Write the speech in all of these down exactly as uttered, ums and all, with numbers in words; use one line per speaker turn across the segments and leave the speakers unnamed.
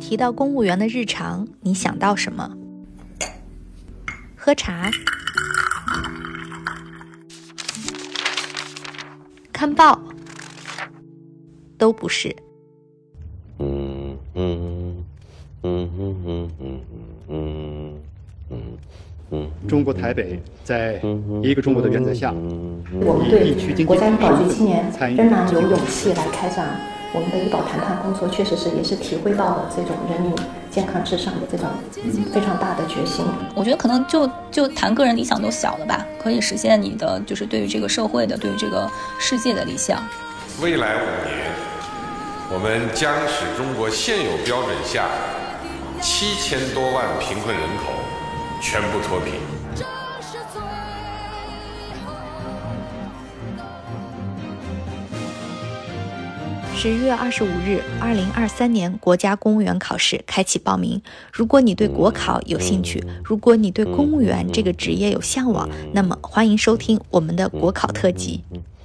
提到公务员的日常，你想到什么？喝茶、看报，都不是。
嗯嗯嗯嗯嗯嗯嗯嗯嗯。
中国台北在一个中国的原则下，
我们对国家医保局今年仍然有勇气来开展我们的医保谈判工作，确实是也是体会到了这种人民健康至上的这种非常大的决心。
我觉得可能就就谈个人理想都小了吧，可以实现你的就是对于这个社会的、对于这个世界的理想。
未来五年，我们将使中国现有标准下七千多万贫困人口全部脱贫。
十月二十五日，二零二三年国家公务员考试开启报名。如果你对国考有兴趣，如果你对公务员这个职业有向往，那么欢迎收听我们的国考特辑。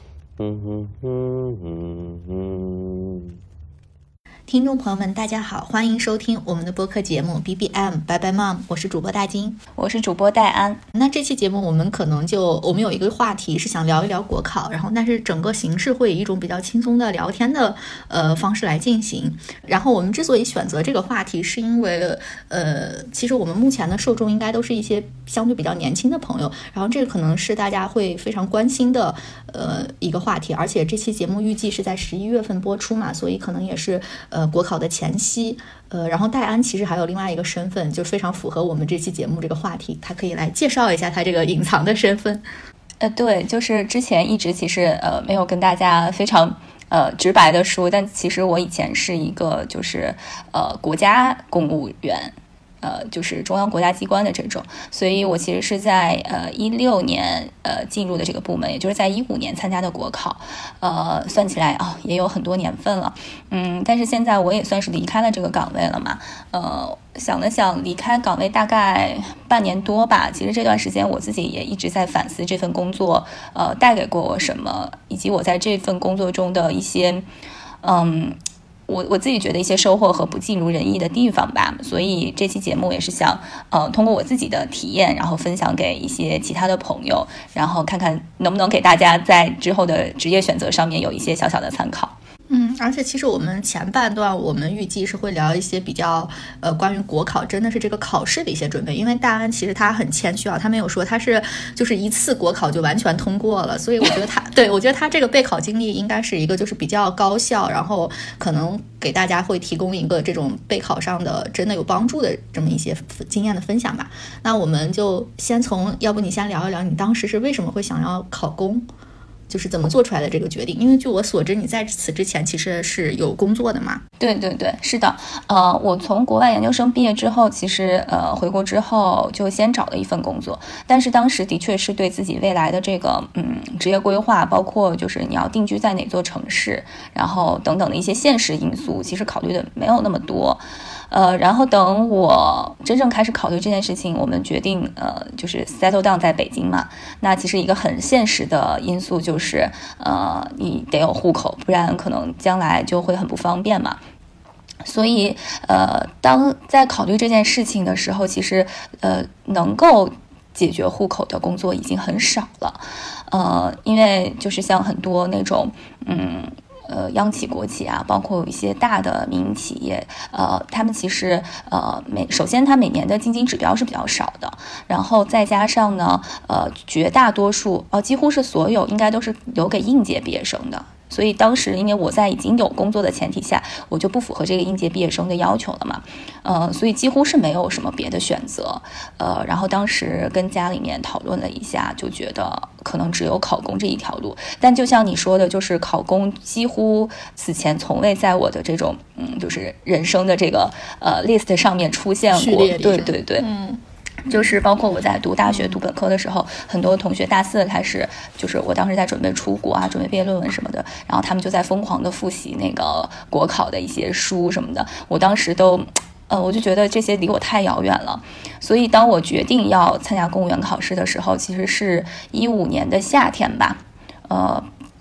听众朋友们大家好，欢迎收听我们的播客节目 B B M Bye Bye Mom， 我是主播大金，
我是主播戴安。
那这期节目我们可能就我们有一个话题是想聊一聊国考，然后但是整个形式会以一种比较轻松的聊天的呃方式来进行。然后我们之所以选择这个话题，是因为呃其实我们目前的受众应该都是一些相对比较年轻的朋友，然后这个可能是大家会非常关心的呃一个话题，而且这期节目预计是在十一月份播出嘛，所以可能也是呃国考的前夕。呃，然后戴安其实还有另外一个身份，就非常符合我们这期节目这个话题，他可以来介绍一下他这个隐藏的身份。
呃，对，就是之前一直其实呃没有跟大家非常呃直白的说，但其实我以前是一个就是呃国家公务员。呃，就是中央国家机关的这种，所以我其实是在呃一六年呃进入的这个部门，也就是在一五年参加的国考，呃，算起来啊、哦、也有很多年份了，嗯，但是现在我也算是离开了这个岗位了嘛，呃，想了想离开岗位大概半年多吧，其实这段时间我自己也一直在反思这份工作呃带给过我什么，以及我在这份工作中的一些嗯。我我自己觉得一些收获和不尽如人意的地方吧，所以这期节目也是想呃通过我自己的体验，然后分享给一些其他的朋友，然后看看能不能给大家在之后的职业选择上面有一些小小的参考。
嗯，而且其实我们前半段我们预计是会聊一些比较呃关于国考真的是这个考试的一些准备，因为大安其实他很谦虚啊，他没有说他是就是一次国考就完全通过了，所以我觉得他对我觉得他这个备考经历应该是一个就是比较高效，然后可能给大家会提供一个这种备考上的真的有帮助的这么一些经验的分享吧。那我们就先从要不你先聊一聊你当时是为什么会想要考公，就是怎么做出来的这个决定？因为据我所知，你在此之前其实是有工作的嘛。
对对对，是的。呃，我从国外研究生毕业之后，其实呃回国之后就先找了一份工作，但是当时的确是对自己未来的这个嗯职业规划，包括就是你要定居在哪座城市，然后等等的一些现实因素，其实考虑的没有那么多。呃，然后等我真正开始考虑这件事情，我们决定呃，就是 settle down 在北京嘛。那其实一个很现实的因素就是，呃，你得有户口，不然可能将来就会很不方便嘛。所以，呃，当在考虑这件事情的时候，其实呃，能够解决户口的工作已经很少了。呃，因为就是像很多那种，嗯。呃，央企、国企啊，包括有一些大的民营企业，呃，他们其实呃每首先它每年的经济指标是比较少的，然后再加上呢，呃，绝大多数呃几乎是所有应该都是留给应届毕业生的。所以当时因为我在已经有工作的前提下，我就不符合这个应届毕业生的要求了嘛，呃，所以几乎是没有什么别的选择，呃，然后当时跟家里面讨论了一下，就觉得可能只有考公这一条路。但就像你说的，就是考公几乎此前从未在我的这种嗯，就是人生的这个呃 list 上面出现过，对对对，嗯。就是包括我在读大学读本科的时候，很多同学大四开始，就是我当时在准备出国啊，准备毕业论文什么的，然后他们就在疯狂的复习那个国考的一些书什么的，我当时都呃，我就觉得这些离我太遥远了，所以当我决定要参加公务员考试的时候，其实是一五年的夏天吧，呃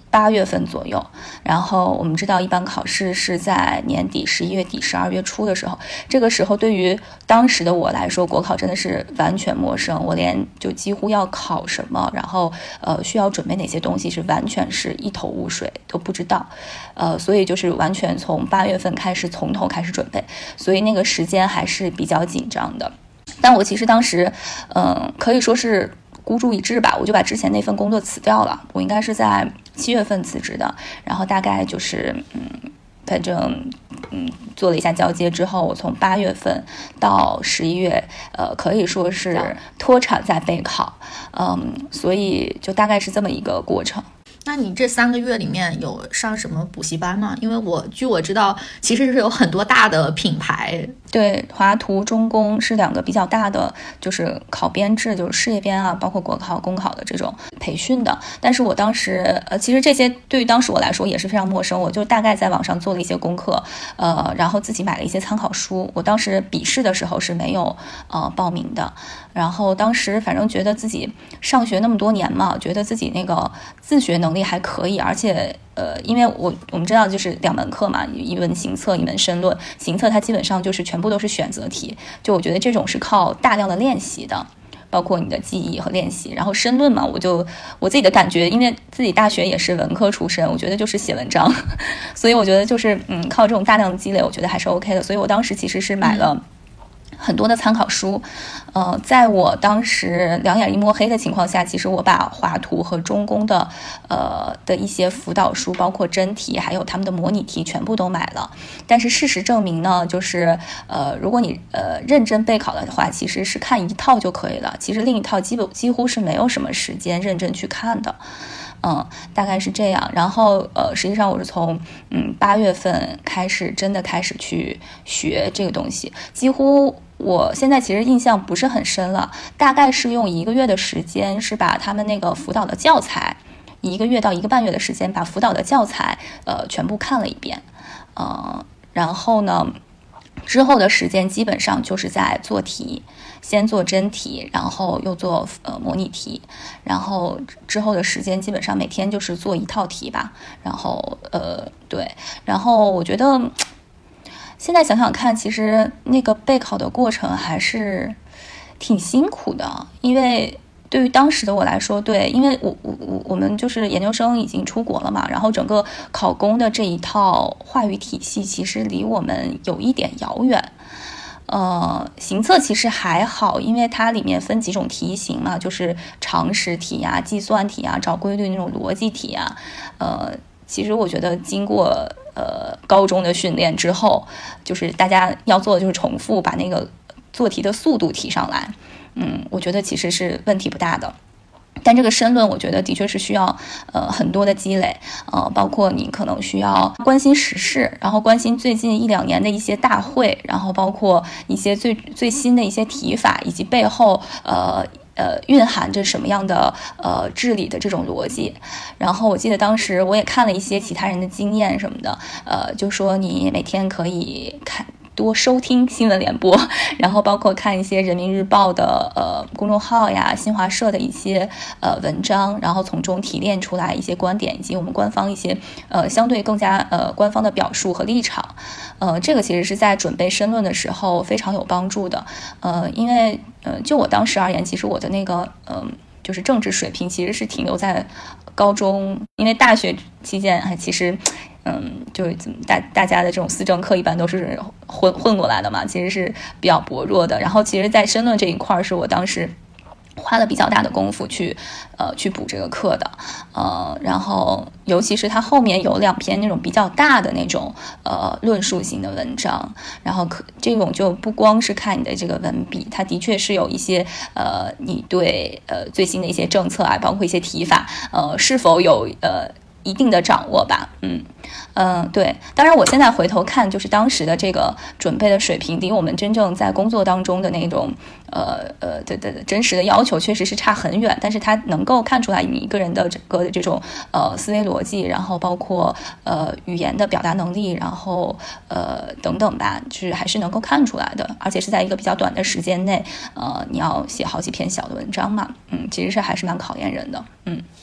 八月份左右，然后我们知道一般考试是在年底十一月底十二月初的时候，这个时候对于当时的我来说，国考真的是完全陌生，我连就几乎要考什么，然后呃需要准备哪些东西是完全是一头雾水，都不知道，呃所以就是完全从八月份开始从头开始准备，所以那个时间还是比较紧张的。但我其实当时嗯、呃、可以说是孤注一掷吧，我就把之前那份工作辞掉了，我应该是在七月份辞职的，然后大概就是嗯，反正嗯做了一下交接之后，我从八月份到十一月，呃，可以说是脱产在备考，嗯，所以就大概是这么一个过程。
那你这三个月里面有上什么补习班吗？因为我据我知道，其实是有很多大的品牌。
对，华图、中公是两个比较大的，就是考编制，就是事业编啊，包括国考、公考的这种培训的。但是我当时，呃，其实这些对于当时我来说也是非常陌生，我就大概在网上做了一些功课，呃，然后自己买了一些参考书。我当时笔试的时候是没有呃报名的，然后当时反正觉得自己上学那么多年嘛，觉得自己那个自学能力还可以，而且。呃，因为我我们知道就是两门课嘛，一门行测，一门申论。行测它基本上就是全部都是选择题，就我觉得这种是靠大量的练习的，包括你的记忆和练习。然后申论嘛，我就我自己的感觉，因为自己大学也是文科出身，我觉得就是写文章，所以我觉得就是嗯，靠这种大量的积累，我觉得还是 OK 的。所以我当时其实是买了。嗯很多的参考书，呃，在我当时两眼一摸黑的情况下，其实我把华图和中公的呃的一些辅导书，包括真题，还有他们的模拟题，全部都买了。但是事实证明呢，就是呃，如果你呃认真备考的话，其实是看一套就可以了。其实另一套基本几乎是没有什么时间认真去看的。嗯，大概是这样。然后呃，实际上我是从嗯八月份开始真的开始去学这个东西，几乎我现在其实印象不是很深了，大概是用一个月的时间，是把他们那个辅导的教材，一个月到一个半月的时间，把辅导的教材呃全部看了一遍，呃，然后呢。之后的时间基本上就是在做题，先做真题，然后又做呃模拟题，然后之后的时间基本上每天就是做一套题吧，然后呃对，然后我觉得现在想想看，其实那个备考的过程还是挺辛苦的，因为。对于当时的我来说，对，因为我我我我们就是研究生已经出国了嘛，然后整个考公的这一套话语体系其实离我们有一点遥远。呃，行测其实还好，因为它里面分几种题型嘛，就是常识题啊、计算题啊、找规律那种逻辑题啊。呃，其实我觉得经过呃高中的训练之后，就是大家要做的就是重复把那个做题的速度提上来。嗯，我觉得其实是问题不大的，但这个申论我觉得的确是需要呃很多的积累，呃，包括你可能需要关心时事，然后关心最近一两年的一些大会，然后包括一些最最新的一些题法，以及背后呃呃蕴含着什么样的呃治理的这种逻辑。然后我记得当时我也看了一些其他人的经验什么的，呃，就说你每天可以看。多收听新闻联播，然后包括看一些人民日报的呃公众号呀、新华社的一些呃文章，然后从中提炼出来一些观点，以及我们官方一些呃相对更加呃官方的表述和立场。呃，这个其实是在准备申论的时候非常有帮助的。呃，因为呃就我当时而言，其实我的那个嗯。呃就是政治水平其实是停留在高中，因为大学期间还其实，嗯，就是大大家的这种思政课一般都是混混过来的嘛，其实是比较薄弱的。然后其实，在申论这一块是我当时花了比较大的功夫去呃去补这个课的，呃，然后尤其是它后面有两篇那种比较大的那种呃论述型的文章，然后可这种就不光是看你的这个文笔，它的确是有一些呃你对呃最新的一些政策啊，包括一些提法呃是否有呃一定的掌握吧，嗯。嗯，对，当然我现在回头看，就是当时的这个准备的水平，离我们真正在工作当中的那种呃呃的的真实的要求确实是差很远，但是它能够看出来你一个人的整个的这种呃思维逻辑，然后包括呃语言的表达能力，然后呃等等吧，就是还是能够看出来的，而且是在一个比较短的时间内，呃，你要写好几篇小的文章嘛，嗯，其实是还是蛮考验人的，嗯。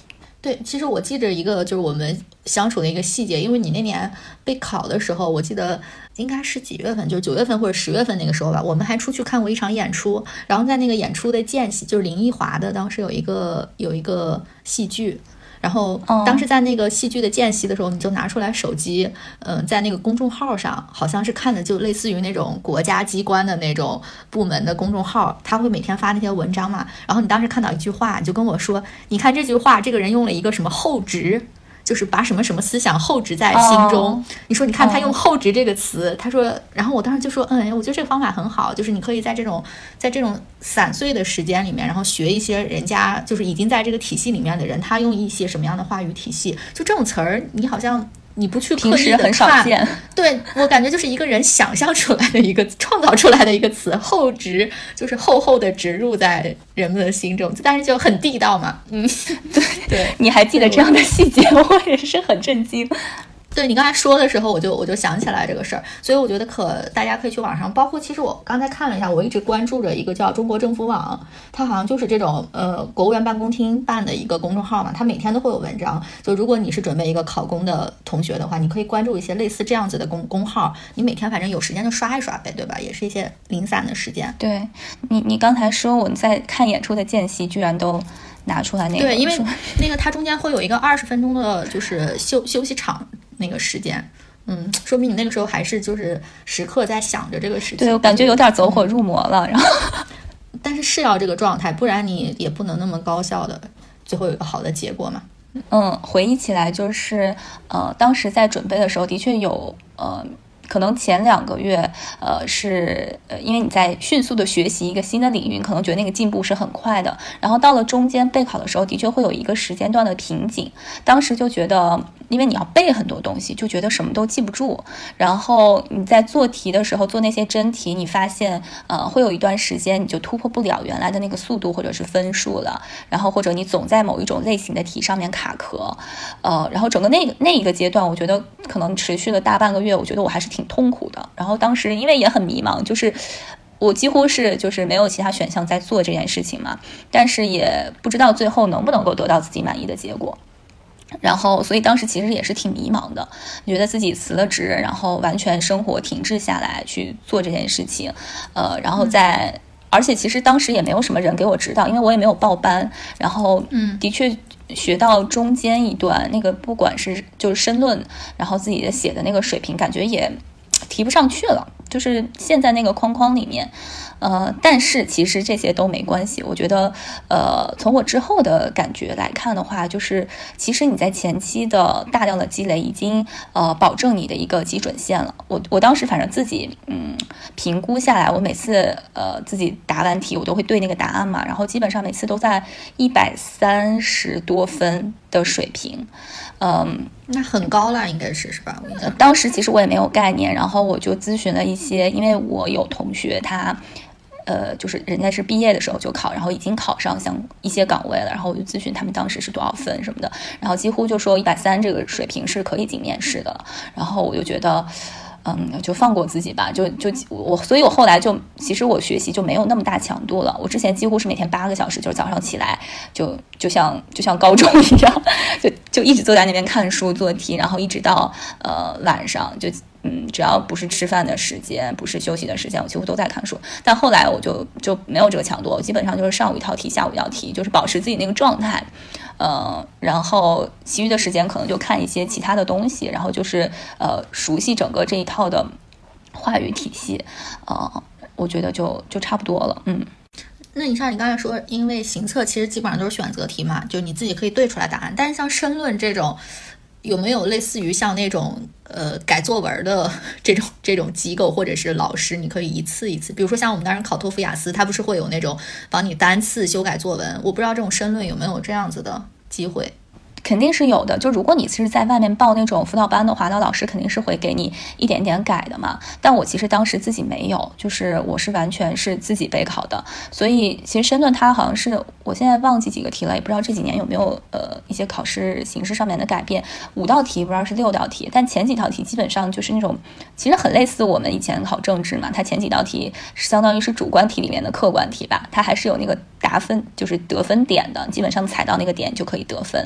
对，其实我记着一个就是我们相处的一个细节，因为你那年备考的时候，我记得应该是几月份，就是九月份或者十月份那个时候吧，我们还出去看过一场演出，然后在那个演出的间隙，就是林奕华的当时有一个有一个戏剧。然后当时在那个戏剧的间隙的时候，你就拿出来手机，嗯、呃，在那个公众号上，好像是看的就类似于那种国家机关的那种部门的公众号，他会每天发那些文章嘛。然后你当时看到一句话，你就跟我说，你看这句话，这个人用了一个什么后植。就是把什么什么思想厚植在心中。Oh. 你说，你看他用厚植这个词， oh. 他说，然后我当时就说，嗯，我觉得这个方法很好，就是你可以在这种在这种散碎的时间里面，然后学一些人家就是已经在这个体系里面的人，他用一些什么样的话语体系，就这种词儿，你好像。你不去刻意的看，
很少见。
对，我感觉就是一个人想象出来的一个创造出来的一个词，厚植就是厚厚的植入在人们的心中，但是就很地道嘛。嗯，
对对，你还记得这样的细节，我也是很震惊。
对，你刚才说的时候，我就我就想起来这个事儿，所以我觉得可大家可以去网上，包括其实我刚才看了一下，我一直关注着一个叫中国政府网，它好像就是这种呃国务院办公厅办的一个公众号嘛，它每天都会有文章。就如果你是准备一个考公的同学的话，你可以关注一些类似这样子的公公号，你每天反正有时间就刷一刷呗，对吧？也是一些零散的时间。
对你，你刚才说我在看演出的间隙，居然都拿出来那个，
对，因为那个它中间会有一个二十分钟的，就是休休息场。那个时间，嗯，说明你那个时候还是就是时刻在想着这个事情。
对，我感觉有点走火入魔了。然后，
但是是要这个状态，不然你也不能那么高效的最后有一个好的结果嘛。
嗯，回忆起来就是，呃，当时在准备的时候，的确有呃。可能前两个月，呃，是呃，因为你在迅速的学习一个新的领域，可能觉得那个进步是很快的。然后到了中间备考的时候，的确会有一个时间段的瓶颈。当时就觉得，因为你要背很多东西，就觉得什么都记不住。然后你在做题的时候，做那些真题，你发现，呃，会有一段时间你就突破不了原来的那个速度或者是分数了。然后或者你总在某一种类型的题上面卡壳，呃，然后整个那个那一个阶段，我觉得可能持续了大半个月，我觉得我还是挺痛苦的。然后当时因为也很迷茫，就是我几乎是就是没有其他选项在做这件事情嘛，但是也不知道最后能不能够得到自己满意的结果。然后所以当时其实也是挺迷茫的，觉得自己辞了职，然后完全生活停滞下来去做这件事情，呃，然后在、嗯、而且其实当时也没有什么人给我指导，因为我也没有报班。然后嗯，的确学到中间一段那个不管是就是申论，然后自己的写的那个水平感觉也提不上去了，就是现在那个框框里面。呃，但是其实这些都没关系，我觉得，呃，从我之后的感觉来看的话，就是其实你在前期的大量的积累已经呃保证你的一个基准线了。我我当时反正自己嗯评估下来，我每次呃自己答完题，我都会对那个答案嘛，然后基本上每次都在一百三十多分的水平，嗯，
那很高了，应该是是吧？
呃，当时其实我也没有概念，然后我就咨询了一些，因为我有同学他。呃，就是人家是毕业的时候就考，然后已经考上像一些岗位了，然后我就咨询他们当时是多少分什么的，然后几乎就说一百三这个水平是可以进面试的，然后我就觉得，嗯，就放过自己吧，就就我，所以我后来就其实我学习就没有那么大强度了，我之前几乎是每天八个小时，就是早上起来就就像就像高中一样，就就一直坐在那边看书做题，然后一直到呃晚上就。嗯，只要不是吃饭的时间，不是休息的时间，我几乎都在看书。但后来我就就没有这个强度，我基本上就是上午一套题，下午一道题，就是保持自己那个状态。呃，然后其余的时间可能就看一些其他的东西，然后就是呃熟悉整个这一套的话语体系。呃，我觉得就就差不多了。嗯。
那你像你刚才说，因为行测其实基本上都是选择题嘛，就你自己可以对出来答案。但是像申论这种，有没有类似于像那种呃改作文的这种这种机构或者是老师，你可以一次一次，比如说像我们当时考托福雅思，它不是会有那种帮你单次修改作文？我不知道这种申论有没有这样子的机会。
肯定是有的，就如果你是在外面报那种辅导班的话，那老师肯定是会给你一点点改的嘛。但我其实当时自己没有，就是我是完全是自己备考的，所以其实申论它好像是我现在忘记几个题了，也不知道这几年有没有呃一些考试形式上面的改变。五道题不知道是六道题，但前几道题基本上就是那种其实很类似我们以前考政治嘛，它前几道题是相当于是主观题里面的客观题吧，它还是有那个答分就是得分点的，基本上踩到那个点就可以得分。然后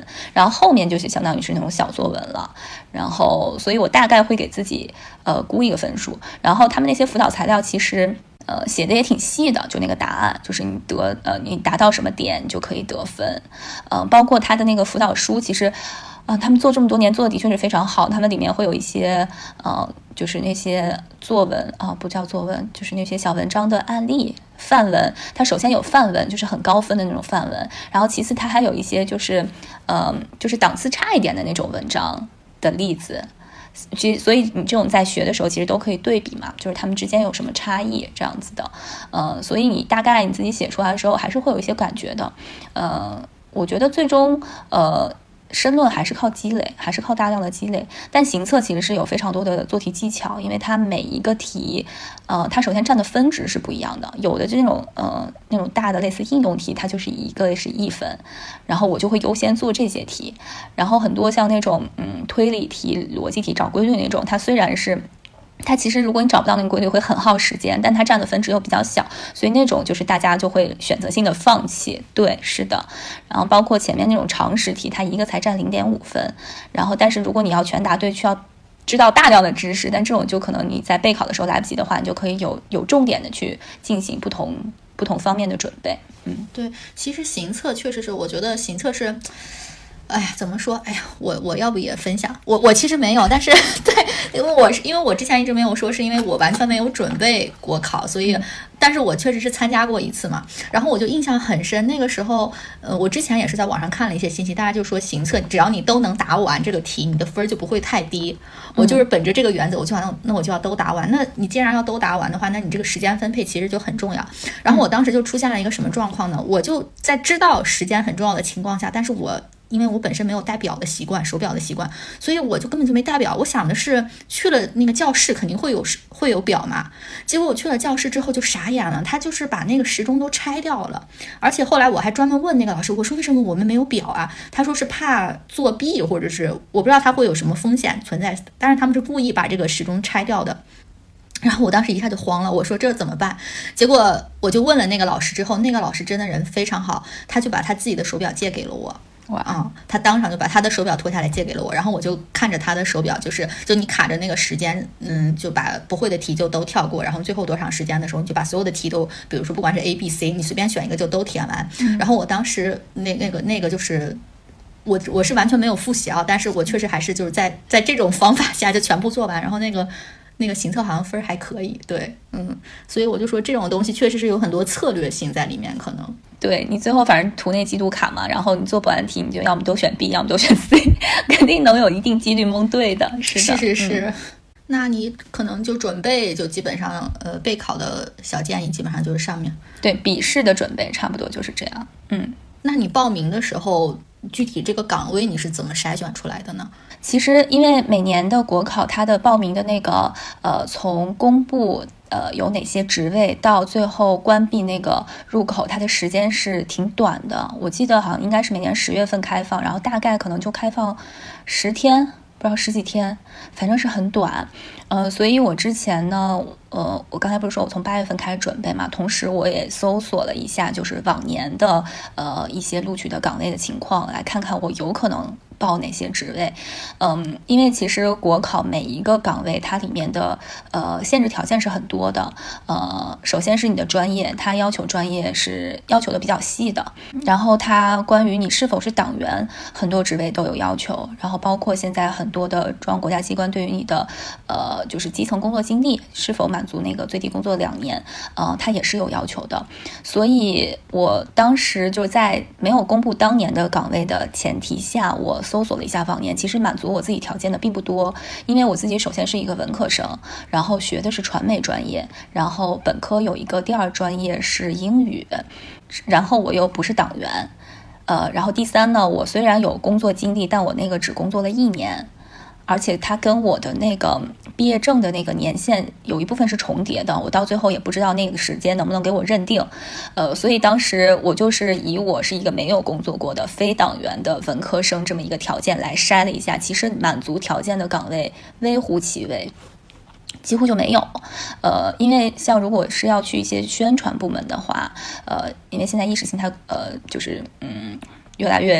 后面就是相当于是那种小作文了。然后所以我大概会给自己呃估一个分数，然后他们那些辅导材料其实呃写的也挺细的，就那个答案就是你得呃你达到什么点你就可以得分，呃包括他的那个辅导书其实啊、呃，他们做这么多年做的的确是非常好，他们里面会有一些呃就是那些作文啊、呃、不叫作文，就是那些小文章的案例范文，它首先有范文，就是很高分的那种范文，然后其次它还有一些就是呃就是档次差一点的那种文章的例子。其实所以你这种在学的时候其实都可以对比嘛，就是他们之间有什么差异这样子的，呃，所以你大概你自己写出来的时候还是会有一些感觉的，呃，我觉得最终呃申论还是靠积累，还是靠大量的积累。但行测其实是有非常多的做题技巧，因为它每一个题，呃，它首先占的分值是不一样的。有的这种呃那种大的类似应用题，它就是一个是一分，然后我就会优先做这些题。然后很多像那种嗯推理题、逻辑题、找规律那种，它虽然是。它其实如果你找不到那个规律会很耗时间，但它占的分值又比较小，所以那种就是大家就会选择性的放弃。对，是的。然后包括前面那种常识题，它一个才占 零点五分，然后但是如果你要全答对，需要知道大量的知识，但这种就可能你在备考的时候来不及的话，你就可以有有重点的去进行不同不同方面的准备。嗯，
对，其实行测确实是，我觉得行测是。哎呀，怎么说？哎呀，我我要不也分享？我我其实没有，但是对，因为我是因为我之前一直没有说，是因为我完全没有准备国考，所以，但是我确实是参加过一次嘛。然后我就印象很深，那个时候，呃，我之前也是在网上看了一些信息，大家就说行测只要你都能答完这个题，你的分就不会太低。我就是本着这个原则，我就想那我就要都答完。那你既然要都答完的话，那你这个时间分配其实就很重要。然后我当时就出现了一个什么状况呢？我就在知道时间很重要的情况下，但是我。因为我本身没有带表的习惯，手表的习惯，所以我就根本就没带表。我想的是去了那个教室肯定会有会有表嘛，结果我去了教室之后就傻眼了，他就是把那个时钟都拆掉了。而且后来我还专门问那个老师，我说为什么我们没有表啊？他说是怕作弊，或者是我不知道他会有什么风险存在，但是他们是故意把这个时钟拆掉的。然后我当时一下就慌了，我说这怎么办？结果我就问了那个老师之后，那个老师真的人非常好，他就把他自己的手表借给了我。啊、嗯，他当场就把他的手表脱下来借给了我，然后我就看着他的手表，就是就你卡着那个时间，嗯，就把不会的题就都跳过，然后最后多长时间的时候，你就把所有的题都，比如说不管是 A B C， 你随便选一个就都填完。嗯、然后我当时那那个那个就是我我是完全没有复习啊，但是我确实还是就是在在这种方法下就全部做完，然后那个。那个行测好像分还可以，对，嗯，所以我就说这种东西确实是有很多策略性在里面，可能
对你最后反正图那季度卡嘛，然后你做不完题，你就要么都选 B， 要么都选 C， 肯定能有一定几率蒙对的，是的，
是是是。嗯、那你可能就准备就基本上呃备考的小建议基本上就是上面
对笔试的准备差不多就是这样，嗯，
那你报名的时候具体这个岗位你是怎么筛选出来的呢？
其实因为每年的国考它的报名的那个呃从公布呃有哪些职位到最后关闭那个入口，它的时间是挺短的，我记得好像应该是每年十月份开放，然后大概可能就开放十天，不知道十几天，反正是很短。呃，所以我之前呢，呃，我刚才不是说我从八月份开始准备嘛，同时我也搜索了一下，就是往年的呃一些录取的岗位的情况，来看看我有可能报哪些职位。嗯，因为其实国考每一个岗位它里面的呃限制条件是很多的。呃，首先是你的专业，它要求专业是要求的比较细的，然后它关于你是否是党员，很多职位都有要求，然后包括现在很多的中央国家机关对于你的呃就是基层工作经历是否满足那个最低工作两年，呃，它也是有要求的。所以我当时就在没有公布当年的岗位的前提下，我搜索了一下往年，其实满足我自己条件的并不多，因为我自己首先是一个文科生，然后学的是传媒专业，然后本科有一个第二专业是英语，然后我又不是党员，呃，然后第三呢，我虽然有工作经历，但我那个只工作了一年。而且它跟我的那个毕业证的那个年限有一部分是重叠的，我到最后也不知道那个时间能不能给我认定，呃，所以当时我就是以我是一个没有工作过的非党员的文科生这么一个条件来筛了一下，其实满足条件的岗位微乎其微，几乎就没有。呃，因为像如果是要去一些宣传部门的话，呃，因为现在意识形态呃就是嗯越来越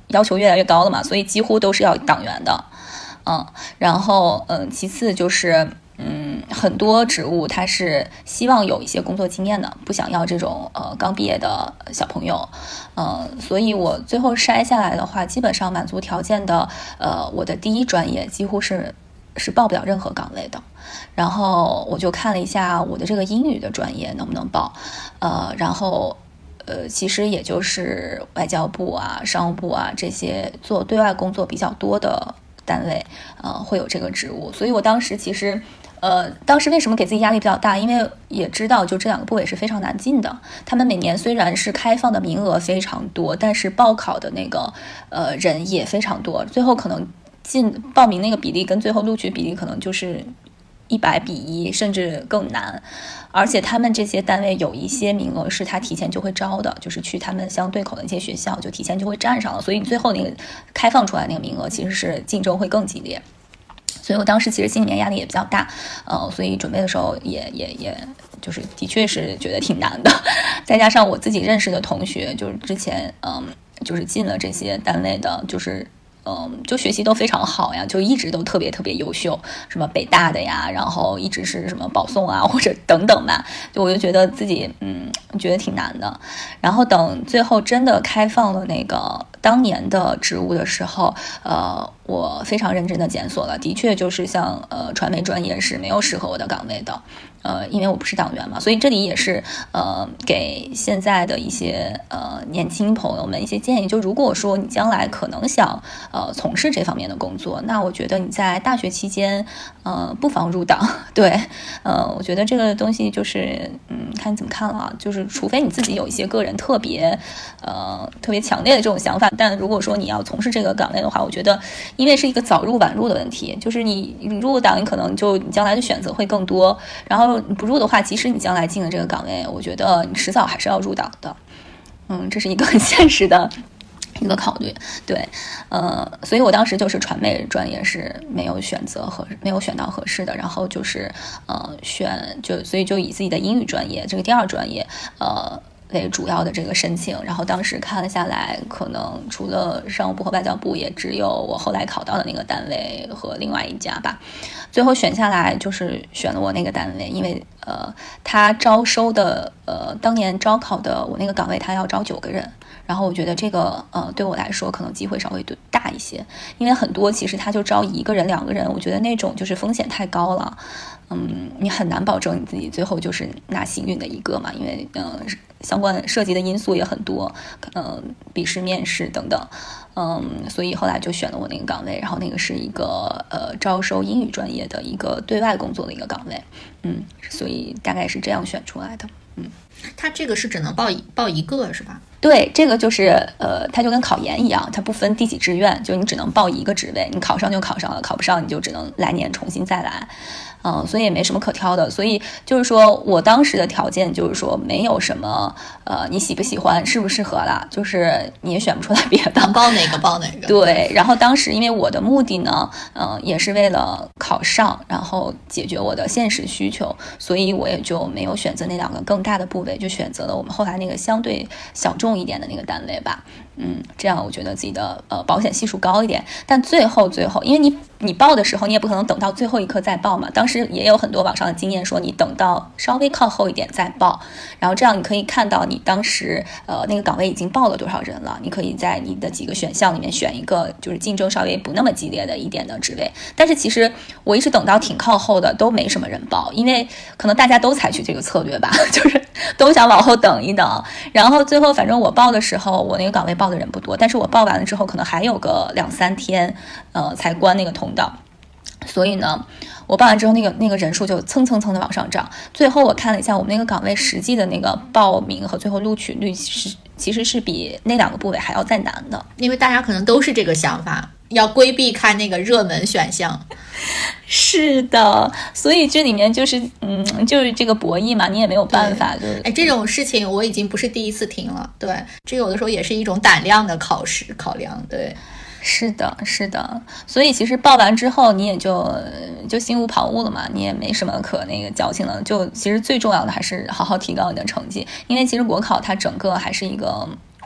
要求越来越高了嘛，所以几乎都是要党员的。嗯，然后嗯，其次就是嗯，很多职务他是希望有一些工作经验的，不想要这种呃刚毕业的小朋友。呃，所以我最后筛下来的话，基本上满足条件的，呃，我的第一专业几乎是是报不了任何岗位的。然后我就看了一下我的这个英语的专业能不能报，呃，然后。呃，其实也就是外交部啊、商务部啊这些做对外工作比较多的单位，呃，会有这个职务。所以我当时其实，呃，当时为什么给自己压力比较大？因为也知道就这两个部委是非常难进的。他们每年虽然是开放的名额非常多，但是报考的那个呃人也非常多，最后可能进报名那个比例跟最后录取比例可能就是一百比一，甚至更难。而且他们这些单位有一些名额是他提前就会招的，就是去他们相对口的一些学校就提前就会占上了，所以最后那个开放出来那个名额其实是竞争会更激烈。所以我当时其实心里面压力也比较大，呃，所以准备的时候也也也就是的确是觉得挺难的。再加上我自己认识的同学，就是之前嗯，就是进了这些单位的，就是嗯，就学习都非常好呀，就一直都特别特别优秀，什么北大的呀，然后一直是什么保送啊，或者等等吧，就我就觉得自己嗯，觉得挺难的。然后等最后真的开放了那个当年的职务的时候，呃，我非常认真的检索了，的确就是像呃传媒专业是没有适合我的岗位的。呃，因为我不是党员嘛，所以这里也是呃给现在的一些呃年轻朋友们一些建议。就如果说你将来可能想呃从事这方面的工作，那我觉得你在大学期间呃不妨入党。对，呃，我觉得这个东西就是嗯，看你怎么看了啊。就是除非你自己有一些个人特别呃特别强烈的这种想法，但如果说你要从事这个岗位的话，我觉得因为是一个早入晚入的问题，就是你你入党，你可能就你将来的选择会更多，然后你不入的话，即使你将来进了这个岗位，我觉得你迟早还是要入党的。嗯，这是一个很现实的一个考虑。对，呃，所以我当时就是传媒专业是没有选择合没有选到合适的，然后就是呃选就所以就以自己的英语专业这个第二专业呃为主要的这个申请，然后当时看了下来，可能除了商务部和外交部，也只有我后来考到的那个单位和另外一家吧。最后选下来就是选了我那个单位，因为呃，他招收的呃，当年招考的我那个岗位，他要招九个人，然后我觉得这个呃，对我来说可能机会稍微大一些，因为很多其实他就招一个人、两个人，我觉得那种就是风险太高了，嗯，你很难保证你自己最后就是拿幸运的一个嘛，因为嗯、呃，相关涉及的因素也很多，呃，笔试、面试等等。嗯，所以后来就选了我那个岗位，然后那个是一个呃招收英语专业的一个对外工作的一个岗位，嗯，所以大概是这样选出来的。嗯，
他这个是只能报一报一个是吧？
对，这个就是呃，它就跟考研一样，它不分第几志愿，就你只能报一个职位，你考上就考上了，考不上你就只能来年重新再来。嗯，所以也没什么可挑的，所以就是说我当时的条件就是说没有什么呃你喜不喜欢适不适合啦，就是你也选不出来别的，
能报哪个报哪个。
对，然后当时因为我的目的呢嗯、呃，也是为了考上，然后解决我的现实需求，所以我也就没有选择那两个更大的部位，就选择了我们后来那个相对小众一点的那个单位吧。嗯，这样我觉得自己的呃保险系数高一点，但最后最后因为你你报的时候你也不可能等到最后一刻再报嘛，当时也有很多网上的经验说你等到稍微靠后一点再报，然后这样你可以看到你当时呃那个岗位已经报了多少人了，你可以在你的几个选项里面选一个就是竞争稍微不那么激烈的一点的职位。但是其实我一直等到挺靠后的都没什么人报，因为可能大家都采取这个策略吧，就是都想往后等一等，然后最后反正我报的时候我那个岗位报的人不多，但是我报完了之后可能还有个两三天呃才关那个通道，所以呢我报完之后那个那个人数就蹭蹭蹭的往上涨，最后我看了一下我们那个岗位实际的那个报名和最后录取率其实其实是比那两个部位还要再难的，
因为大家可能都是这个想法，要规避看那个热门选项。
是的，所以这里面就是嗯，就是这个博弈嘛，你也没有办法。就是
哎，这种事情我已经不是第一次听了。对，这有的时候也是一种胆量的考试考量。对，
是的，是的。所以其实报完之后，你也就就心无旁骛了嘛，你也没什么可那个矫情了。就其实最重要的还是好好提高你的成绩，因为其实国考它整个还是一个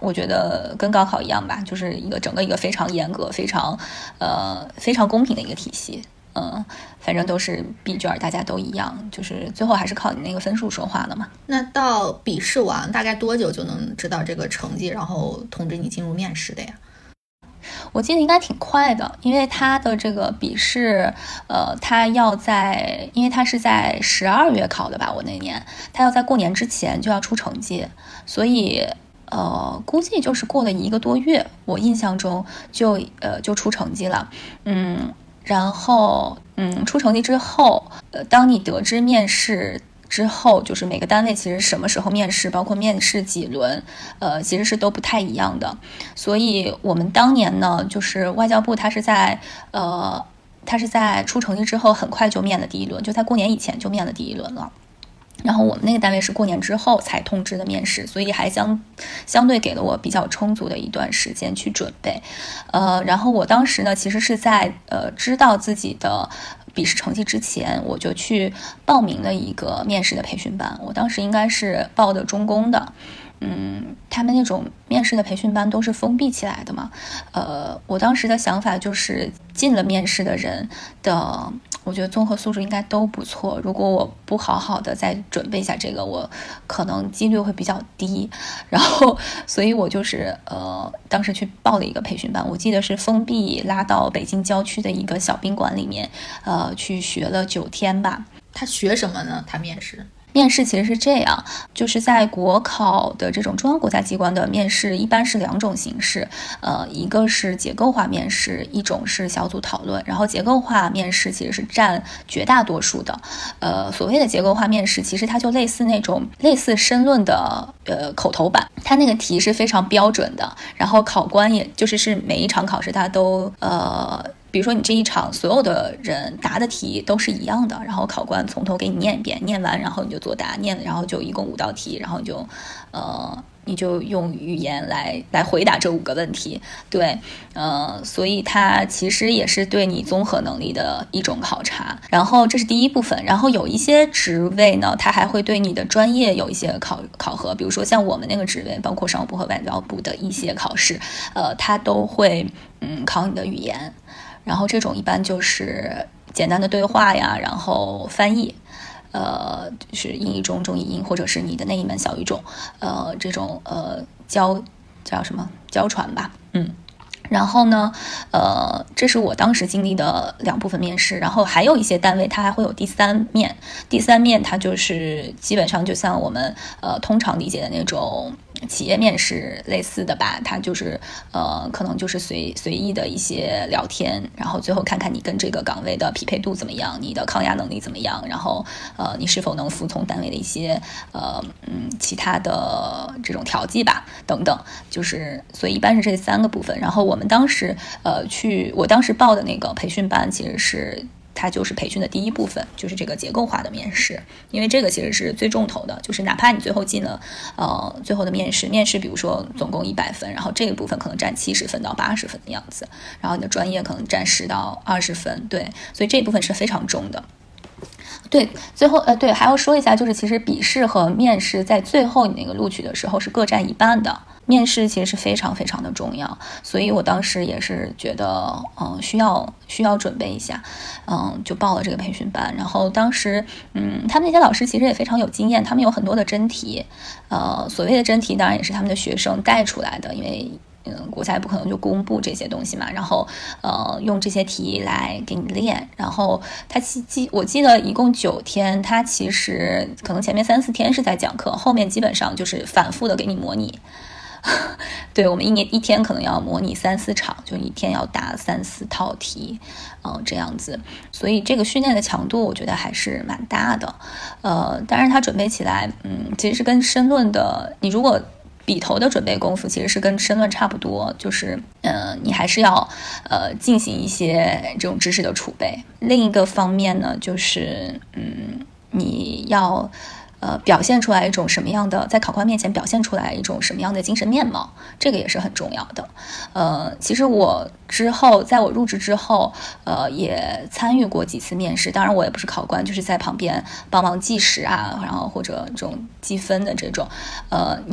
我觉得跟高考一样吧，就是一个整个一个非常严格、非常呃非常公平的一个体系。嗯，反正都是闭卷，大家都一样，就是最后还是靠你那个分数说话了嘛。
那到笔试完大概多久就能知道这个成绩，然后通知你进入面试的呀？
我记得应该挺快的，因为他的这个笔试，呃，他要在，因为他是在十二月考的吧，我那年，他要在过年之前就要出成绩，所以呃，估计就是过了一个多月，我印象中就呃就出成绩了，嗯。然后，嗯，出成绩之后，呃，当你得知面试之后，就是每个单位其实什么时候面试，包括面试几轮，呃，其实是都不太一样的。所以我们当年呢，就是外交部它是在，呃，它是在出成绩之后很快就面了第一轮，就在过年以前就面了第一轮了。然后我们那个单位是过年之后才通知的面试，所以还相相对给了我比较充足的一段时间去准备。呃，然后我当时呢，其实是在呃知道自己的笔试成绩之前，我就去报名了一个面试的培训班。我当时应该是报的中公的。嗯，他们那种面试的培训班都是封闭起来的嘛。呃，我当时的想法就是进了面试的人的，我觉得综合素质应该都不错。如果我不好好的再准备一下这个，我可能几率会比较低。然后，所以我就是呃，当时去报了一个培训班，我记得是封闭拉到北京郊区的一个小宾馆里面，呃，去学了九天吧。
他学什么呢？他面试？
面试其实是这样，就是在国考的这种中央国家机关的面试一般是两种形式，呃，一个是结构化面试，一种是小组讨论。然后结构化面试其实是占绝大多数的，呃，所谓的结构化面试，其实它就类似那种类似申论的呃口头版，它那个题是非常标准的，然后考官也就是是每一场考试它都呃。比如说你这一场所有的人答的题都是一样的，然后考官从头给你念一遍，念完然后你就作答，念然后就一共五道题，然后你就呃你就用语言来来回答这五个问题。对，呃所以它其实也是对你综合能力的一种考察。然后这是第一部分，然后有一些职位呢，它还会对你的专业有一些考考核，比如说像我们那个职位，包括商务部和外交部的一些考试，呃它都会嗯考你的语言。然后这种一般就是简单的对话呀，然后翻译，呃，就是英译中、中译英，或者是你的那一门小语种，呃，这种呃交叫什么交传吧，嗯。然后呢，呃，这是我当时经历的两部分面试，然后还有一些单位它还会有第三面，第三面它就是基本上就像我们呃通常理解的那种企业面试类似的吧，它就是呃可能就是随随意的一些聊天，然后最后看看你跟这个岗位的匹配度怎么样，你的抗压能力怎么样，然后呃你是否能服从单位的一些呃嗯其他的这种调剂吧等等，就是所以一般是这三个部分。然后我们当时呃去我当时报的那个培训班其实是它就是培训的第一部分，就是这个结构化的面试，因为这个其实是最重头的，就是哪怕你最后进了呃最后的面试，面试比如说总共一百分，然后这个部分可能占七十分到八十分的样子，然后你的专业可能占十到二十分，对，所以这部分是非常重的。对，最后呃对，还要说一下，就是其实笔试和面试在最后你那个录取的时候是各占一半的。面试其实是非常非常的重要，所以我当时也是觉得嗯需要需要准备一下，嗯就报了这个培训班。然后当时嗯他们那些老师其实也非常有经验，他们有很多的真题，呃所谓的真题当然也是他们的学生带出来的，因为嗯，国家也不可能就公布这些东西嘛，然后呃用这些题来给你练，然后他记我记得一共九天，他其实可能前面三四天是在讲课，后面基本上就是反复的给你模拟。对，我们一年一天可能要模拟三四场，就一天要答三四套题，嗯、呃，这样子，所以这个训练的强度我觉得还是蛮大的，呃，当然它准备起来，嗯，其实是跟申论的，你如果笔头的准备功夫其实是跟申论差不多，就是呃，你还是要呃进行一些这种知识的储备。另一个方面呢，就是嗯，你要。呃，表现出来一种什么样的，在考官面前表现出来一种什么样的精神面貌，这个也是很重要的。呃，其实我之后，在我入职之后，呃，也参与过几次面试，当然我也不是考官，就是在旁边帮忙计时啊，然后或者这种积分的这种。呃，你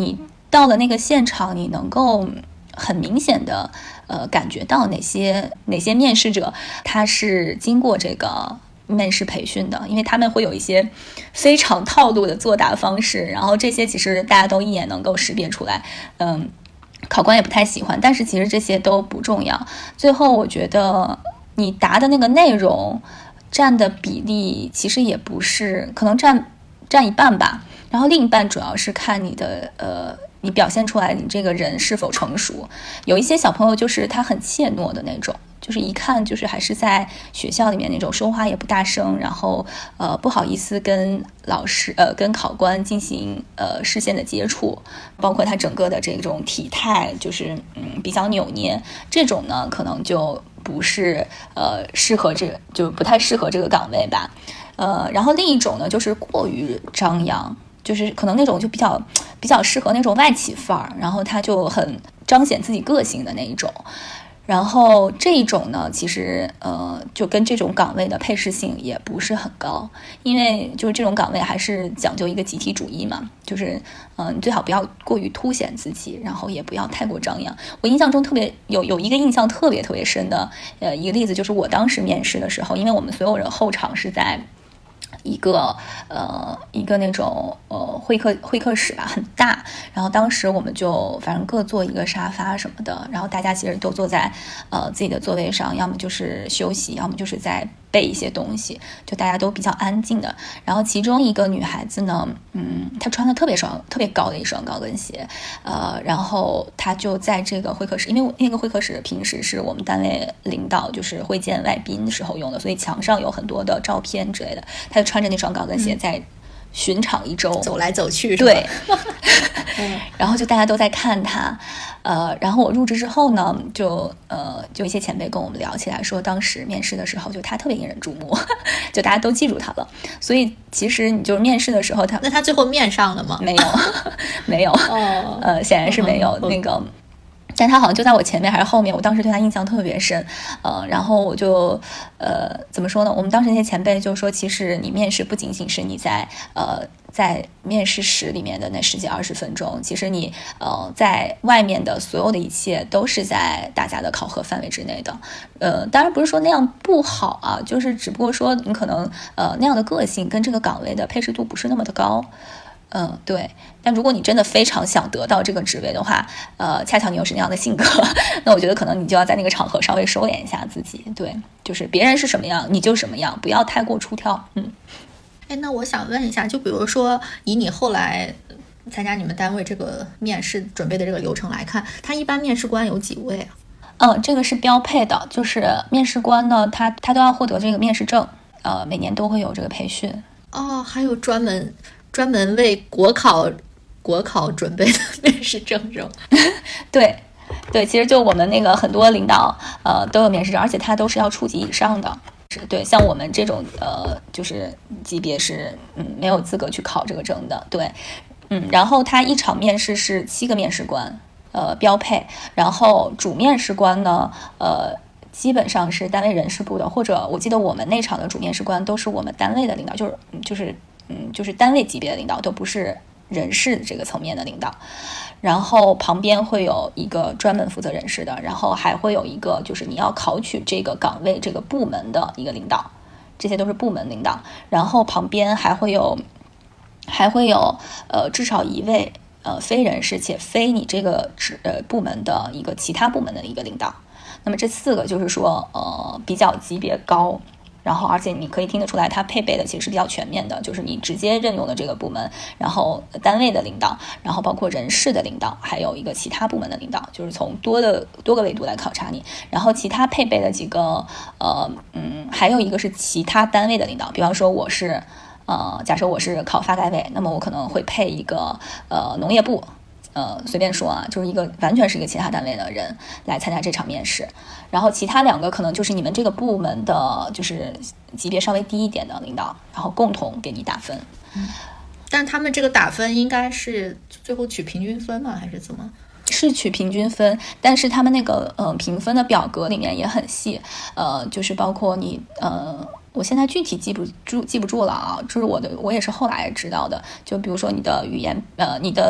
到了那个现场，你能够很明显的呃感觉到哪些哪些面试者他是经过这个面试培训的，因为他们会有一些非常套路的作答方式，然后这些其实大家都一眼能够识别出来，嗯，考官也不太喜欢，但是其实这些都不重要。最后我觉得你答的那个内容占的比例其实也不是，可能占占一半吧，然后另一半主要是看你的呃，你表现出来你这个人是否成熟。有一些小朋友就是他很怯懦的那种，就是一看就是还是在学校里面那种说话也不大声，然后呃不好意思跟老师呃跟考官进行呃视线的接触，包括他整个的这种体态就是嗯比较扭捏，这种呢可能就不是呃适合这个，就不太适合这个岗位吧。呃，然后另一种呢就是过于张扬，就是可能那种就比较比较适合那种外企范儿，然后他就很彰显自己个性的那一种。然后这一种呢，其实呃，就跟这种岗位的配适性也不是很高，因为就是这种岗位还是讲究一个集体主义嘛，就是嗯、呃，你最好不要过于凸显自己，然后也不要太过张扬。我印象中特别有有一个印象特别特别深的呃一个例子，就是我当时面试的时候，因为我们所有人候场是在一个呃一个那种呃会客会客室吧，很大，然后当时我们就反正各坐一个沙发什么的，然后大家其实都坐在呃自己的座位上，要么就是休息，要么就是在背一些东西，就大家都比较安静的。然后其中一个女孩子呢，嗯，她穿的特别双特别高的一双高跟鞋，呃，然后她就在这个会客室，因为那个会客室平时是我们单位领导就是会见外宾的时候用的，所以墙上有很多的照片之类的，她就穿着那双高跟鞋在巡场一周，
走来走去，
对，然后就大家都在看他，呃，然后我入职之后呢，就呃，就一些前辈跟我们聊起来说，当时面试的时候就他特别引人注目，就大家都记住他了。所以其实你就是面试的时候他，
那他最后面上了吗？
没有，没有，
哦，
呃，显然是没有、嗯、那个。但他好像就在我前面还是后面，我当时对他印象特别深，呃，然后我就，呃，怎么说呢？我们当时那些前辈就说，其实你面试不仅仅是你在呃在面试室里面的那十几二十分钟，其实你呃在外面的所有的一切都是在大家的考核范围之内的，呃，当然不是说那样不好啊，就是只不过说你可能呃那样的个性跟这个岗位的配置度不是那么的高。嗯，对。但如果你真的非常想得到这个职位的话，呃，恰巧你又是那样的性格，那我觉得可能你就要在那个场合稍微收敛一下自己。对，就是别人是什么样，你就什么样，不要太过出挑。嗯，
哎，那我想问一下，就比如说以你后来参加你们单位这个面试准备的这个流程来看，他一般面试官有几位啊？
嗯，这个是标配的，就是面试官呢，他他都要获得这个面试证，呃，每年都会有这个培训。
哦，还有专门。专门为国考国考准备的面试证是吗？
对对，其实就我们那个很多领导呃都有面试证，而且他都是要处级以上的。对，像我们这种呃就是级别是嗯没有资格去考这个证的。对，嗯，然后他一场面试是七个面试官呃标配，然后主面试官呢呃基本上是单位人事部的，或者我记得我们那场的主面试官都是我们单位的领导，就是就是嗯，就是单位级别的领导，都不是人事这个层面的领导。然后旁边会有一个专门负责人事的，然后还会有一个就是你要考取这个岗位这个部门的一个领导，这些都是部门领导。然后旁边还会有还会有呃至少一位呃非人事且非你这个职呃部门的一个其他部门的一个领导。那么这四个就是说呃比较级别高。然后，而且你可以听得出来，它配备的其实是比较全面的，就是你直接任用的这个部门，然后单位的领导，然后包括人事的领导，还有一个其他部门的领导，就是从多的多个维度来考察你。然后其他配备的几个，呃，嗯，还有一个是其他单位的领导，比方说我是，呃，假设我是考发改委，那么我可能会配一个呃农业部。呃，随便说啊，就是一个完全是一个其他单位的人来参加这场面试，然后其他两个可能就是你们这个部门的，就是级别稍微低一点的领导，然后共同给你打分。
嗯，但他们这个打分应该是最后取平均分吗？还是怎么？
是取平均分，但是他们那个呃评分的表格里面也很细，呃，就是包括你呃。我现在具体记不住记不住了啊，就是我的我也是后来知道的。就比如说你的语言呃，你的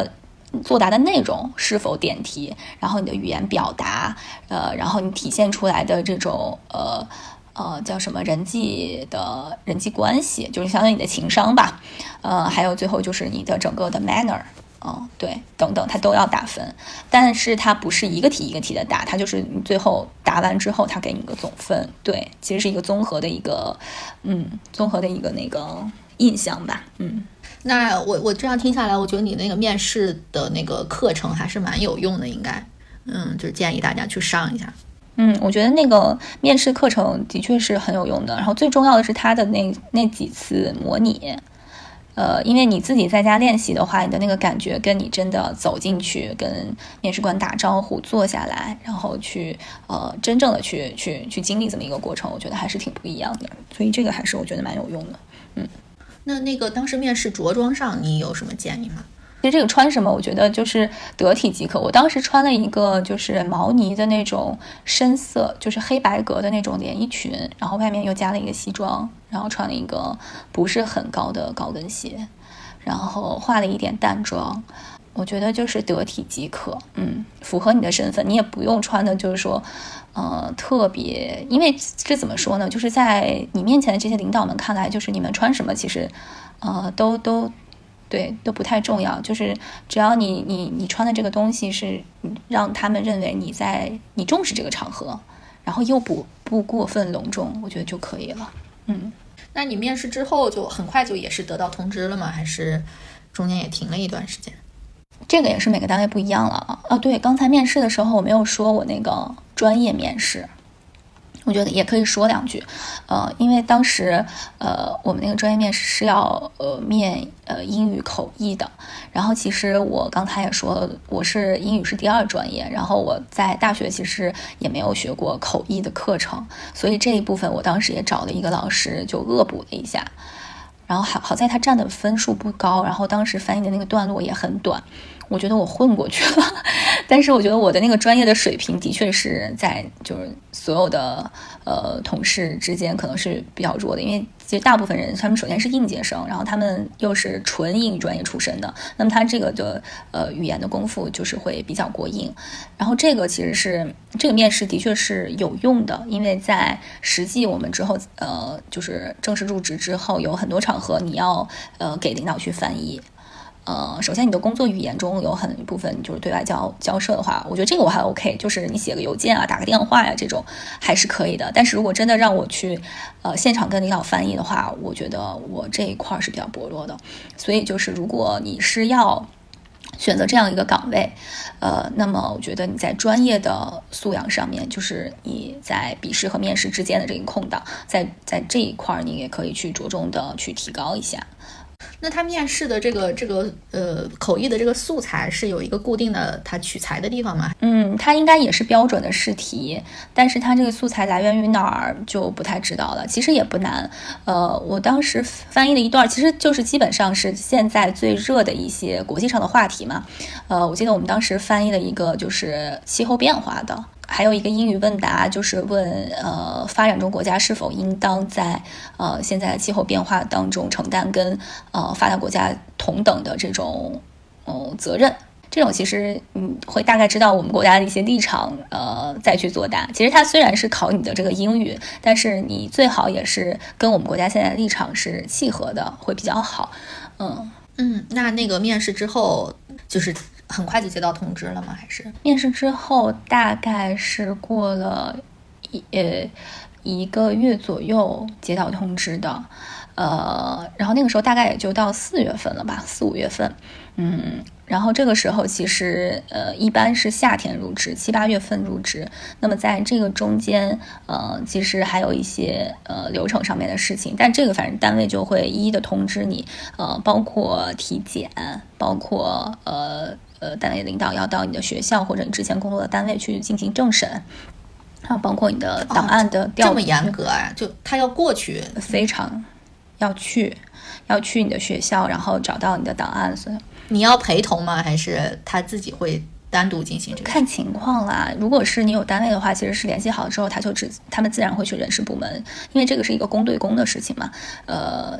作答的内容是否点题，然后你的语言表达，呃，然后你体现出来的这种呃呃叫什么人际的人际关系，就是相当于你的情商吧，呃，还有最后就是你的整个的 manner。嗯，对，等等，它都要打分，但是它不是一个题一个题的打，它就是你最后答完之后，它给你个总分。对，其实是一个综合的一个，嗯，综合的一个那个印象吧。嗯，
那我我这样听下来，我觉得你那个面试的那个课程还是蛮有用的，应该，嗯，就是建议大家去上一下。
嗯，我觉得那个面试课程的确是很有用的，然后最重要的是它的那那几次模拟。呃，因为你自己在家练习的话，你的那个感觉跟你真的走进去跟面试官打招呼坐下来，然后去呃真正的去去去经历这么一个过程，我觉得还是挺不一样的，所以这个还是我觉得蛮有用的。嗯，
那那个当时面试着装上你有什么建议吗？
其实这个穿什么我觉得就是得体即可，我当时穿了一个就是毛呢的那种深色就是黑白格的那种连衣裙，然后外面又加了一个西装，然后穿了一个不是很高的高跟鞋，然后化了一点淡妆，我觉得就是得体即可，嗯，符合你的身份，你也不用穿的就是说呃特别，因为这怎么说呢，就是在你面前的这些领导们看来，就是你们穿什么其实呃都都对，都不太重要，就是只要你你你穿的这个东西是让他们认为你在你重视这个场合，然后又不不过分隆重，我觉得就可以了。嗯，
那你面试之后就很快就也是得到通知了吗？还是中间也停了一段时间？
这个也是每个单位不一样了啊。啊，对，刚才面试的时候我没有说我那个专业面试。我觉得也可以说两句，呃，因为当时呃我们那个专业面试是要呃面呃英语口译的，然后其实我刚才也说了，我是英语是第二专业，然后我在大学其实也没有学过口译的课程，所以这一部分我当时也找了一个老师就恶补了一下，然后好好在他占的分数不高，然后当时翻译的那个段落也很短，我觉得我混过去了，但是我觉得我的那个专业的水平的确是在就是所有的呃同事之间可能是比较弱的，因为其实大部分人他们首先是应届生，然后他们又是纯英语专业出身的，那么他这个的呃语言的功夫就是会比较过硬，然后这个其实是这个面试的确是有用的，因为在实际我们之后呃就是正式入职之后，有很多场合你要呃给领导去翻译。呃，首先你的工作语言中有很一部分就是对外交交涉的话，我觉得这个我还 OK， 就是你写个邮件啊，打个电话呀、啊，这种还是可以的。但是如果真的让我去呃现场跟领导翻译的话，我觉得我这一块是比较薄弱的。所以就是如果你是要选择这样一个岗位，呃，那么我觉得你在专业的素养上面，就是你在笔试和面试之间的这个空档，在在这一块你也可以去着重的去提高一下。
那他面试的这个这个呃口译的这个素材是有一个固定的他取材的地方吗？
嗯，它应该也是标准的试题，但是它这个素材来源于哪儿就不太知道了。其实也不难，呃，我当时翻译的一段其实就是基本上是现在最热的一些国际上的话题嘛。呃，我记得我们当时翻译了一个就是气候变化的。还有一个英语问答，就是问呃发展中国家是否应当在呃现在的气候变化当中承担跟呃发达国家同等的这种呃责任。这种其实嗯会大概知道我们国家的一些立场，呃再去作答。其实它虽然是考你的这个英语，但是你最好也是跟我们国家现在的立场是契合的，会比较好。嗯
嗯，那那个面试之后就是很快就接到通知了吗？还是
面试之后大概是过了一呃一个月左右接到通知的，呃，然后那个时候大概也就到四月份了吧，四五月份，嗯，然后这个时候其实呃一般是夏天入职，七八月份入职，那么在这个中间呃其实还有一些呃流程上面的事情，但这个反正单位就会一一的通知你，呃，包括体检，包括呃。呃，单位领导要到你的学校或者你之前工作的单位去进行政审，然后包括你的档案的调、哦、
这么严格啊？就他要过去，
非常要去，要去你的学校，然后找到你的档案。所以
你要陪同吗？还是他自己会单独进行这个？
看情况啦。如果是你有单位的话，其实是联系好之后，他就只他们自然会去人事部门，因为这个是一个公对公的事情嘛。呃。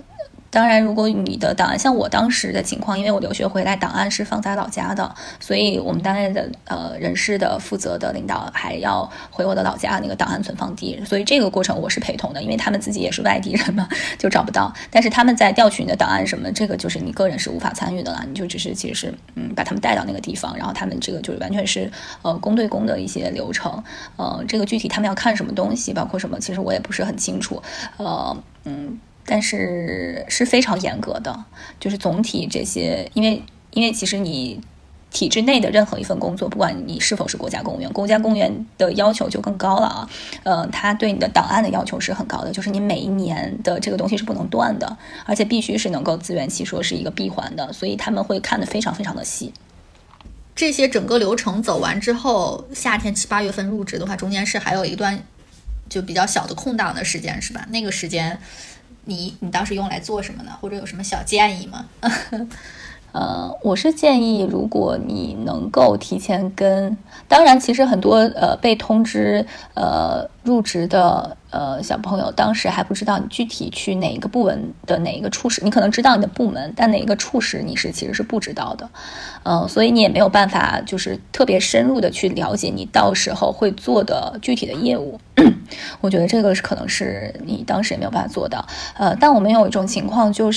当然，如果你的档案像我当时的情况，因为我留学回来，档案是放在老家的，所以我们单位的呃人事的负责的领导还要回我的老家那个档案存放地，所以这个过程我是陪同的，因为他们自己也是外地人嘛，就找不到。但是他们在调取你的档案什么，这个就是你个人是无法参与的啦，你就只是其实是嗯把他们带到那个地方，然后他们这个就是完全是呃公对公的一些流程，呃这个具体他们要看什么东西，包括什么，其实我也不是很清楚，呃嗯。但是是非常严格的，就是总体这些，因为因为其实你体制内的任何一份工作，不管你是否是国家公务员，国家公务员的要求就更高了啊，呃，他对你的档案的要求是很高的，就是你每一年的这个东西是不能断的，而且必须是能够自圆其说，是一个闭环的，所以他们会看得非常非常的细。
这些整个流程走完之后，夏天七八月份入职的话，中间是还有一段就比较小的空档的时间，是吧？那个时间。你你当时用来做什么呢？或者有什么小建议吗？
呃，我是建议，如果你能够提前跟，当然，其实很多呃被通知呃入职的呃小朋友，当时还不知道你具体去哪一个部门的哪一个处室，你可能知道你的部门，但哪一个处室你是其实是不知道的，嗯、呃，所以你也没有办法就是特别深入的去了解你到时候会做的具体的业务。我觉得这个是可能是你当时也没有办法做到，呃，但我们有一种情况就是，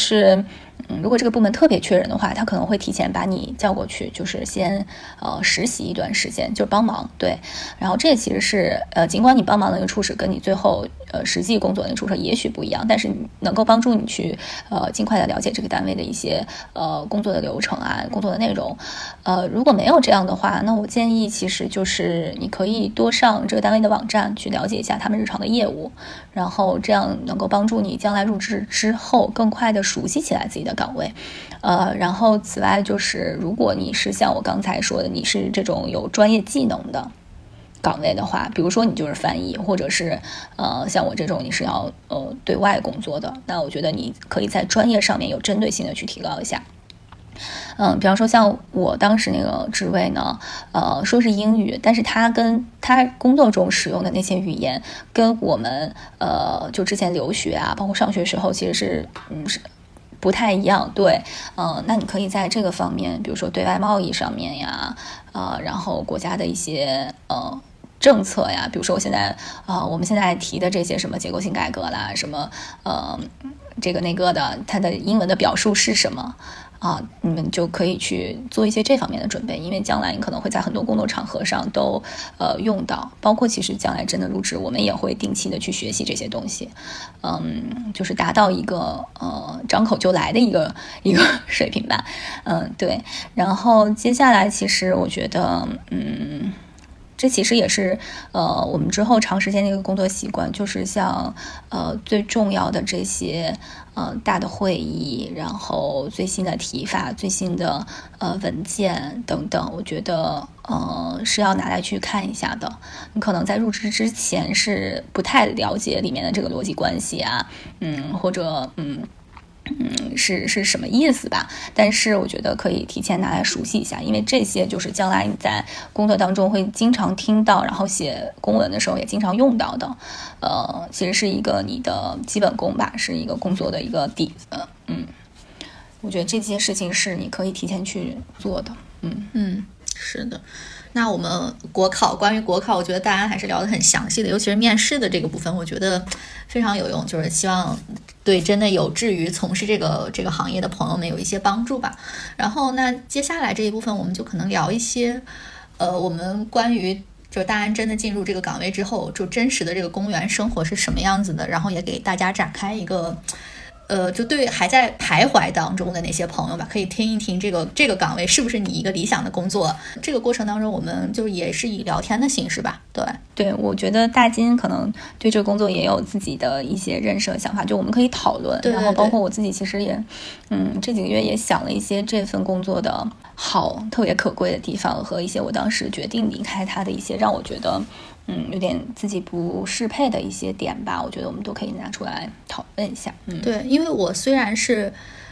嗯，如果这个部门特别缺人的话，他可能会提前把你叫过去，就是先呃实习一段时间，就帮忙，对。然后这其实是呃，尽管你帮忙的那个处室跟你最后呃实际工作的那个处室也许不一样，但是能够帮助你去呃尽快的了解这个单位的一些呃工作的流程啊，工作的内容。呃，如果没有这样的话，那我建议其实就是你可以多上这个单位的网站去了解一下他们日常的业务，然后这样能够帮助你将来入职之后更快的熟悉起来自己的岗位。呃，然后此外就是如果你是像我刚才说的，你是这种有专业技能的岗位的话，比如说你就是翻译，或者是呃像我这种你是要呃对外工作的，那我觉得你可以在专业上面有针对性的去提高一下。嗯，比方说像我当时那个职位呢，呃，说是英语，但是他跟他工作中使用的那些语言，跟我们呃就之前留学啊，包括上学时候，其实是嗯是不太一样。对，嗯、呃，那你可以在这个方面，比如说对外贸易上面呀，呃，然后国家的一些呃。政策呀，比如说我现在啊、呃，我们现在提的这些什么结构性改革啦，什么呃这个那个的，它的英文的表述是什么啊？你们就可以去做一些这方面的准备，因为将来你可能会在很多工作场合上都呃用到，包括其实将来真的入职，我们也会定期的去学习这些东西，嗯，就是达到一个呃张口就来的一个一个水平吧，嗯，对。然后接下来其实我觉得，嗯。这其实也是呃我们之后长时间的一个工作习惯，就是像呃最重要的这些呃大的会议，然后最新的提法、最新的呃文件等等，我觉得呃是要拿来去看一下的。你可能在入职之前是不太了解里面的这个逻辑关系啊，嗯，或者嗯。嗯，是是什么意思吧？但是我觉得可以提前拿来熟悉一下，因为这些就是将来你在工作当中会经常听到，然后写公文的时候也经常用到的。呃，其实是一个你的基本功吧，是一个工作的一个底子。嗯，我觉得这些事情是你可以提前去做的。嗯
嗯，是的。那我们国考，关于国考，我觉得大家还是聊得很详细的，尤其是面试的这个部分，我觉得非常有用，就是希望对真的有志于从事这个这个行业的朋友们有一些帮助吧。然后那接下来这一部分，我们就可能聊一些，呃，我们关于就大安真的进入这个岗位之后，就真实的这个公务员生活是什么样子的，然后也给大家展开一个。呃，就对还在徘徊当中的那些朋友吧，可以听一听这个这个岗位是不是你一个理想的工作。这个过程当中，我们就也是以聊天的形式吧。对
对，我觉得大金可能对这个工作也有自己的一些认识和想法，就我们可以讨论。
对对对，
然后包括我自己，其实也，嗯，这几个月也想了一些这份工作的好、特别可贵的地方，和一些我当时决定离开它的一些让我觉得。嗯，有点自己不适配的一些点吧，我觉得我们都可以拿出来讨论一下。嗯，
对，因为我虽然是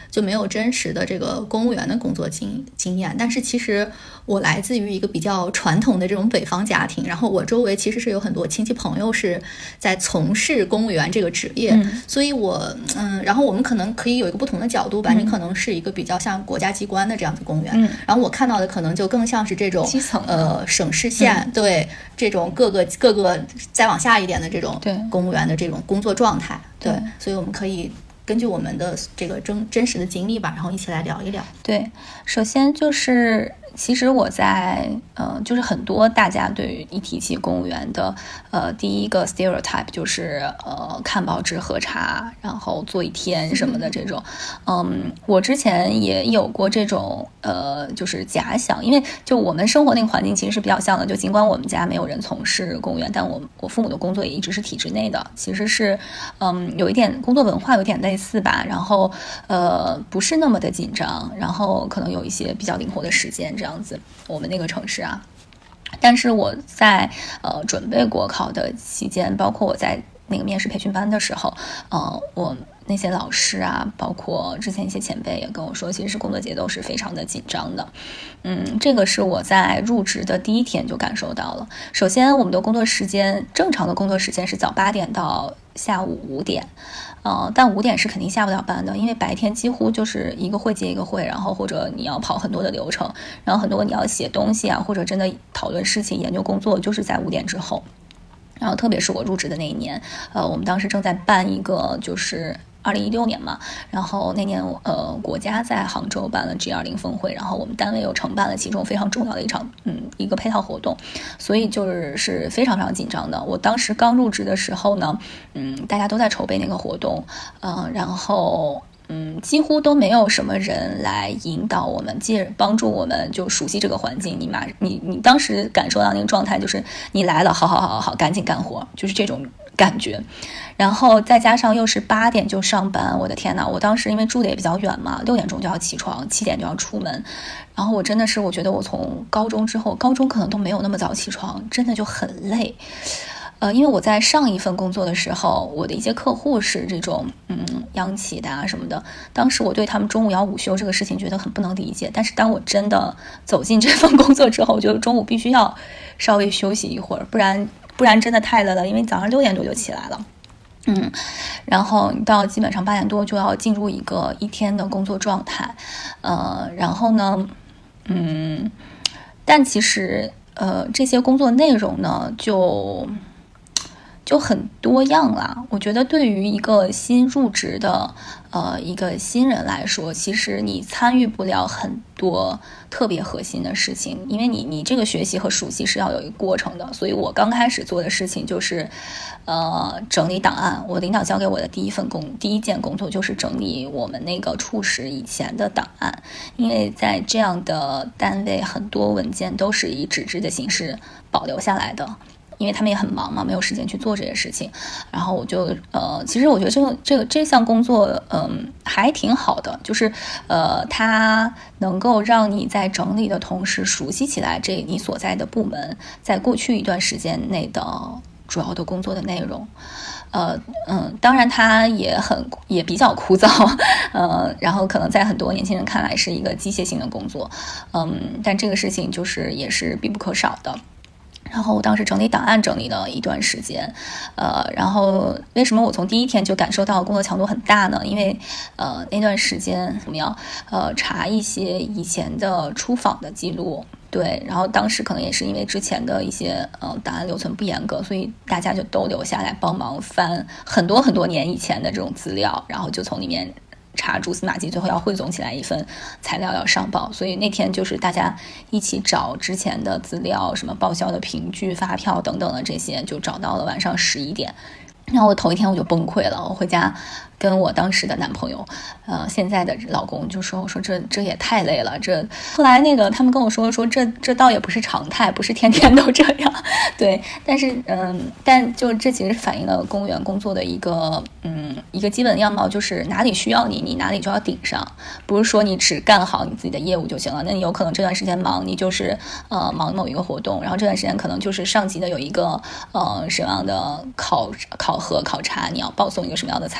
就没有真实的这个公务员的工作经经验。但是其实我来自于一个比较传统的这种北方家庭，然后我周围其实是有很多亲戚朋友是在从事公务员这个职业，
嗯、
所以我嗯，然后我们可能可以有一个不同的角度吧、嗯、你可能是一个比较像国家机关的这样的公务员、嗯、然后我看到的可能就更像是这种
基层
呃省市县、嗯、对这种各个各个再往下一点的这种公务员的这种工作状态。 对, 对，所以我们可以根据我们的这个真真实的经历吧，然后一起来聊一聊。
对，首先就是其实我在呃，就是很多大家对于一提起公务员的呃第一个 stereotype 就是呃看报纸喝茶，然后做一天什么的这种。嗯，我之前也有过这种呃就是假想，因为就我们生活那个环境其实是比较像的，就尽管我们家没有人从事公务员，但我我父母的工作也一直是体制内的，其实是嗯有一点工作文化有点类似吧，然后呃不是那么的紧张，然后可能有一些比较灵活的时间。这样子，我们那个城市啊，但是我在呃准备国考的期间，包括我在那个面试培训班的时候，呃，我那些老师啊，包括之前一些前辈也跟我说，其实是工作节奏是非常的紧张的。嗯，这个是我在入职的第一天就感受到了。首先，我们的工作时间，正常的工作时间是早八点到下午五点。呃，但五点是肯定下不了班的，因为白天几乎就是一个会接一个会，然后或者你要跑很多的流程，然后很多你要写东西啊，或者真的讨论事情、研究工作，就是在五点之后。然后特别是我入职的那一年，呃，我们当时正在办一个就是二零一六年嘛，然后那年呃国家在杭州办了 G 二十 峰会，然后我们单位又承办了其中非常重要的一场嗯一个配套活动，所以就是是非常非常紧张的。我当时刚入职的时候呢，嗯，大家都在筹备那个活动，嗯、呃，然后。嗯，几乎都没有什么人来引导我们，借帮助我们就熟悉这个环境。你马你你当时感受到那个状态，就是你来了，好好好好好，赶紧干活，就是这种感觉。然后再加上又是八点就上班，我的天哪！我当时因为住的也比较远嘛，六点钟就要起床，七点就要出门。然后我真的是，我觉得我从高中之后，高中可能都没有那么早起床，真的就很累。呃，因为我在上一份工作的时候，我的一些客户是这种嗯央企的啊什么的，当时我对他们中午要午休这个事情觉得很不能理解，但是当我真的走进这份工作之后，我觉得中午必须要稍微休息一会儿，不然不然真的太累了，因为早上六点多就起来了。嗯，然后你到基本上八点多就要进入一个一天的工作状态，呃，然后呢，嗯，但其实呃这些工作内容呢就。就很多样啦，我觉得对于一个新入职的呃一个新人来说，其实你参与不了很多特别核心的事情，因为你你这个学习和熟悉是要有一个过程的。所以我刚开始做的事情就是呃整理档案，我领导交给我的第一份工第一件工作就是整理我们那个处室以前的档案，因为在这样的单位很多文件都是以纸质的形式保留下来的，因为他们也很忙嘛，没有时间去做这些事情。然后我就呃，其实我觉得这个这个这项工作，嗯，还挺好的，就是呃，它能够让你在整理的同时熟悉起来这你所在的部门在过去一段时间内的主要的工作的内容。呃嗯，当然它也很也比较枯燥，呃，然后可能在很多年轻人看来是一个机械性的工作，嗯，但这个事情就是也是必不可少的。然后我当时整理档案整理了一段时间，呃，然后为什么我从第一天就感受到工作强度很大呢？因为呃那段时间我们要呃查一些以前的出访的记录，对，然后当时可能也是因为之前的一些呃档案留存不严格，所以大家就都留下来帮忙翻很多很多年以前的这种资料，然后就从里面查蛛丝马迹，最后要汇总起来一份材料要上报。所以那天就是大家一起找之前的资料，什么报销的凭据、发票等等的这些，就找到了晚上十一点。然后我头一天我就崩溃了，我回家跟我当时的男朋友，呃，现在的老公就说，我说这这也太累了，这后来那个他们跟我说说这这倒也不是常态，不是天天都这样，对，但是嗯，但就这其实反映了公务员工作的一个嗯一个基本样貌，就是哪里需要你，你哪里就要顶上，不是说你只干好你自己的业务就行了，那你有可能这段时间忙，你就是呃忙某一个活动，然后这段时间可能就是上级的有一个呃什么样的考考核考察，你要报送一个什么样的材料，然后你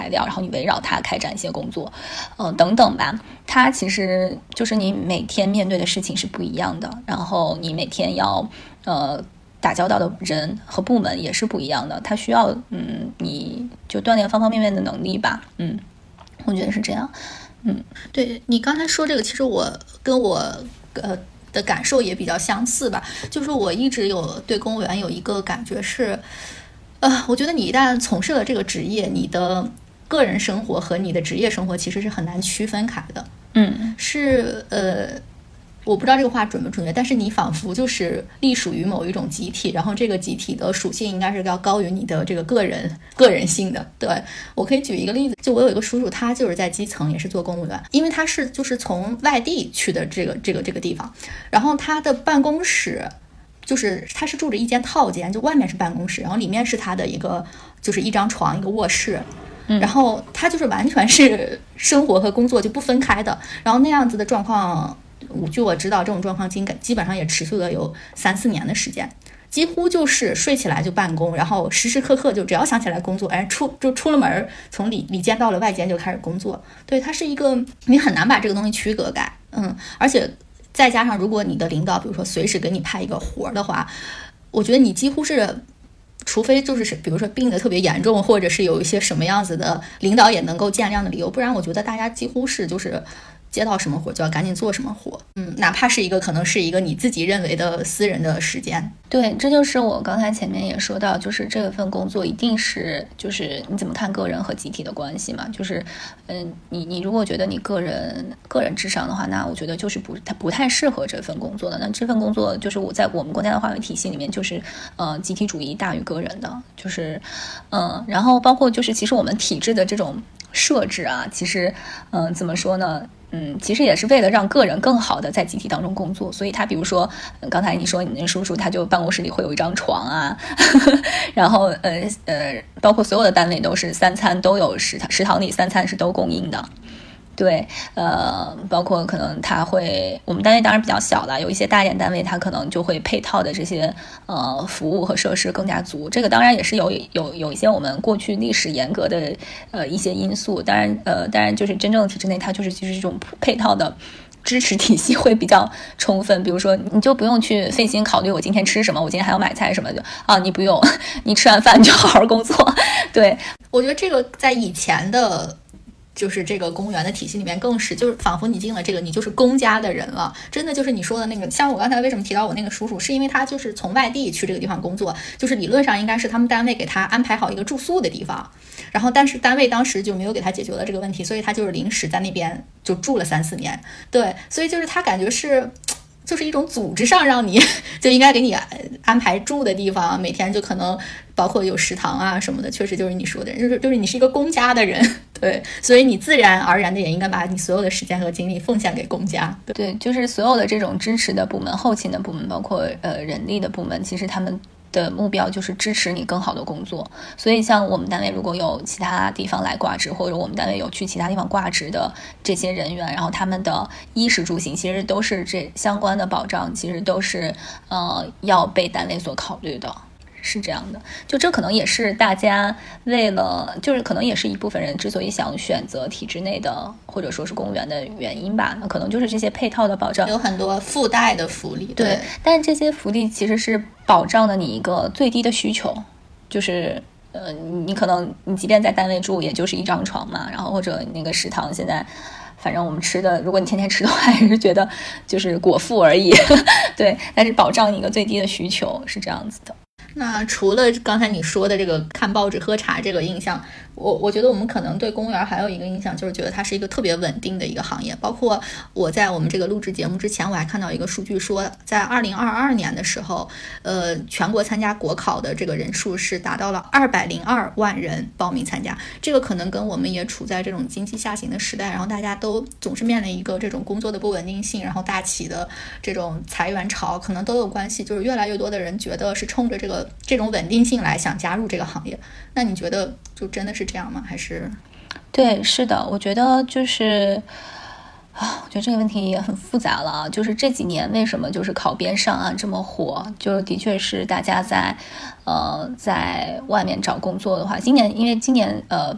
围绕它开展一些工作，呃等等吧。它其实就是你每天面对的事情是不一样的，然后你每天要呃打交道的人和部门也是不一样的，它需要嗯你就锻炼方方面面的能力吧。嗯，我觉得是这样。嗯，
对，你刚才说这个，其实我跟我呃的感受也比较相似吧。就是我一直有对公务员有一个感觉是，呃，我觉得你一旦从事了这个职业，你的个人生活和你的职业生活其实是很难区分开的。
嗯，
是呃。我不知道这个话准不准确，但是你仿佛就是隶属于某一种集体，然后这个集体的属性应该是要高于你的这个个人个人性的。对，我可以举一个例子，就我有一个叔叔，他就是在基层也是做公务员，因为他是就是从外地去的这个这个这个地方，然后他的办公室就是他是住着一间套间，就外面是办公室，然后里面是他的一个就是一张床一个卧室，然后他就是完全是生活和工作就不分开的，然后那样子的状况。据我知道，这种状况基本上也持续了有三四年的时间，几乎就是睡起来就办公，然后时时刻刻就只要想起来工作，哎，出就出了门，从里里间到了外间就开始工作。对，它是一个你很难把这个东西区隔开，嗯，而且再加上如果你的领导比如说随时给你派一个活的话，我觉得你几乎是。除非就是比如说病得特别严重，或者是有一些什么样子的领导也能够见谅的理由，不然我觉得大家几乎是就是接到什么活就要赶紧做什么活，嗯，哪怕是一个可能是一个你自己认为的私人的时间。
对，这就是我刚才前面也说到，就是这份工作一定是就是你怎么看个人和集体的关系嘛，就是嗯，你你如果觉得你个人个人至上的话，那我觉得就是不它不太适合这份工作的。那这份工作就是我在我们国家的话语体系里面，就是呃集体主义大于个人的，就是嗯，然后包括就是其实我们体制的这种设置啊，其实嗯、呃、怎么说呢？嗯，其实也是为了让个人更好的在集体当中工作，所以他比如说刚才你说你那叔叔他就办公室里会有一张床啊，呵呵，然后呃呃，包括所有的单位都是三餐都有食堂，食堂里三餐是都供应的。对，呃，包括可能他会，我们单位当然比较小了，有一些大一点单位，它可能就会配套的这些呃服务和设施更加足。这个当然也是有有有一些我们过去历史严格的呃一些因素，当然呃当然就是真正的体制内，它就是其实这种配套的支持体系会比较充分。比如说，你就不用去费心考虑我今天吃什么，我今天还要买菜什么的啊，你不用，你吃完饭你就好好工作。对，
我觉得这个在以前的。就是这个公务员的体系里面更是，就是仿佛你进了这个，你就是公家的人了。真的就是你说的那个，像我刚才为什么提到我那个叔叔，是因为他就是从外地去这个地方工作，就是理论上应该是他们单位给他安排好一个住宿的地方，然后但是单位当时就没有给他解决了这个问题，所以他就是临时在那边就住了三四年。对，所以就是他感觉是。就是一种组织上让你就应该给你安排住的地方，每天就可能包括有食堂啊什么的，确实就是你说的，就是就是你是一个公家的人，对，所以你自然而然的也应该把你所有的时间和精力奉献给公家。
对，对，就是所有的这种支持的部门、后勤的部门，包括呃人力的部门，其实他们的目标就是支持你更好的工作。所以像我们单位如果有其他地方来挂职，或者我们单位有去其他地方挂职的这些人员，然后他们的衣食住行其实都是这相关的保障，其实都是呃要被单位所考虑的。是这样的，就这可能也是大家为了，就是可能也是一部分人之所以想选择体制内的或者说是公务员的原因吧，那可能就是这些配套的保障，
有很多附带的福利。对，
对，但是这些福利其实是保障了你一个最低的需求，就是呃，你可能你即便在单位住，也就是一张床嘛，然后或者那个食堂现在。反正我们吃的，如果你天天吃的话，还是觉得就是果腹而已，对。但是保障一个最低的需求是这样子的。
那除了刚才你说的这个看报纸喝茶这个印象，我我觉得我们可能对公务员还有一个印象，就是觉得它是一个特别稳定的一个行业。包括我在我们这个录制节目之前，我还看到一个数据说，在二零二二年的时候，呃，全国参加国考的这个人数是达到了二百零二万人报名参加。这个可能跟我们也处在这种经济下行的时代，然后大家都总是面临一个这种工作的不稳定性，然后大企的这种裁员潮，可能都有关系。就是越来越多的人觉得是冲着这个这种稳定性来想加入这个行业。那你觉得就真的是这样吗？还是？
对，是的，我觉得就是啊，我觉得这个问题也很复杂了。就是这几年为什么就是考编上岸这么火，就的确是大家在呃在外面找工作的话，今年因为今年呃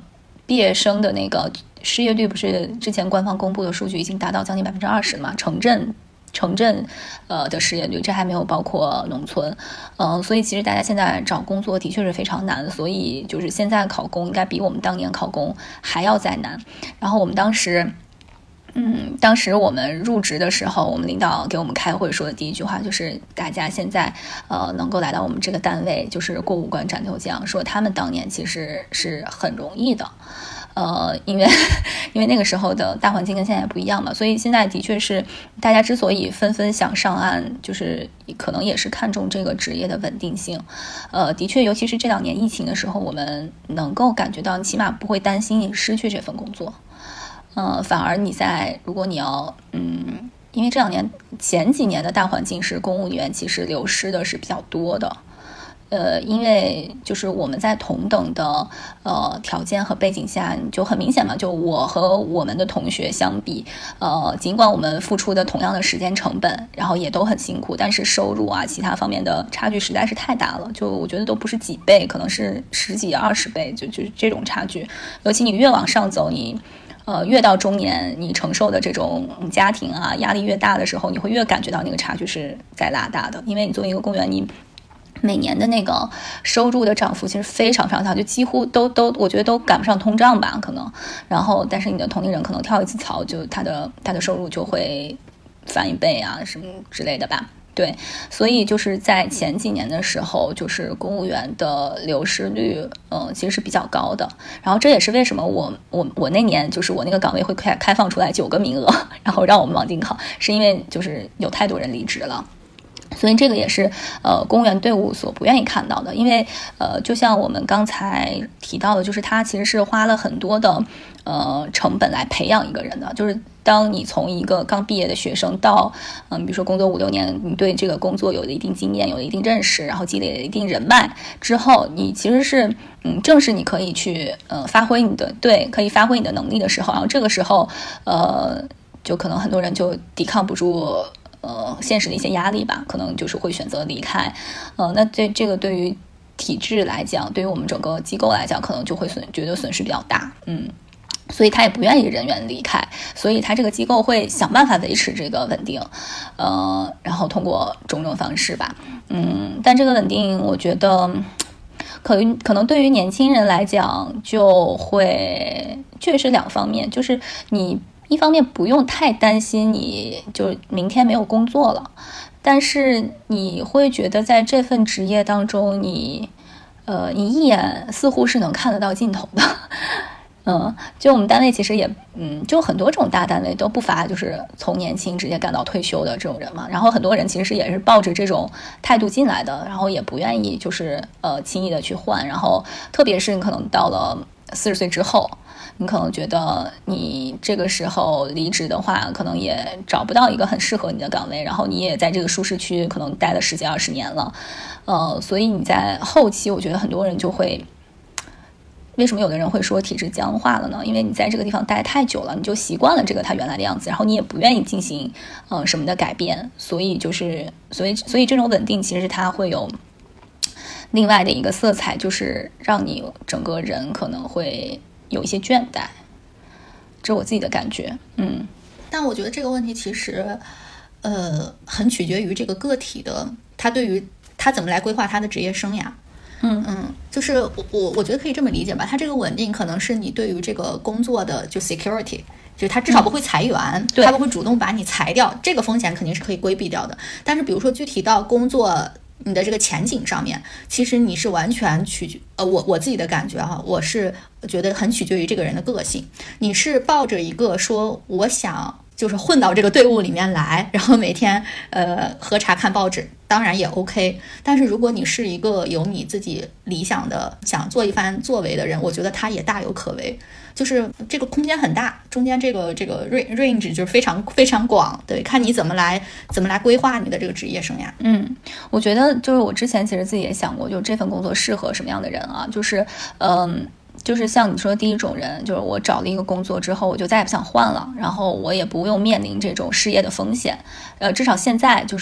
毕业生的那个失业率不是之前官方公布的数据已经达到将近百分之二十嘛，城镇。城镇呃的失业率，这还没有包括农村，嗯、呃，所以其实大家现在找工作的确是非常难，所以就是现在考公应该比我们当年考公还要再难。然后我们当时，嗯，当时我们入职的时候，我们领导给我们开会说的第一句话就是，大家现在呃能够来到我们这个单位，就是过五关斩六将，说他们当年其实是很容易的。呃，因为因为那个时候的大环境跟现在不一样嘛，所以现在的确是大家之所以纷纷想上岸，就是可能也是看重这个职业的稳定性。呃，的确，尤其是这两年疫情的时候，我们能够感觉到，起码不会担心你失去这份工作。呃，反而你在如果你要嗯，因为这两年前几年的大环境是公务员其实流失的是比较多的。呃，因为就是我们在同等的呃条件和背景下，就很明显嘛，就我和我们的同学相比，呃，尽管我们付出的同样的时间成本，然后也都很辛苦，但是收入啊，其他方面的差距实在是太大了，就我觉得都不是几倍，可能是十几、二十倍，就就这种差距。尤其你越往上走，你呃越到中年，你承受的这种家庭啊压力越大的时候，你会越感觉到那个差距是在拉大的，因为你作为一个公务员，你每年的那个收入的涨幅其实非常非常大，就几乎都都我觉得都赶不上通胀吧，可能。然后，但是你的同龄人可能跳一次槽，就他的他的收入就会翻一倍啊，什么之类的吧。对，所以就是在前几年的时候，就是公务员的流失率，嗯、呃，其实是比较高的。然后这也是为什么我我我那年就是我那个岗位会开开放出来九个名额，然后让我们往进考，是因为就是有太多人离职了。所以这个也是呃公务员队伍所不愿意看到的，因为呃就像我们刚才提到的，就是他其实是花了很多的呃成本来培养一个人的，就是当你从一个刚毕业的学生到嗯、呃、比如说工作五六年，你对这个工作有了一定经验，有了一定认识，然后积累了一定人脉之后，你其实是嗯正是你可以去呃发挥你的对可以发挥你的能力的时候，然后这个时候呃就可能很多人就抵抗不住呃，现实的一些压力吧，可能就是会选择离开。呃，那这这个对于体制来讲，对于我们整个机构来讲，可能就会损觉得损失比较大。嗯，所以他也不愿意人员离开，所以他这个机构会想办法维持这个稳定。呃，然后通过种种方式吧。嗯，但这个稳定，我觉得可能可能对于年轻人来讲，就会确实两方面，就是你。一方面不用太担心你就明天没有工作了，但是你会觉得在这份职业当中你呃你一眼似乎是能看得到尽头的。嗯，就我们单位其实也嗯就很多这种大单位都不乏就是从年轻直接干到退休的这种人嘛，然后很多人其实也是抱着这种态度进来的，然后也不愿意就是呃轻易的去换，然后特别是你可能到了四十岁之后，你可能觉得你这个时候离职的话，可能也找不到一个很适合你的岗位，然后你也在这个舒适区可能待了十几二十年了，呃，所以你在后期，我觉得很多人就会，为什么有的人会说体制僵化了呢？因为你在这个地方待太久了，你就习惯了这个它原来的样子，然后你也不愿意进行呃什么的改变，所以就是所以所以这种稳定其实它会有另外的一个色彩，就是让你整个人可能会有一些倦怠，这是我自己的感觉。嗯，
但我觉得这个问题其实呃很取决于这个个体的他对于他怎么来规划他的职业生涯。
嗯
嗯，就是我我我觉得可以这么理解吧，他这个稳定可能是你对于这个工作的就 security， 就是他至少不会裁员，嗯、他不会主动把你裁掉，这个风险肯定是可以规避掉的。但是比如说具体到工作你的这个前景上面，其实你是完全取决呃我我自己的感觉哈，我是觉得很取决于这个人的个性。你是抱着一个说我想就是混到这个队伍里面来，然后每天呃喝茶看报纸，当然也 OK。但是如果你是一个有你自己理想的想做一番作为的人，我觉得他也大有可为。就是这个空间很大，中间这个这个 range 就是非常非常广，对，看你怎么来怎么来规划你的这个职业生涯。
嗯，我觉得就是我之前其实自己也想过，就这份工作适合什么样的人啊？就是嗯。就是像你说的第一种人，就是我找了一个工作之后我就再也不想换了，然后我也不用面临这种失业的风险，呃，至少现在就是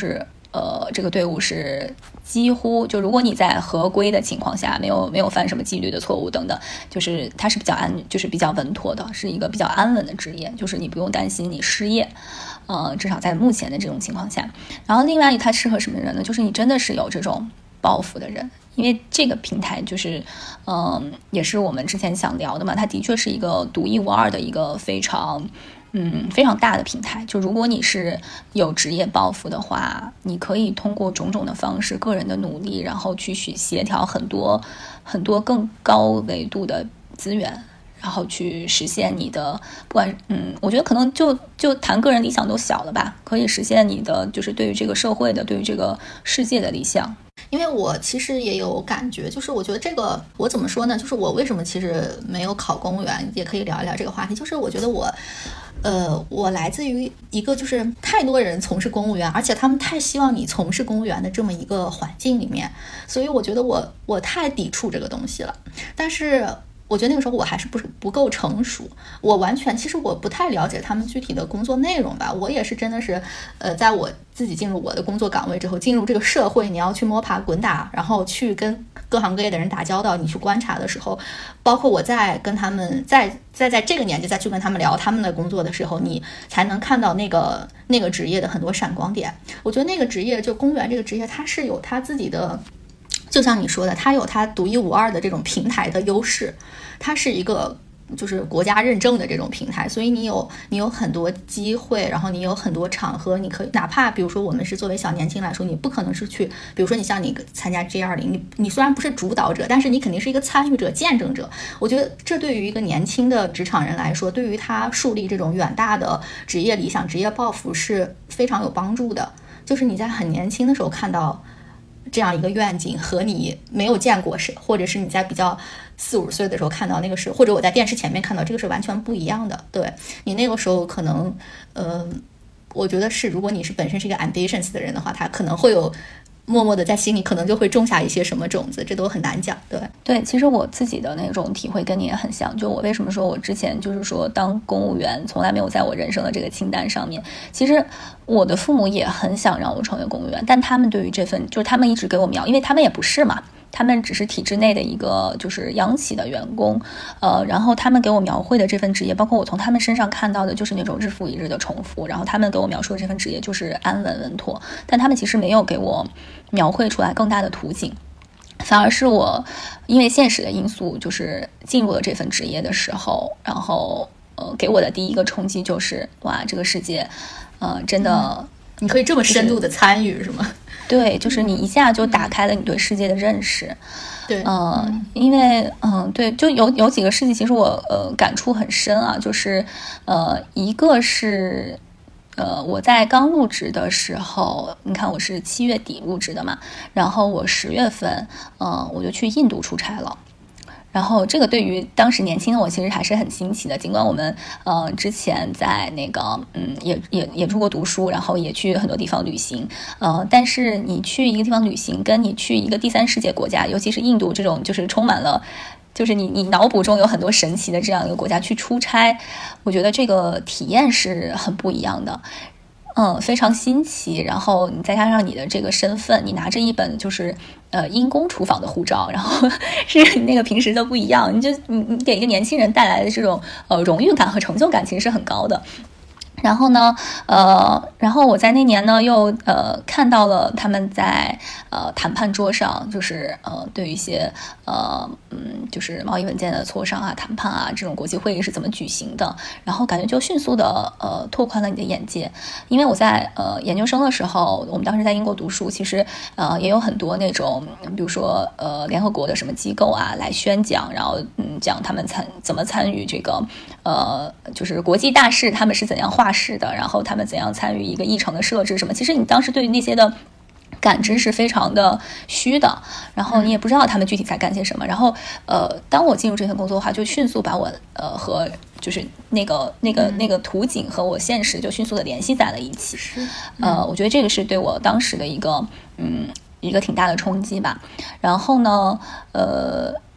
呃，这个队伍是几乎就如果你在合规的情况下，没有没有犯什么纪律的错误等等，就是它是比较安，就是比较稳妥的，是一个比较安稳的职业，就是你不用担心你失业，呃，至少在目前的这种情况下。然后另外它适合什么人呢？就是你真的是有这种抱负的人。因为这个平台就是，嗯、呃，也是我们之前想聊的嘛，它的确是一个独一无二的一个非常，嗯，非常大的平台。就如果你是有职业抱负的话，你可以通过种种的方式、个人的努力，然后去协调很多很多更高维度的资源，然后去实现你的，不管，嗯，我觉得可能就就谈个人理想都小了吧，可以实现你的就是对于这个社会的、对于这个世界的理想。
因为我其实也有感觉，就是我觉得这个我怎么说呢，就是我为什么其实没有考公务员，也可以聊一聊这个话题。就是我觉得我呃，我来自于一个就是太多人从事公务员，而且他们太希望你从事公务员的这么一个环境里面，所以我觉得我我太抵触这个东西了。但是我觉得那个时候我还是不是不够成熟，我完全其实我不太了解他们具体的工作内容吧。我也是真的是，呃，在我自己进入我的工作岗位之后，进入这个社会，你要去摸爬滚打，然后去跟各行各业的人打交道，你去观察的时候，包括我在跟他们在在在这个年纪再去跟他们聊他们的工作的时候，你才能看到那个那个职业的很多闪光点。我觉得那个职业就公务员这个职业，它是有它自己的。就像你说的，它有它独一无二的这种平台的优势，它是一个就是国家认证的这种平台，所以你有你有很多机会，然后你有很多场合，你可以哪怕比如说我们是作为小年轻来说，你不可能是去，比如说你像你参加 G 二十，你你虽然不是主导者，但是你肯定是一个参与者、见证者。我觉得这对于一个年轻的职场人来说，对于他树立这种远大的职业理想、职业抱负是非常有帮助的。就是你在很年轻的时候看到这样一个愿景，和你没有见过是，或者是你在比较四五岁的时候看到那个是，或者我在电视前面看到这个是完全不一样的。对，你那个时候可能，呃，我觉得是，如果你是本身是一个 ambitious 的人的话，他可能会有默默的在心里可能就会种下一些什么种子，这都很难讲。对
对，其实我自己的那种体会跟你也很像。就我为什么说我之前就是说当公务员从来没有在我人生的这个清单上面，其实我的父母也很想让我成为公务员，但他们对于这份就是他们一直给我描，因为他们也不是嘛，他们只是体制内的一个就是央企的员工，呃，然后他们给我描绘的这份职业，包括我从他们身上看到的就是那种日复一日的重复，然后他们给我描述的这份职业就是安稳稳妥，但他们其实没有给我描绘出来更大的图景，反而是我因为现实的因素就是进入了这份职业的时候，然后呃给我的第一个冲击就是哇，这个世界呃真的、嗯、
你可以这么深度的参与是吗？
对，就是你一下就打开了你对世界的认识。
对，
呃、嗯，因为嗯，对，就有有几个事情，其实我呃感触很深啊，就是呃，一个是呃我在刚入职的时候，你看我是七月底入职的嘛，然后我十月份，呃，我就去印度出差了。然后这个对于当时年轻的我其实还是很新奇的，尽管我们呃之前在那个嗯也也也出国读书，然后也去很多地方旅行，呃，但是你去一个地方旅行，跟你去一个第三世界国家，尤其是印度这种就是充满了就是你你脑补中有很多神奇的这样一个国家去出差，我觉得这个体验是很不一样的。嗯，非常新奇，然后你再加上你的这个身份，你拿着一本就是呃因公厨房的护照，然后是那个平时都不一样，你就你你给一个年轻人带来的这种呃荣誉感和成就感其实是很高的。然后呢，呃，然后我在那年呢又呃看到了他们在呃谈判桌上，就是呃对于一些呃嗯就是贸易文件的磋商啊、谈判啊这种国际会议是怎么举行的，然后感觉就迅速的呃拓宽了你的眼界。因为我在呃研究生的时候，我们当时在英国读书，其实呃也有很多那种比如说呃联合国的什么机构啊来宣讲，然后嗯讲他们参怎么参与这个呃就是国际大事，他们是怎样划是的，然后他们怎样参与一个议程的设置什么，其实你当时对于那些的感知是非常的虚的，然后你也不知道他们具体在干些什么。然后呃当我进入这份工作的话，就迅速把我呃和就是那个那个那个图景和我现实就迅速的联系在了一起。呃我觉得这个是对我当时的一个嗯一个挺大的冲击吧。然后呢呃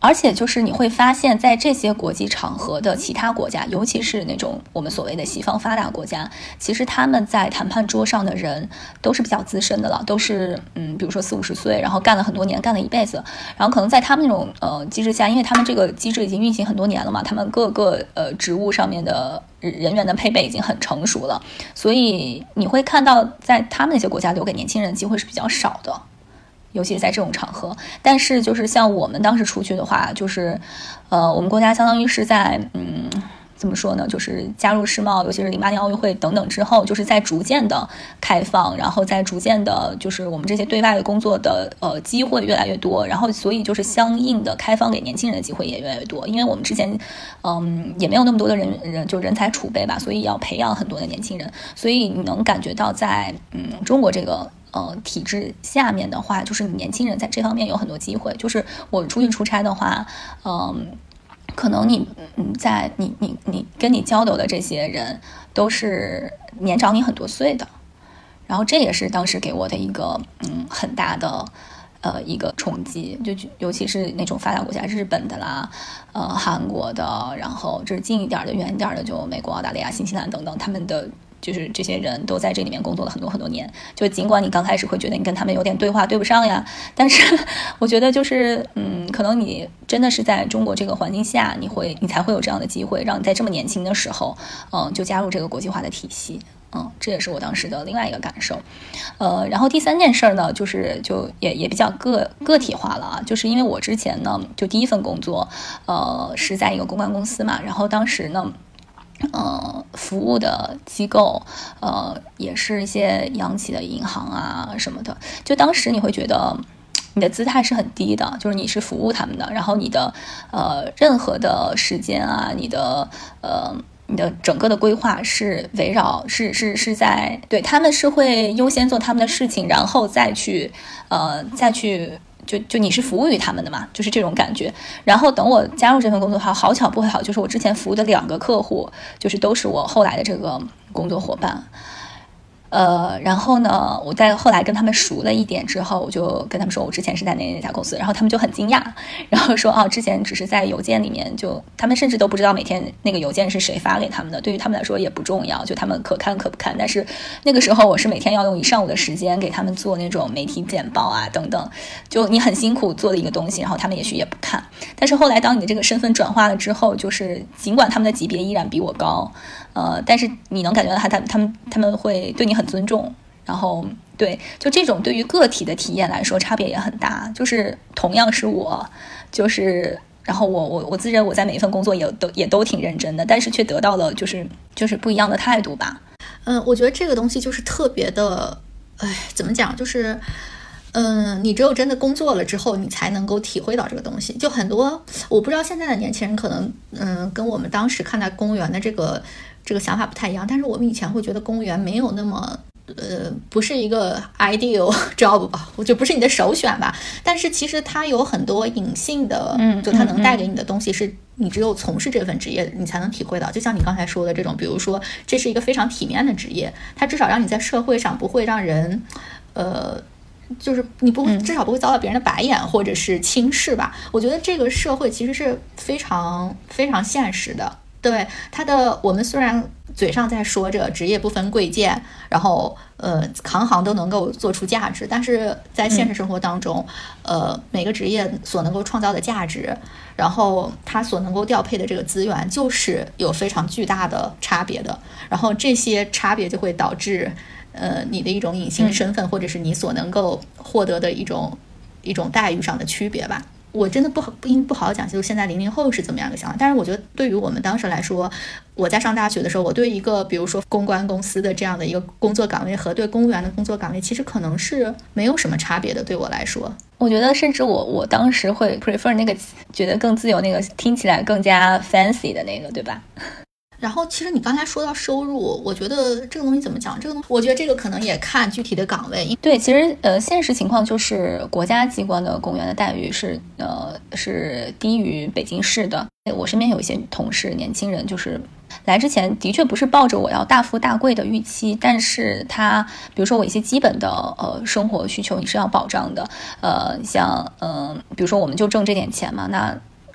而且就是你会发现在这些国际场合的其他国家，尤其是那种我们所谓的西方发达国家，其实他们在谈判桌上的人都是比较资深的了，都是嗯，比如说四五十岁，然后干了很多年，干了一辈子，然后可能在他们那种呃机制下，因为他们这个机制已经运行很多年了嘛，他们各个呃职务上面的人员的配备已经很成熟了，所以你会看到在他们那些国家留给年轻人的机会是比较少的，尤其是在这种场合。但是就是像我们当时出去的话，就是呃我们国家相当于是在嗯怎么说呢，就是加入世贸，尤其是零八年奥运会等等之后，就是在逐渐的开放，然后在逐渐的就是我们这些对外的工作的呃机会越来越多，然后所以就是相应的开放给年轻人的机会也越来越多，因为我们之前嗯也没有那么多的人人就人才储备吧，所以要培养很多的年轻人，所以你能感觉到在嗯中国这个呃体制下面的话，就是你年轻人在这方面有很多机会，就是我出去出差的话，嗯。可能你嗯，在你你你跟你交流的这些人都是年长你很多岁的，然后这也是当时给我的一个嗯很大的呃一个冲击，就尤其是那种发达国家，日本的啦，呃韩国的，然后这是近一点的、远一点的，就美国、澳大利亚、新西兰等等，他们的。就是这些人都在这里面工作了很多很多年，就尽管你刚开始会觉得你跟他们有点对话对不上呀，但是我觉得就是嗯，可能你真的是在中国这个环境下，你会你才会有这样的机会，让你在这么年轻的时候，嗯，就加入这个国际化的体系，嗯，这也是我当时的另外一个感受。呃，然后第三件事呢，就是就也也比较个个体化了啊，就是因为我之前呢，就第一份工作，呃，是在一个公关公司嘛，然后当时呢。呃，服务的机构，呃，也是一些央企的银行啊什么的。就当时你会觉得你的姿态是很低的，就是你是服务他们的，然后你的呃任何的时间啊，你的呃你的整个的规划是围绕是是是在对他们是会优先做他们的事情，然后再去呃再去。就就你是服务于他们的嘛，就是这种感觉。然后等我加入这份工作的话，好巧不巧，就是我之前服务的两个客户，就是都是我后来的这个工作伙伴。呃，然后呢，我在后来跟他们熟了一点之后，我就跟他们说我之前是在哪哪家公司，然后他们就很惊讶，然后说哦，之前只是在邮件里面就，他们甚至都不知道每天那个邮件是谁发给他们的，对于他们来说也不重要，就他们可看可不看。但是那个时候我是每天要用一上午的时间给他们做那种媒体简报啊等等，就你很辛苦做的一个东西，然后他们也许也不看。但是后来当你的这个身份转化了之后，就是尽管他们的级别依然比我高。呃，但是你能感觉到他他他们他们会对你很尊重，然后对，就这种对于个体的体验来说差别也很大。就是同样是我，就是然后我我我自认我在每一份工作也都也都挺认真的，但是却得到了就是就是不一样的态度吧。
嗯，我觉得这个东西就是特别的，哎，怎么讲，就是。嗯，你只有真的工作了之后，你才能够体会到这个东西。就很多，我不知道现在的年轻人可能，嗯，跟我们当时看待公务员的这个这个想法不太一样。但是我们以前会觉得公务员没有那么，呃，不是一个 ideal job 吧，就不是你的首选吧。但是其实它有很多隐性的，
嗯，
就它能带给你的东西是你只有从事这份职业，你才能体会到。就像你刚才说的这种，比如说这是一个非常体面的职业，它至少让你在社会上不会让人，呃。就是你不会，至少不会遭到别人的白眼或者是轻视吧。我觉得这个社会其实是非常非常现实的。对他的，我们虽然嘴上在说着职业不分贵贱，然后呃行行都能够做出价值，但是在现实生活当中，呃每个职业所能够创造的价值，然后他所能够调配的这个资源，就是有非常巨大的差别的。然后这些差别就会导致。呃，你的一种隐形身份，或者是你所能够获得的一种一种待遇上的区别吧。我真的不好不不好讲，就是现在零零后是怎么样的想法。但是我觉得对于我们当时来说，我在上大学的时候，我对一个比如说公关公司的这样的一个工作岗位和对公务员的工作岗位，其实可能是没有什么差别的。对我来说，
我觉得甚至我我当时会 prefer 那个觉得更自由，那个听起来更加 fancy 的那个，对吧？
然后其实你刚才说到收入，我觉得这个东西怎么讲，这个东西我觉得这个可能也看具体的岗位。
对，其实呃现实情况就是国家机关的公务员的待遇是呃是低于北京市的。我身边有一些同事年轻人，就是来之前的确不是抱着我要大富大贵的预期，但是他比如说我一些基本的呃生活需求你是要保障的，呃像嗯、呃、比如说我们就挣这点钱嘛，那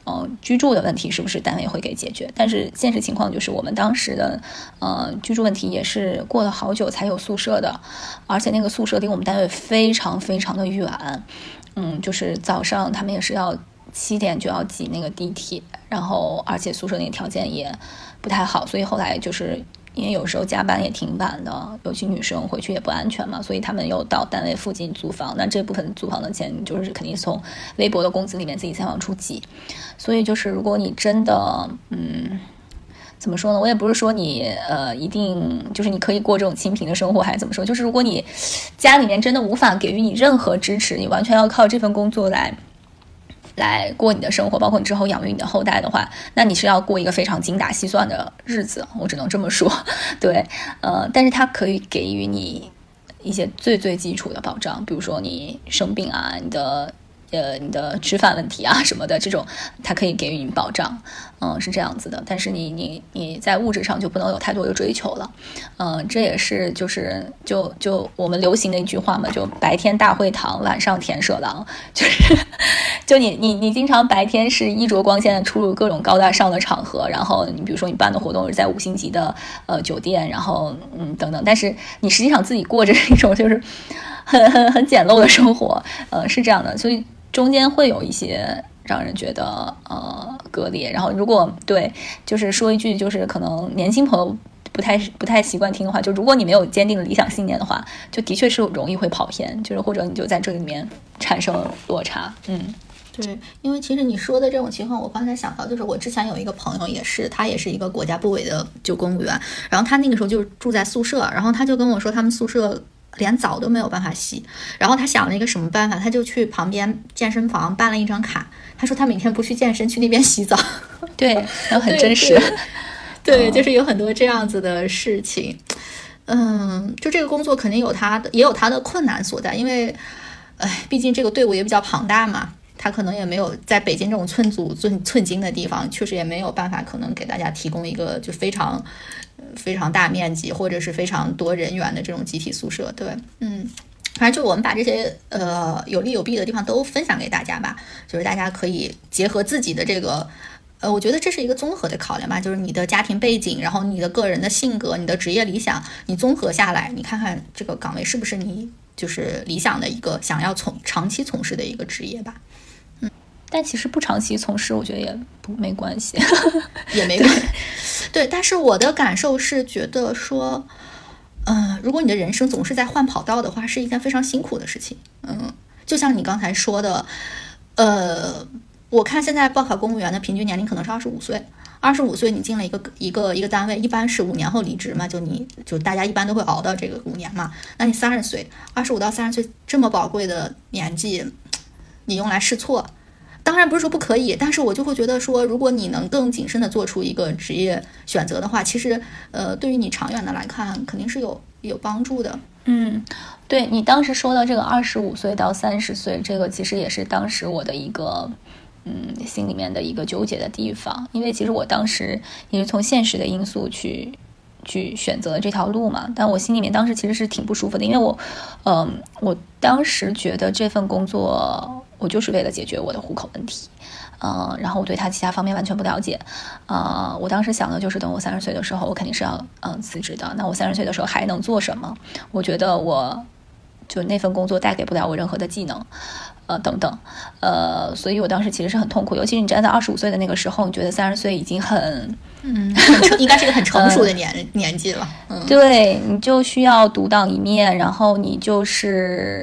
呃居住的问题是不是单位会给解决，但是现实情况就是我们当时的呃居住问题也是过了好久才有宿舍的，而且那个宿舍离我们单位非常非常的远，嗯，就是早上他们也是要七点就要挤那个地铁，然后而且宿舍那个条件也不太好，所以后来就是因为有时候加班也挺晚的，尤其女生回去也不安全嘛，所以他们又到单位附近租房，那这部分租房的钱就是肯定从微薄的工资里面自己再往出挤。所以就是如果你真的嗯怎么说呢，我也不是说你呃一定就是你可以过这种清贫的生活还是怎么说，就是如果你家里面真的无法给予你任何支持，你完全要靠这份工作来来过你的生活，包括你之后养育你的后代的话，那你是要过一个非常精打细算的日子，我只能这么说。对，呃，但是它可以给予你一些最最基础的保障，比如说你生病啊，你的呃你的吃饭问题啊什么的，这种它可以给予你保障，嗯、呃，是这样子的。但是你你你在物质上就不能有太多的追求了，嗯、呃，这也是就是就就我们流行的一句话嘛，就白天大会堂，晚上田舍郎，就是就你你你经常白天是衣着光鲜的出入各种高大上的场合，然后你比如说你办的活动是在五星级的呃酒店，然后嗯等等，但是你实际上自己过着一种就是很很很简陋的生活，呃是这样的，所以中间会有一些让人觉得呃割裂。然后如果对就是说一句就是可能年轻朋友不太不太习惯听的话，就如果你没有坚定的理想信念的话，就的确是容易会跑偏，就是或者你就在这里面产生落差。嗯，
对，因为其实你说的这种情况，我刚才想到就是我之前有一个朋友也是，他也是一个国家部委的就公务员，然后他那个时候就是住在宿舍，然后他就跟我说他们宿舍连澡都没有办法洗，然后他想了一个什么办法，他就去旁边健身房办了一张卡，他说他每天不去健身，去那边洗澡。
对，然后很真实。
对, 对, 对，就是有很多这样子的事情。嗯，就这个工作肯定有它的也有它的困难所在，因为哎，毕竟这个队伍也比较庞大嘛，他可能也没有在北京这种寸土寸寸金的地方，确实也没有办法可能给大家提供一个就非常非常大面积或者是非常多人员的这种集体宿舍。对，嗯，反正就我们把这些呃有利有弊的地方都分享给大家吧，就是大家可以结合自己的这个呃，我觉得这是一个综合的考量吧，就是你的家庭背景，然后你的个人的性格，你的职业理想，你综合下来，你看看这个岗位是不是你就是理想的一个想要从长期从事的一个职业吧。嗯，
但其实不长期从事，我觉得也不没关系，
也没关系。对，但是我的感受是觉得说，嗯、呃，如果你的人生总是在换跑道的话，是一件非常辛苦的事情。嗯，就像你刚才说的，呃。我看现在报考公务员的平均年龄可能是二十五岁，二十五岁你进了一个一个一个单位，一般是五年后离职嘛，就你就大家一般都会熬到这个五年嘛。那你三十岁，二十五到三十岁这么宝贵的年纪，你用来试错，当然不是说不可以，但是我就会觉得说，如果你能更谨慎的做出一个职业选择的话，其实呃，对于你长远的来看，肯定是有有帮助的。
嗯，对，你当时说的这个二十五岁到三十岁，这个其实也是当时我的一个。嗯，心里面的一个纠结的地方，因为其实我当时也是从现实的因素去去选择这条路嘛，但我心里面当时其实是挺不舒服的，因为我，嗯、呃，我当时觉得这份工作我就是为了解决我的户口问题，嗯、呃，然后我对他其他方面完全不了解，啊、呃，我当时想的就是等我三十岁的时候，我肯定是要嗯、呃、辞职的。那我三十岁的时候还能做什么？我觉得我就那份工作带给不了我任何的技能。呃，等等，呃，所以我当时其实是很痛苦，尤其是你站在二十五岁的那个时候，你觉得三十岁已经很，
嗯，很应该是一个很成熟的年、呃、年纪了，嗯，
对，你就需要独当一面，然后你就是，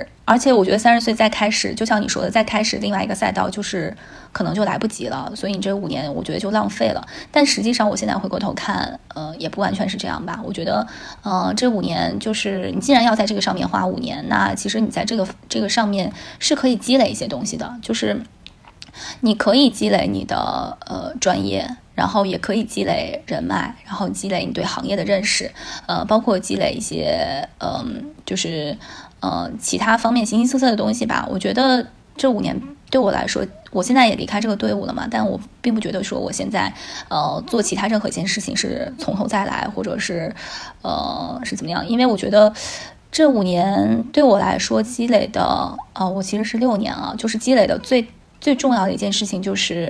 而且我觉得三十岁再开始，就像你说的，再开始另外一个赛道，就是可能就来不及了，所以你这五年我觉得就浪费了。但实际上，我现在回过头看，呃，也不完全是这样吧。我觉得，呃，这五年就是你既然要在这个上面花五年，那其实你在这个这个上面是可以积累一些东西的，就是你可以积累你的呃专业。然后也可以积累人脉，然后积累你对行业的认识，呃，包括积累一些嗯、呃，就是呃其他方面形形色色的东西吧。我觉得这五年对我来说，我现在也离开这个队伍了嘛，但我并不觉得说我现在呃做其他任何一件事情是从头再来，或者是呃是怎么样，因为我觉得这五年对我来说积累的，呃，我其实是六年啊，就是积累的最最重要的一件事情就是。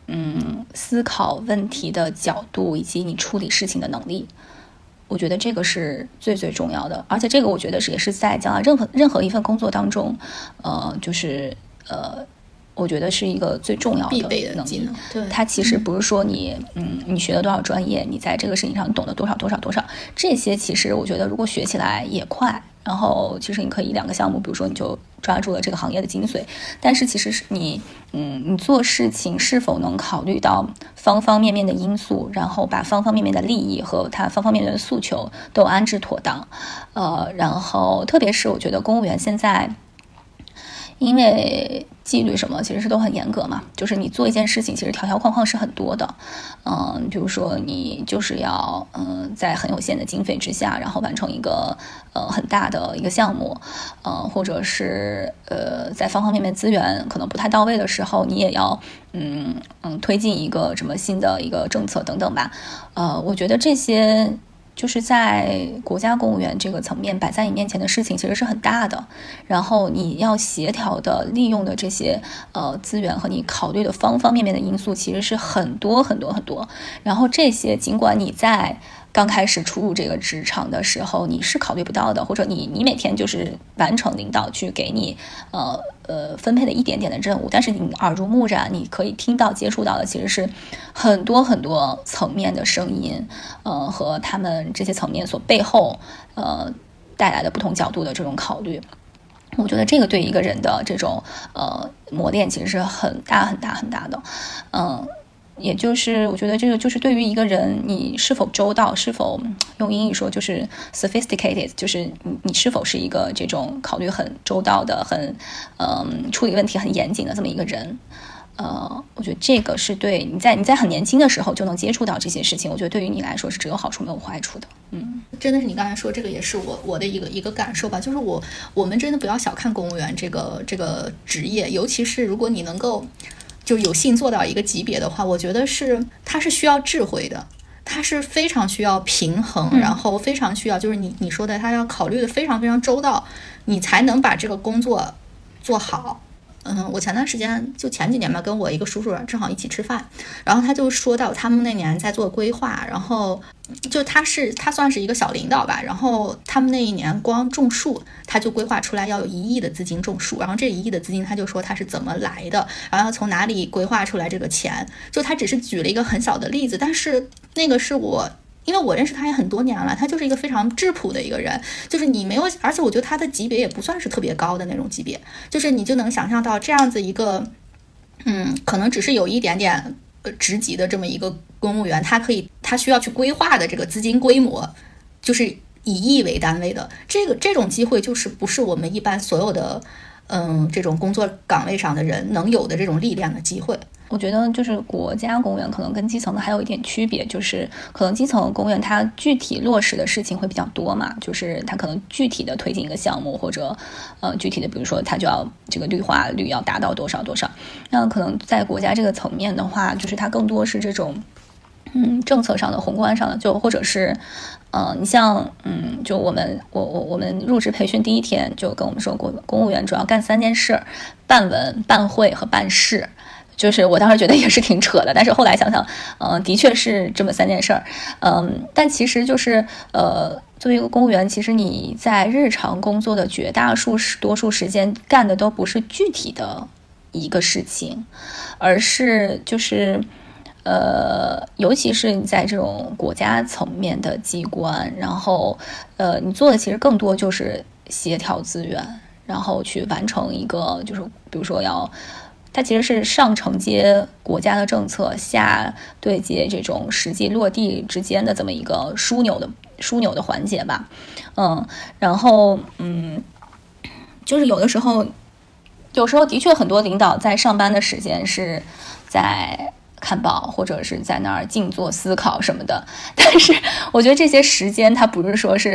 嗯思考问题的角度以及你处理事情的能力。我觉得这个是最最重要的，而且这个我觉得是也是在将来任何任何一份工作当中，呃，就是呃，我觉得是一个最重要的
必备的技能。对，
它其实不是说你嗯你学了多少专业，你在这个事情上懂得多少多少多少，这些其实我觉得如果学起来也快，然后其实你可以一两个项目，比如说你就抓住了这个行业的精髓，但是其实是你嗯你做事情是否能考虑到方方面面的因素，然后把方方面面的利益和它方方面面的诉求都安置妥当，呃，然后特别是我觉得公务员现在因为纪律什么其实是都很严格嘛，就是你做一件事情其实条条框框是很多的，嗯，比如说你就是要嗯在很有限的经费之下，然后完成一个呃很大的一个项目，呃，或者是呃在方方面面资源可能不太到位的时候，你也要嗯嗯推进一个什么新的一个政策等等吧，呃，我觉得这些就是在国家公务员这个层面摆在你面前的事情其实是很大的，然后你要协调的利用的这些呃资源和你考虑的方方面面的因素其实是很多很多很多，然后这些尽管你在刚开始初入这个职场的时候你是考虑不到的，或者你你每天就是完成领导去给你呃呃分配的一点点的任务，但是你耳濡目染，你可以听到接触到的其实是很多很多层面的声音，呃和他们这些层面所背后呃带来的不同角度的这种考虑。我觉得这个对一个人的这种呃磨练其实是很大很大很大的，嗯。也就是我觉得这个就是对于一个人你是否周到，是否用英语说就是 sophisticated， 就是你你是否是一个这种考虑很周到的很嗯处理问题很严谨的这么一个人，呃我觉得这个是对你在你在很年轻的时候就能接触到这些事情，我觉得对于你来说是只有好处没有坏处的。嗯，
真的是你刚才说这个也是我我的一个一个感受吧，就是我我们真的不要小看公务员这个这个职业，尤其是如果你能够就有幸做到一个级别的话，我觉得是它是需要智慧的，它是非常需要平衡，
嗯、
然后非常需要就是你你说的，它要考虑的非常非常周到，你才能把这个工作做好。嗯，我前段时间就前几年吧，跟我一个叔叔正好一起吃饭，然后他就说到他们那年在做规划，然后就他是他算是一个小领导吧，然后他们那一年光种树，他就规划出来要有一亿的资金种树，然后这一亿的资金他就说他是怎么来的，然后从哪里规划出来这个钱，就他只是举了一个很小的例子，但是那个是我。因为我认识他也很多年了，他就是一个非常质朴的一个人，就是你没有，而且我觉得他的级别也不算是特别高的那种级别，就是你就能想象到这样子一个，嗯，可能只是有一点点呃职级的这么一个公务员，他可以他需要去规划的这个资金规模，就是以亿为单位的，这个这种机会就是不是我们一般所有的嗯这种工作岗位上的人能有的这种历练的机会。
我觉得就是国家公务员可能跟基层的还有一点区别，就是可能基层公务员他具体落实的事情会比较多嘛，就是他可能具体的推进一个项目，或者呃具体的比如说他就要这个绿化率要达到多少多少，那可能在国家这个层面的话，就是它更多是这种嗯政策上的宏观上的，就或者是呃你像嗯就我们我我我们入职培训第一天就跟我们说过，公务员主要干三件事，办文办会和办事。就是我当时觉得也是挺扯的，但是后来想想，嗯、呃，的确是这么三件事儿，嗯，但其实就是，呃，作为一个公务员，其实你在日常工作的绝大数多数时间干的都不是具体的一个事情，而是就是，呃，尤其是你在这种国家层面的机关，然后，呃，你做的其实更多就是协调资源，然后去完成一个，就是比如说要。它其实是上承接国家的政策，下对接这种实际落地之间的这么一个枢纽的枢纽的环节吧，嗯，然后嗯，就是有的时候，有时候的确很多领导在上班的时间是在看报或者是在那儿静坐思考什么的，但是我觉得这些时间它不是说是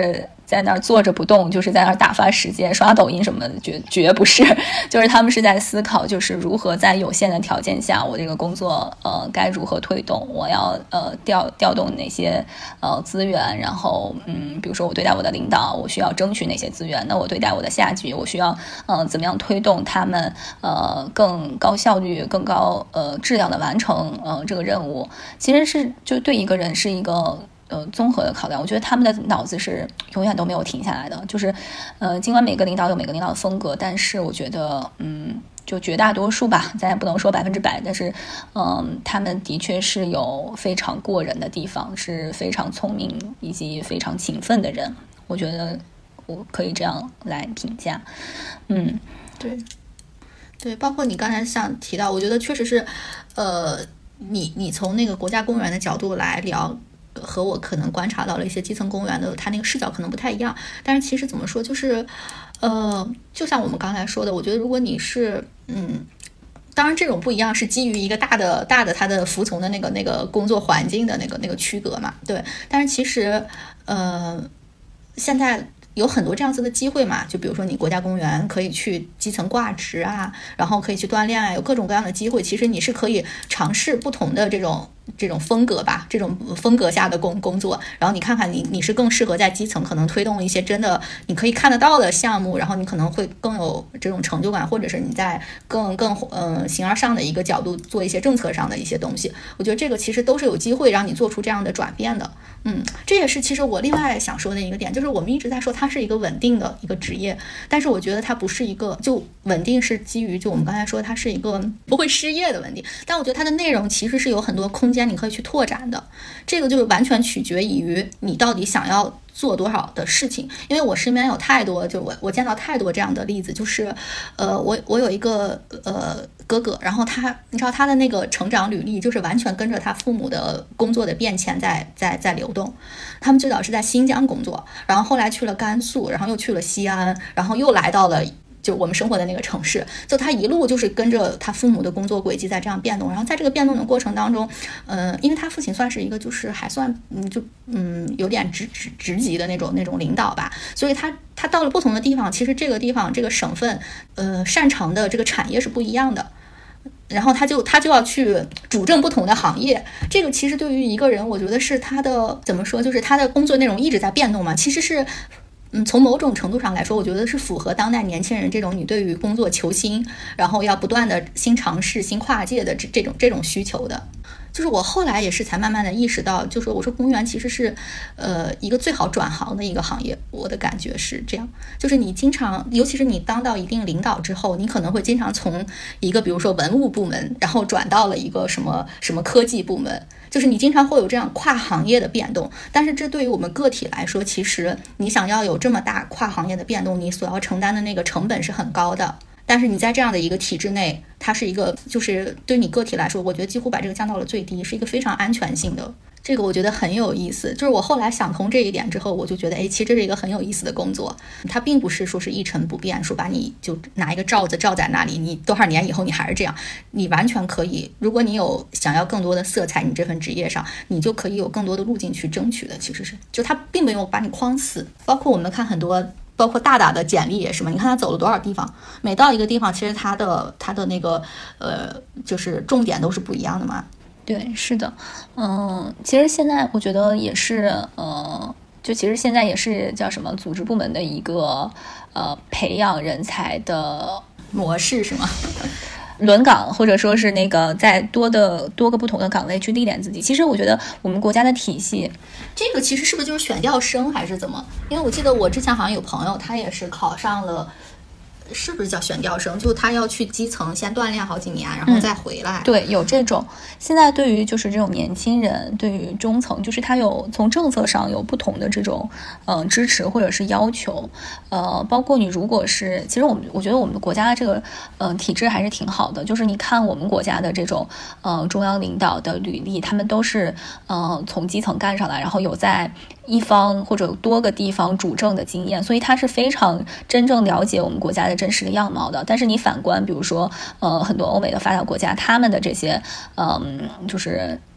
在那儿坐着不动，就是在那儿打发时间刷抖音什么的，绝绝不是，就是他们是在思考，就是如何在有限的条件下，我这个工作呃该如何推动，我要呃调调动哪些呃资源，然后嗯比如说我对待我的领导，我需要争取哪些资源，那我对待我的下级，我需要呃怎么样推动他们呃更高效率更高呃质量的完成呃这个任务，其实是就对一个人是一个呃，综合的考量，我觉得他们的脑子是永远都没有停下来的。就是，呃，尽管每个领导有每个领导的风格，但是我觉得，嗯，就绝大多数吧，咱也不能说百分之百，但是，嗯，他们的确是有非常过人的地方，是非常聪明以及非常勤奋的人。我觉得我可以这样来评价。嗯，
对，对，包括你刚才像提到，我觉得确实是，呃，你你从那个国家公园的角度来聊。和我可能观察到了一些基层公务员的他那个视角可能不太一样，但是其实怎么说就是呃，就像我们刚才说的，我觉得如果你是嗯当然这种不一样是基于一个大的大的他的服从的那个那个工作环境的那个那个区隔嘛，对，但是其实呃现在有很多这样子的机会嘛，就比如说你国家公务员可以去基层挂职啊，然后可以去锻炼啊，有各种各样的机会，其实你是可以尝试不同的这种这种风格吧，这种风格下的工工作，然后你看看你你是更适合在基层可能推动一些真的你可以看得到的项目，然后你可能会更有这种成就感，或者是你在更更呃形而上的一个角度做一些政策上的一些东西，我觉得这个其实都是有机会让你做出这样的转变的。嗯，这也是其实我另外想说的一个点，就是我们一直在说它是一个稳定的一个职业，但是我觉得它不是一个就稳定是基于就我们刚才说它是一个不会失业的稳定，但我觉得它的内容其实是有很多空间你可以去拓展的，这个就完全取决于你到底想要做多少的事情。因为我身边有太多就我我见到太多这样的例子，就是呃我我有一个呃哥哥，然后他你知道他的那个成长履历就是完全跟着他父母的工作的变迁在在在流动。他们最早是在新疆工作，然后后来去了甘肃，然后又去了西安，然后又来到了就我们生活的那个城市，就他一路就是跟着他父母的工作轨迹在这样变动，然后在这个变动的过程当中，呃，因为他父亲算是一个就是还算嗯就嗯有点职职职级的那种那种领导吧，所以他他到了不同的地方，其实这个地方这个省份呃擅长的这个产业是不一样的。然后他就他就要去主政不同的行业，这个其实对于一个人，我觉得是他的怎么说，就是他的工作内容一直在变动嘛，其实是。嗯，从某种程度上来说，我觉得是符合当代年轻人这种你对于工作求新，然后要不断的新尝试、新跨界的这这种这种需求的。就是我后来也是才慢慢的意识到，就是我说公务员其实是，呃，一个最好转行的一个行业。我的感觉是这样，就是你经常，尤其是你当到一定领导之后，你可能会经常从一个比如说文物部门，然后转到了一个什么什么科技部门。就是你经常会有这样跨行业的变动，但是这对于我们个体来说，其实你想要有这么大跨行业的变动，你所要承担的那个成本是很高的。但是你在这样的一个体制内，它是一个就是对你个体来说，我觉得几乎把这个降到了最低，是一个非常安全性的。这个我觉得很有意思，就是我后来想通这一点之后，我就觉得哎，其实这是一个很有意思的工作。它并不是说是一成不变，说把你就拿一个罩子罩在那里，你多少年以后你还是这样，你完全可以，如果你有想要更多的色彩，你这份职业上你就可以有更多的路径去争取的。其实是就它并没有把你框死。包括我们看很多包括大大的简历也是嘛，你看他走了多少地方，每到一个地方其实他的他的那个呃就是重点都是不一样的嘛。
对，是的，嗯，其实现在我觉得也是，呃，就其实现在也是叫什么组织部门的一个呃培养人才的
模式是吗？
轮岗，或者说是那个在多的多个不同的岗位去历练自己。其实我觉得我们国家的体系，
这个其实是不是就是选调生还是怎么？因为我记得我之前好像有朋友，他也是考上了。是不是叫选调生？就他要去基层先锻炼好几年，然后再回来。
嗯、对，有这种。现在对于就是这种年轻人，对于中层，就是他有从政策上有不同的这种呃支持或者是要求。呃，包括你如果是，其实我们我觉得我们国家的这个呃体制还是挺好的。就是你看我们国家的这种呃中央领导的履历，他们都是呃从基层干上来，然后有在一方或者多个地方主政的经验，所以他是非常真正了解我们国家的真实的样貌的。但是你反观比如说呃很多欧美的发达国家，他们的这些嗯、呃、就是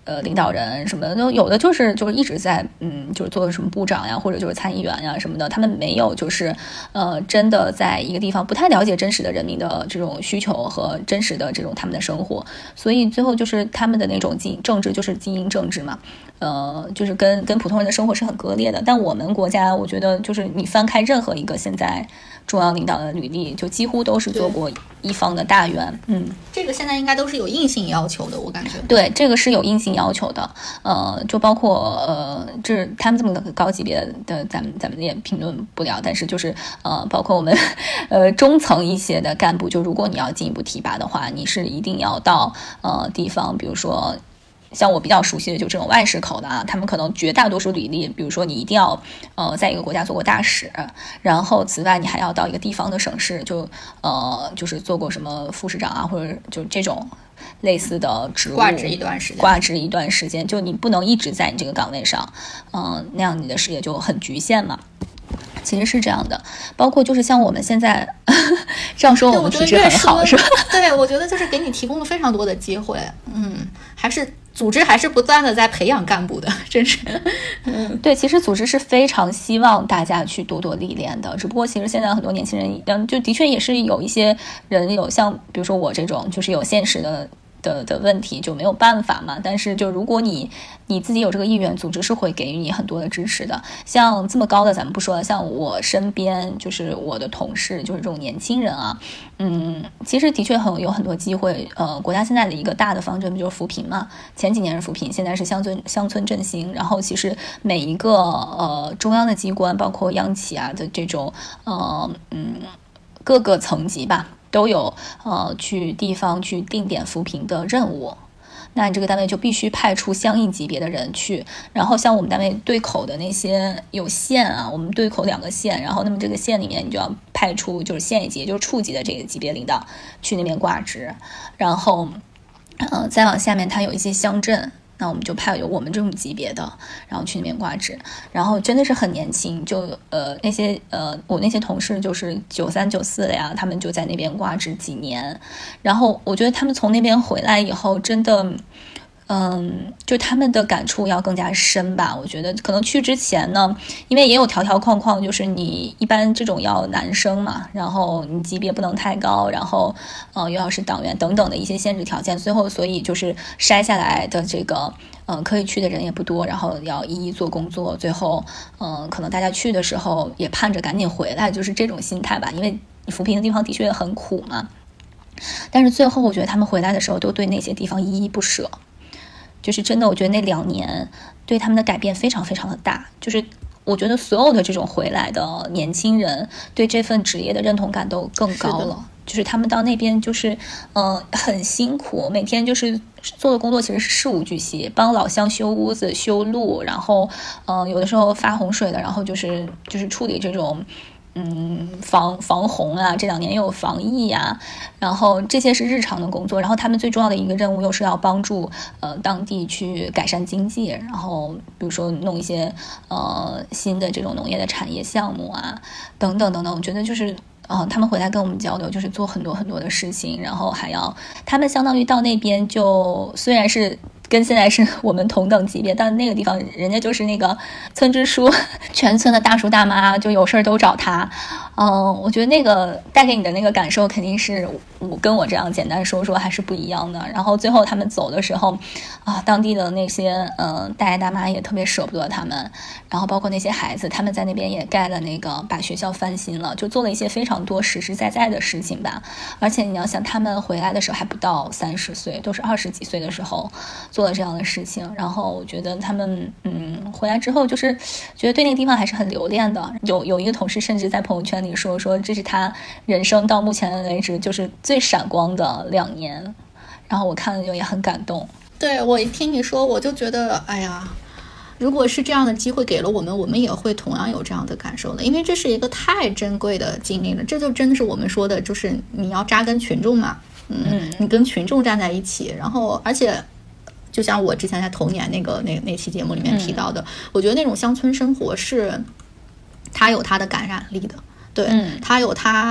呃领导人什么的，有的就是就是一直在嗯就是做什么部长呀，或者就是参议员呀什么的，他们没有就是呃真的在一个地方不太了解真实的人民的这种需求和真实的这种他们的生活，所以最后就是他们的那种经政治就是精英政治嘛。呃，就是跟跟普通人的生活是很割裂的，但我们国家，我觉得就是你翻开任何一个现在中央领导的履历，就几乎都是做过一方的大员。嗯，
这个现在应该都是有硬性要求的，我感觉。
对，这个是有硬性要求的。呃，就包括呃，这他们这么高级别的，咱们咱们也评论不了。但是就是呃，包括我们呃中层一些的干部，就如果你要进一步提拔的话，你是一定要到呃地方，比如说。像我比较熟悉的就这种外事口的啊，他们可能绝大多数履历，比如说你一定要呃在一个国家做过大使，然后此外你还要到一个地方的省市，就呃就是做过什么副市长啊，或者就这种类似的职务，
挂职一段时间，
挂职一段时间，就你不能一直在你这个岗位上，嗯、呃，那样你的事业就很局限嘛。其实是这样的，包括就是像我们现在呵呵这样说，我们体制很好，是吧？
对，我觉得就是给你提供了非常多的机会，嗯，还是组织还是不断的在培养干部的，真是。
嗯，对，其实组织是非常希望大家去多多历练的，只不过其实现在很多年轻人，嗯，就的确也是有一些人有像比如说我这种，就是有现实的。的的问题就没有办法嘛，但是就如果你你自己有这个意愿，组织是会给予你很多的支持的。像这么高的咱们不说了，像我身边就是我的同事，就是这种年轻人啊，嗯，其实的确很有很多机会。呃，国家现在的一个大的方针就是扶贫嘛，前几年是扶贫，现在是乡村乡村振兴。然后其实每一个呃中央的机关，包括央企啊的这种呃嗯各个层级吧。都有呃去地方去定点扶贫的任务，那你这个单位就必须派出相应级别的人去。然后像我们单位对口的那些有县啊，我们对口两个县，然后那么这个县里面你就要派出就是县一级，就是处级的这个级别领导去那边挂职，然后呃再往下面它有一些乡镇。那我们就派有我们这种级别的，然后去那边挂职，然后真的是很年轻，就呃那些呃我那些同事就是九三九四的呀，他们就在那边挂职几年，然后我觉得他们从那边回来以后，真的。嗯，就他们的感触要更加深吧。我觉得可能去之前呢，因为也有条条框框，就是你一般这种要男生嘛，然后你级别不能太高，然后呃又要是党员等等的一些限制条件，最后所以就是筛下来的这个呃可以去的人也不多，然后要一一做工作，最后嗯、呃、可能大家去的时候也盼着赶紧回来，就是这种心态吧，因为你扶贫的地方的确很苦嘛。但是最后我觉得他们回来的时候都对那些地方依依不舍。就是真的，我觉得那两年对他们的改变非常非常的大。就是我觉得所有的这种回来的年轻人对这份职业的认同感都更高了。就是他们到那边就是，呃，很辛苦，每天就是做的工作其实是事无巨细，帮老乡修屋子、修路，然后，呃，有的时候发洪水的，然后就是就是处理这种。嗯，防防洪啊，这两年又有防疫啊，然后这些是日常的工作，然后他们最重要的一个任务又是要帮助呃当地去改善经济，然后比如说弄一些呃新的这种农业的产业项目啊，等等等等，我觉得就是呃他们回来跟我们交流，就是做很多很多的事情，然后还要他们相当于到那边就虽然是。跟现在是我们同等级别，但那个地方人家就是那个村支书，全村的大叔大妈就有事儿都找他。嗯，我觉得那个带给你的那个感受肯定是我跟我这样简单说说还是不一样的。然后最后他们走的时候啊，当地的那些嗯大爷大妈也特别舍不得他们，然后包括那些孩子，他们在那边也盖了那个把学校翻新了，就做了一些非常多实实在在的事情吧。而且你要想他们回来的时候还不到三十岁，都是二十几岁的时候做了这样的事情，然后我觉得他们嗯回来之后就是觉得对那个地方还是很留恋的。有有一个同事甚至在朋友圈里说说这是他人生到目前为止就是最闪光的两年，然后我看了就也很感动。
对，我一听你说我就觉得哎呀，如果是这样的机会给了我们，我们也会同样有这样的感受的，因为这是一个太珍贵的经历了。这就真的是我们说的就是你要扎根群众嘛，嗯，你跟群众站在一起，然后而且就像我之前在童年那个那那期节目里面提到的、嗯、我觉得那种乡村生活是它有它的感染力的，对、嗯、它有它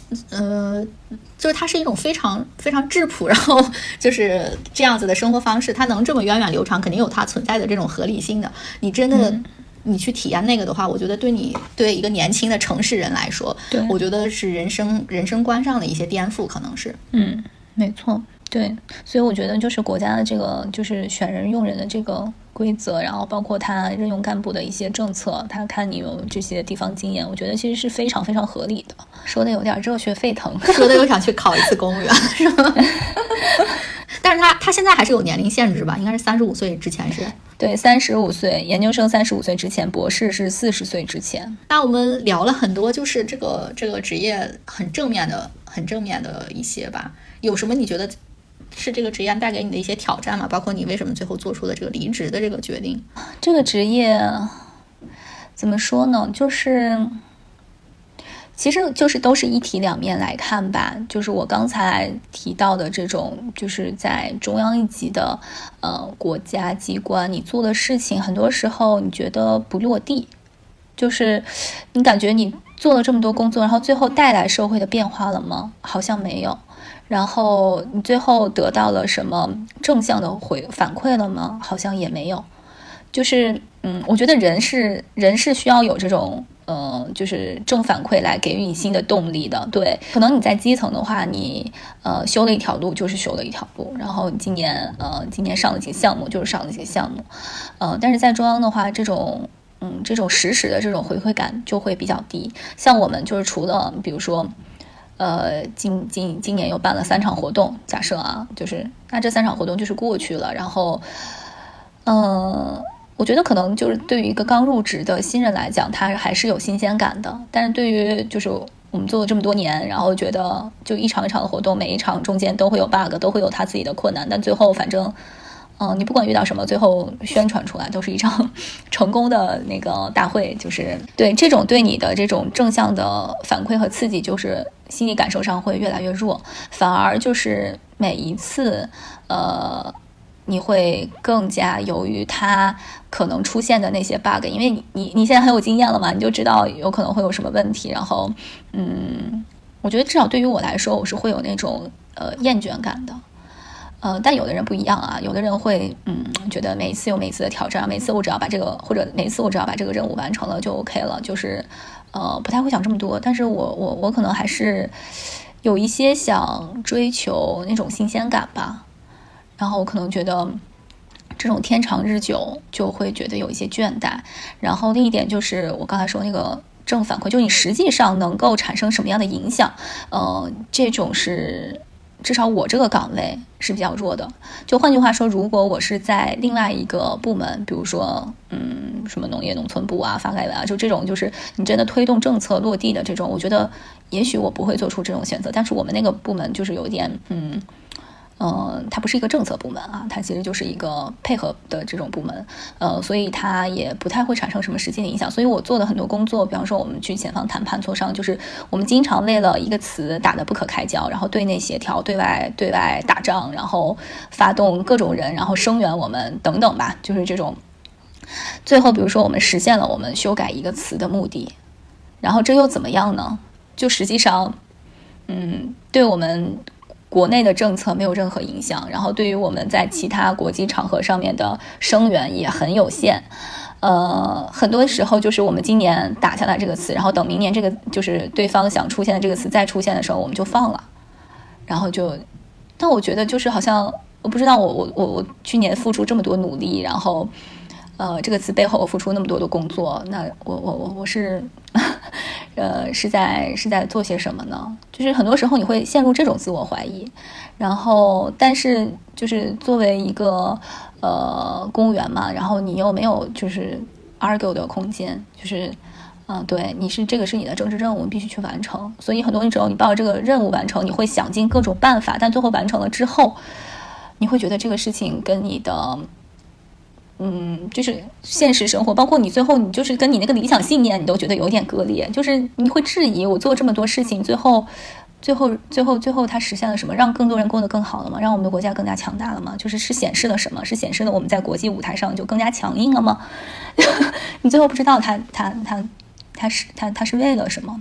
呃，就是它是一种非常非常质朴，然后就是这样子的生活方式，它能这么源远流长，肯定有它存在的这种合理性的。你真的、嗯、你去体验那个的话，我觉得对你对一个年轻的城市人来说，对，我觉得是人生人生观上的一些颠覆，可能是。
嗯，没错。对，所以我觉得就是国家的这个就是选人用人的这个规则，然后包括他任用干部的一些政策，他看你有这些地方经验，我觉得其实是非常非常合理的。说的有点热血沸腾，
说的又想去考一次公务员，是吗？但是他他现在还是有年龄限制吧？应该是三十五岁之前是。
对，三十五岁，研究生三十五岁之前，博士是四十岁之前。
那我们聊了很多，就是这个这个职业很正面的、很正面的一些吧。有什么你觉得是这个职业带给你的一些挑战吗？包括你为什么最后做出了这个离职的这个决定？
这个职业怎么说呢？就是其实就是都是一体两面来看吧。就是我刚才提到的这种，就是在中央一级的呃国家机关，你做的事情很多时候你觉得不落地，就是你感觉你做了这么多工作，然后最后带来社会的变化了吗？好像没有。然后你最后得到了什么正向的回反馈了吗？好像也没有。就是嗯，我觉得人是人是需要有这种呃，就是正反馈来给予你新的动力的。对，可能你在基层的话，你呃修了一条路就是修了一条路，然后你今年呃今年上了几个项目就是上了几个项目，呃，但是在中央的话，这种嗯这种实时的这种回馈感就会比较低。像我们就是除了比如说。呃，今今今年又办了三场活动，假设啊，就是那这三场活动就是过去了，然后，呃，我觉得可能就是对于一个刚入职的新人来讲，他还是有新鲜感的。但是对于就是我们做了这么多年，然后觉得就一场一场的活动，每一场中间都会有 bug， 都会有他自己的困难，但最后反正。嗯，你不管遇到什么，最后宣传出来都是一场成功的那个大会，就是对这种对你的这种正向的反馈和刺激，就是心理感受上会越来越弱，反而就是每一次，呃，你会更加由于它可能出现的那些 bug， 因为你你你现在很有经验了嘛，你就知道有可能会有什么问题，然后嗯，我觉得至少对于我来说，我是会有那种呃厌倦感的。呃，但有的人不一样啊，有的人会嗯觉得每一次有每一次的挑战，每次我只要把这个或者每一次我只要把这个任务完成了就 OK 了，就是呃不太会想这么多。但是我我我可能还是有一些想追求那种新鲜感吧，然后我可能觉得这种天长日久就会觉得有一些倦怠。然后另一点就是我刚才说那个正反馈，就你实际上能够产生什么样的影响，呃，这种是。至少我这个岗位是比较弱的。就换句话说，如果我是在另外一个部门，比如说嗯什么农业农村部啊、发改委啊，就这种就是你真的推动政策落地的这种，我觉得也许我不会做出这种选择。但是我们那个部门就是有点嗯呃，它不是一个政策部门啊，它其实就是一个配合的这种部门，呃，所以它也不太会产生什么实际的影响。所以我做的很多工作，比方说我们去前方谈判磋商，就是我们经常为了一个词打得不可开交，然后对内协调、对外对外打仗，然后发动各种人，然后声援我们等等吧，就是这种。最后，比如说我们实现了我们修改一个词的目的，然后这又怎么样呢？就实际上，嗯，对我们。国内的政策没有任何影响，然后对于我们在其他国际场合上面的声援也很有限。呃，很多时候就是我们今年打下来这个词，然后等明年这个就是对方想出现的这个词再出现的时候，我们就放了，然后就，但我觉得就是好像我不知道我我我我去年付出这么多努力，然后呃这个词背后我付出那么多的工作，那我我我我是。呃，是在是在做些什么呢？就是很多时候你会陷入这种自我怀疑，然后但是就是作为一个呃公务员嘛，然后你又没有就是 argue 的空间，就是嗯、呃，对，你是这个是你的政治任务，你必须去完成。所以很多时候你抱着这个任务完成，你会想尽各种办法，但最后完成了之后，你会觉得这个事情跟你的。嗯，就是现实生活，包括你最后你就是跟你那个理想信念，你都觉得有点割裂，就是你会质疑我做这么多事情，最后，最后，最后，最后它实现了什么？让更多人过得更好了吗？让我们的国家更加强大了吗？就是是显示了什么？是显示了我们在国际舞台上就更加强硬了吗？你最后不知道他他他他是他他是为了什么？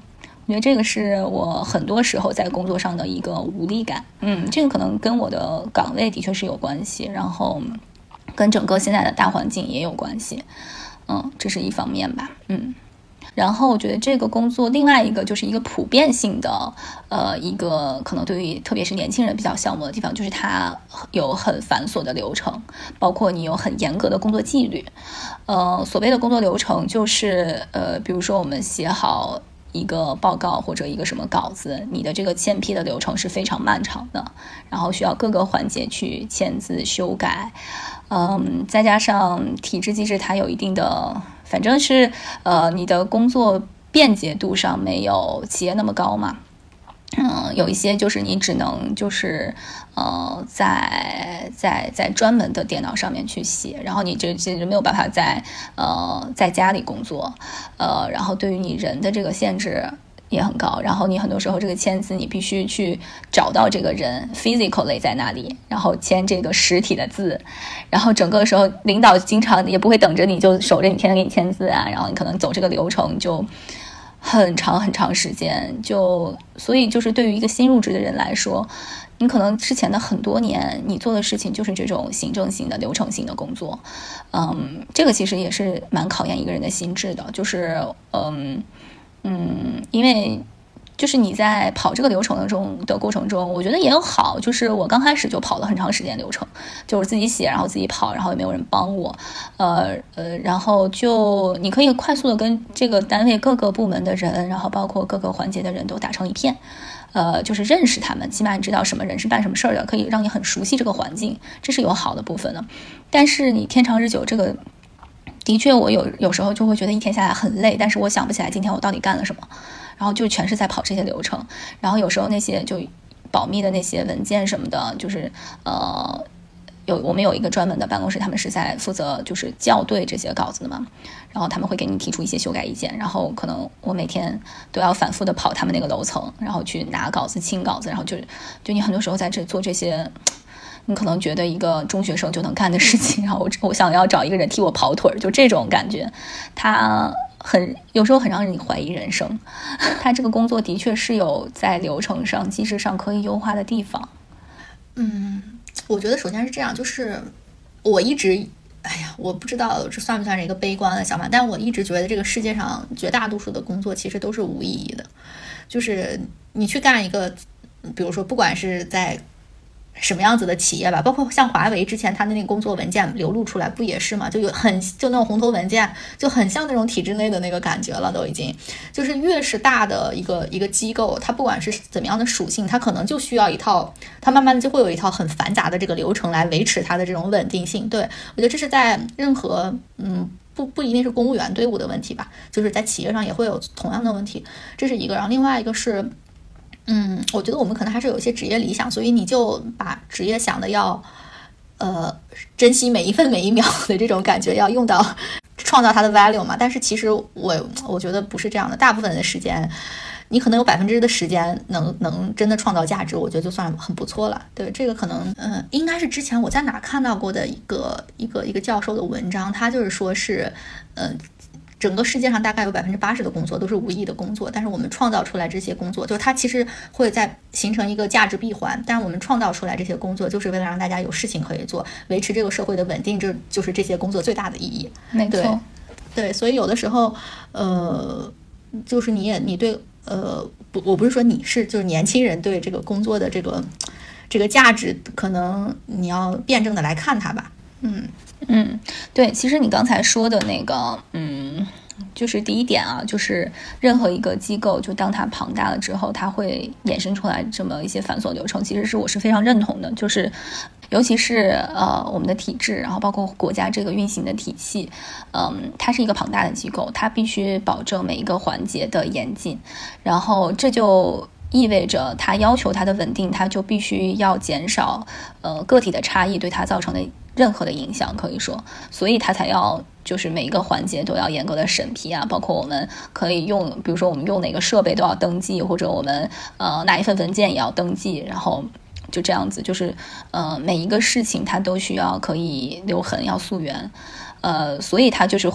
我觉得这个是我很多时候在工作上的一个无力感。嗯，这个可能跟我的岗位的确是有关系，然后跟整个现在的大环境也有关系。嗯，这是一方面吧。嗯。然后我觉得这个工作另外一个就是一个普遍性的呃一个可能对于特别是年轻人比较消磨的地方，就是它有很繁琐的流程，包括你有很严格的工作纪律。呃所谓的工作流程就是呃比如说我们写好一个报告或者一个什么稿子，你的这个签批的流程是非常漫长的，然后需要各个环节去签字修改。嗯，再加上体制机制它有一定的，反正是呃你的工作便捷度上没有企业那么高嘛。嗯，有一些就是你只能就是呃在在在专门的电脑上面去写，然后你这这没有办法在呃在家里工作。呃然后对于你人的这个限制也很高，然后你很多时候这个签字你必须去找到这个人 physically 在那里，然后签这个实体的字，然后整个时候领导经常也不会等着你就守着你天天给你签字啊，然后你可能走这个流程就很长很长时间。就所以就是对于一个新入职的人来说，你可能之前的很多年你做的事情就是这种行政性的流程性的工作。嗯，这个其实也是蛮考验一个人的心智的，就是嗯嗯，因为就是你在跑这个流程的中的过程中，我觉得也有好，就是我刚开始就跑了很长时间流程，就是自己写，然后自己跑，然后也没有人帮我，呃呃，然后就你可以快速的跟这个单位各个部门的人，然后包括各个环节的人都打成一片，呃，就是认识他们，起码你知道什么人是干什么事儿的，可以让你很熟悉这个环境，这是有好的部分的。但是你天长日久，这个的确我有有时候就会觉得一天下来很累，但是我想不起来今天我到底干了什么，然后就全是在跑这些流程。然后有时候那些就保密的那些文件什么的，就是呃有我们有一个专门的办公室，他们是在负责就是校对这些稿子的嘛，然后他们会给你提出一些修改意见，然后可能我每天都要反复的跑他们那个楼层，然后去拿稿子清稿子，然后就就你很多时候在这做这些你可能觉得一个中学生就能干的事情，然后我我想要找一个人替我跑腿，就这种感觉，他很有时候很让人怀疑人生。他这个工作的确是有在流程上机制上可以优化的地方。
嗯，我觉得首先是这样，就是我一直哎呀我不知道这算不算是一个悲观的想法，但我一直觉得这个世界上绝大多数的工作其实都是无意义的。就是你去干一个比如说不管是在什么样子的企业吧，包括像华为之前他的那个工作文件流露出来不也是嘛，就有很就那种红头文件就很像那种体制内的那个感觉了，都已经就是越是大的一个一个机构，它不管是怎么样的属性，它可能就需要一套，它慢慢的就会有一套很繁杂的这个流程来维持它的这种稳定性。对，我觉得这是在任何嗯不不一定是公务员队伍的问题吧，就是在企业上也会有同样的问题，这是一个。然后另外一个是嗯，我觉得我们可能还是有一些职业理想，所以你就把职业想的要，呃，珍惜每一分每一秒的这种感觉，要用到创造它的 value 嘛。但是其实我我觉得不是这样的，大部分的时间，你可能有百分之的时间能能真的创造价值，我觉得就算很不错了。对，这个可能，嗯、呃，应该是之前我在哪看到过的一个一个一个教授的文章，他就是说是，嗯、呃。整个世界上大概有百分之八十的工作都是无意义的工作，但是我们创造出来这些工作，就是它其实会在形成一个价值闭环。但我们创造出来这些工作，就是为了让大家有事情可以做，维持这个社会的稳定，这就是这些工作最大的意义。
没错，
对，对，所以有的时候，呃，就是你也你对呃不，我不是说你是就是年轻人对这个工作的这个这个价值，可能你要辩证的来看它吧。嗯。
嗯，对，其实你刚才说的那个，嗯，就是第一点啊，就是任何一个机构，就当它庞大了之后，它会衍生出来这么一些繁琐流程，其实是我是非常认同的，就是尤其是呃我们的体制，然后包括国家这个运行的体系，嗯，它是一个庞大的机构，它必须保证每一个环节的严谨，然后这就意味着它要求它的稳定，它就必须要减少呃个体的差异对它造成的任何的影响，可以说，所以它才要就是每一个环节都要严格的审批啊，包括我们可以用，比如说我们用哪个设备都要登记，或者我们呃哪一份文件也要登记，然后就这样子，就是呃每一个事情它都需要可以留痕，要溯源，呃，所以它就是会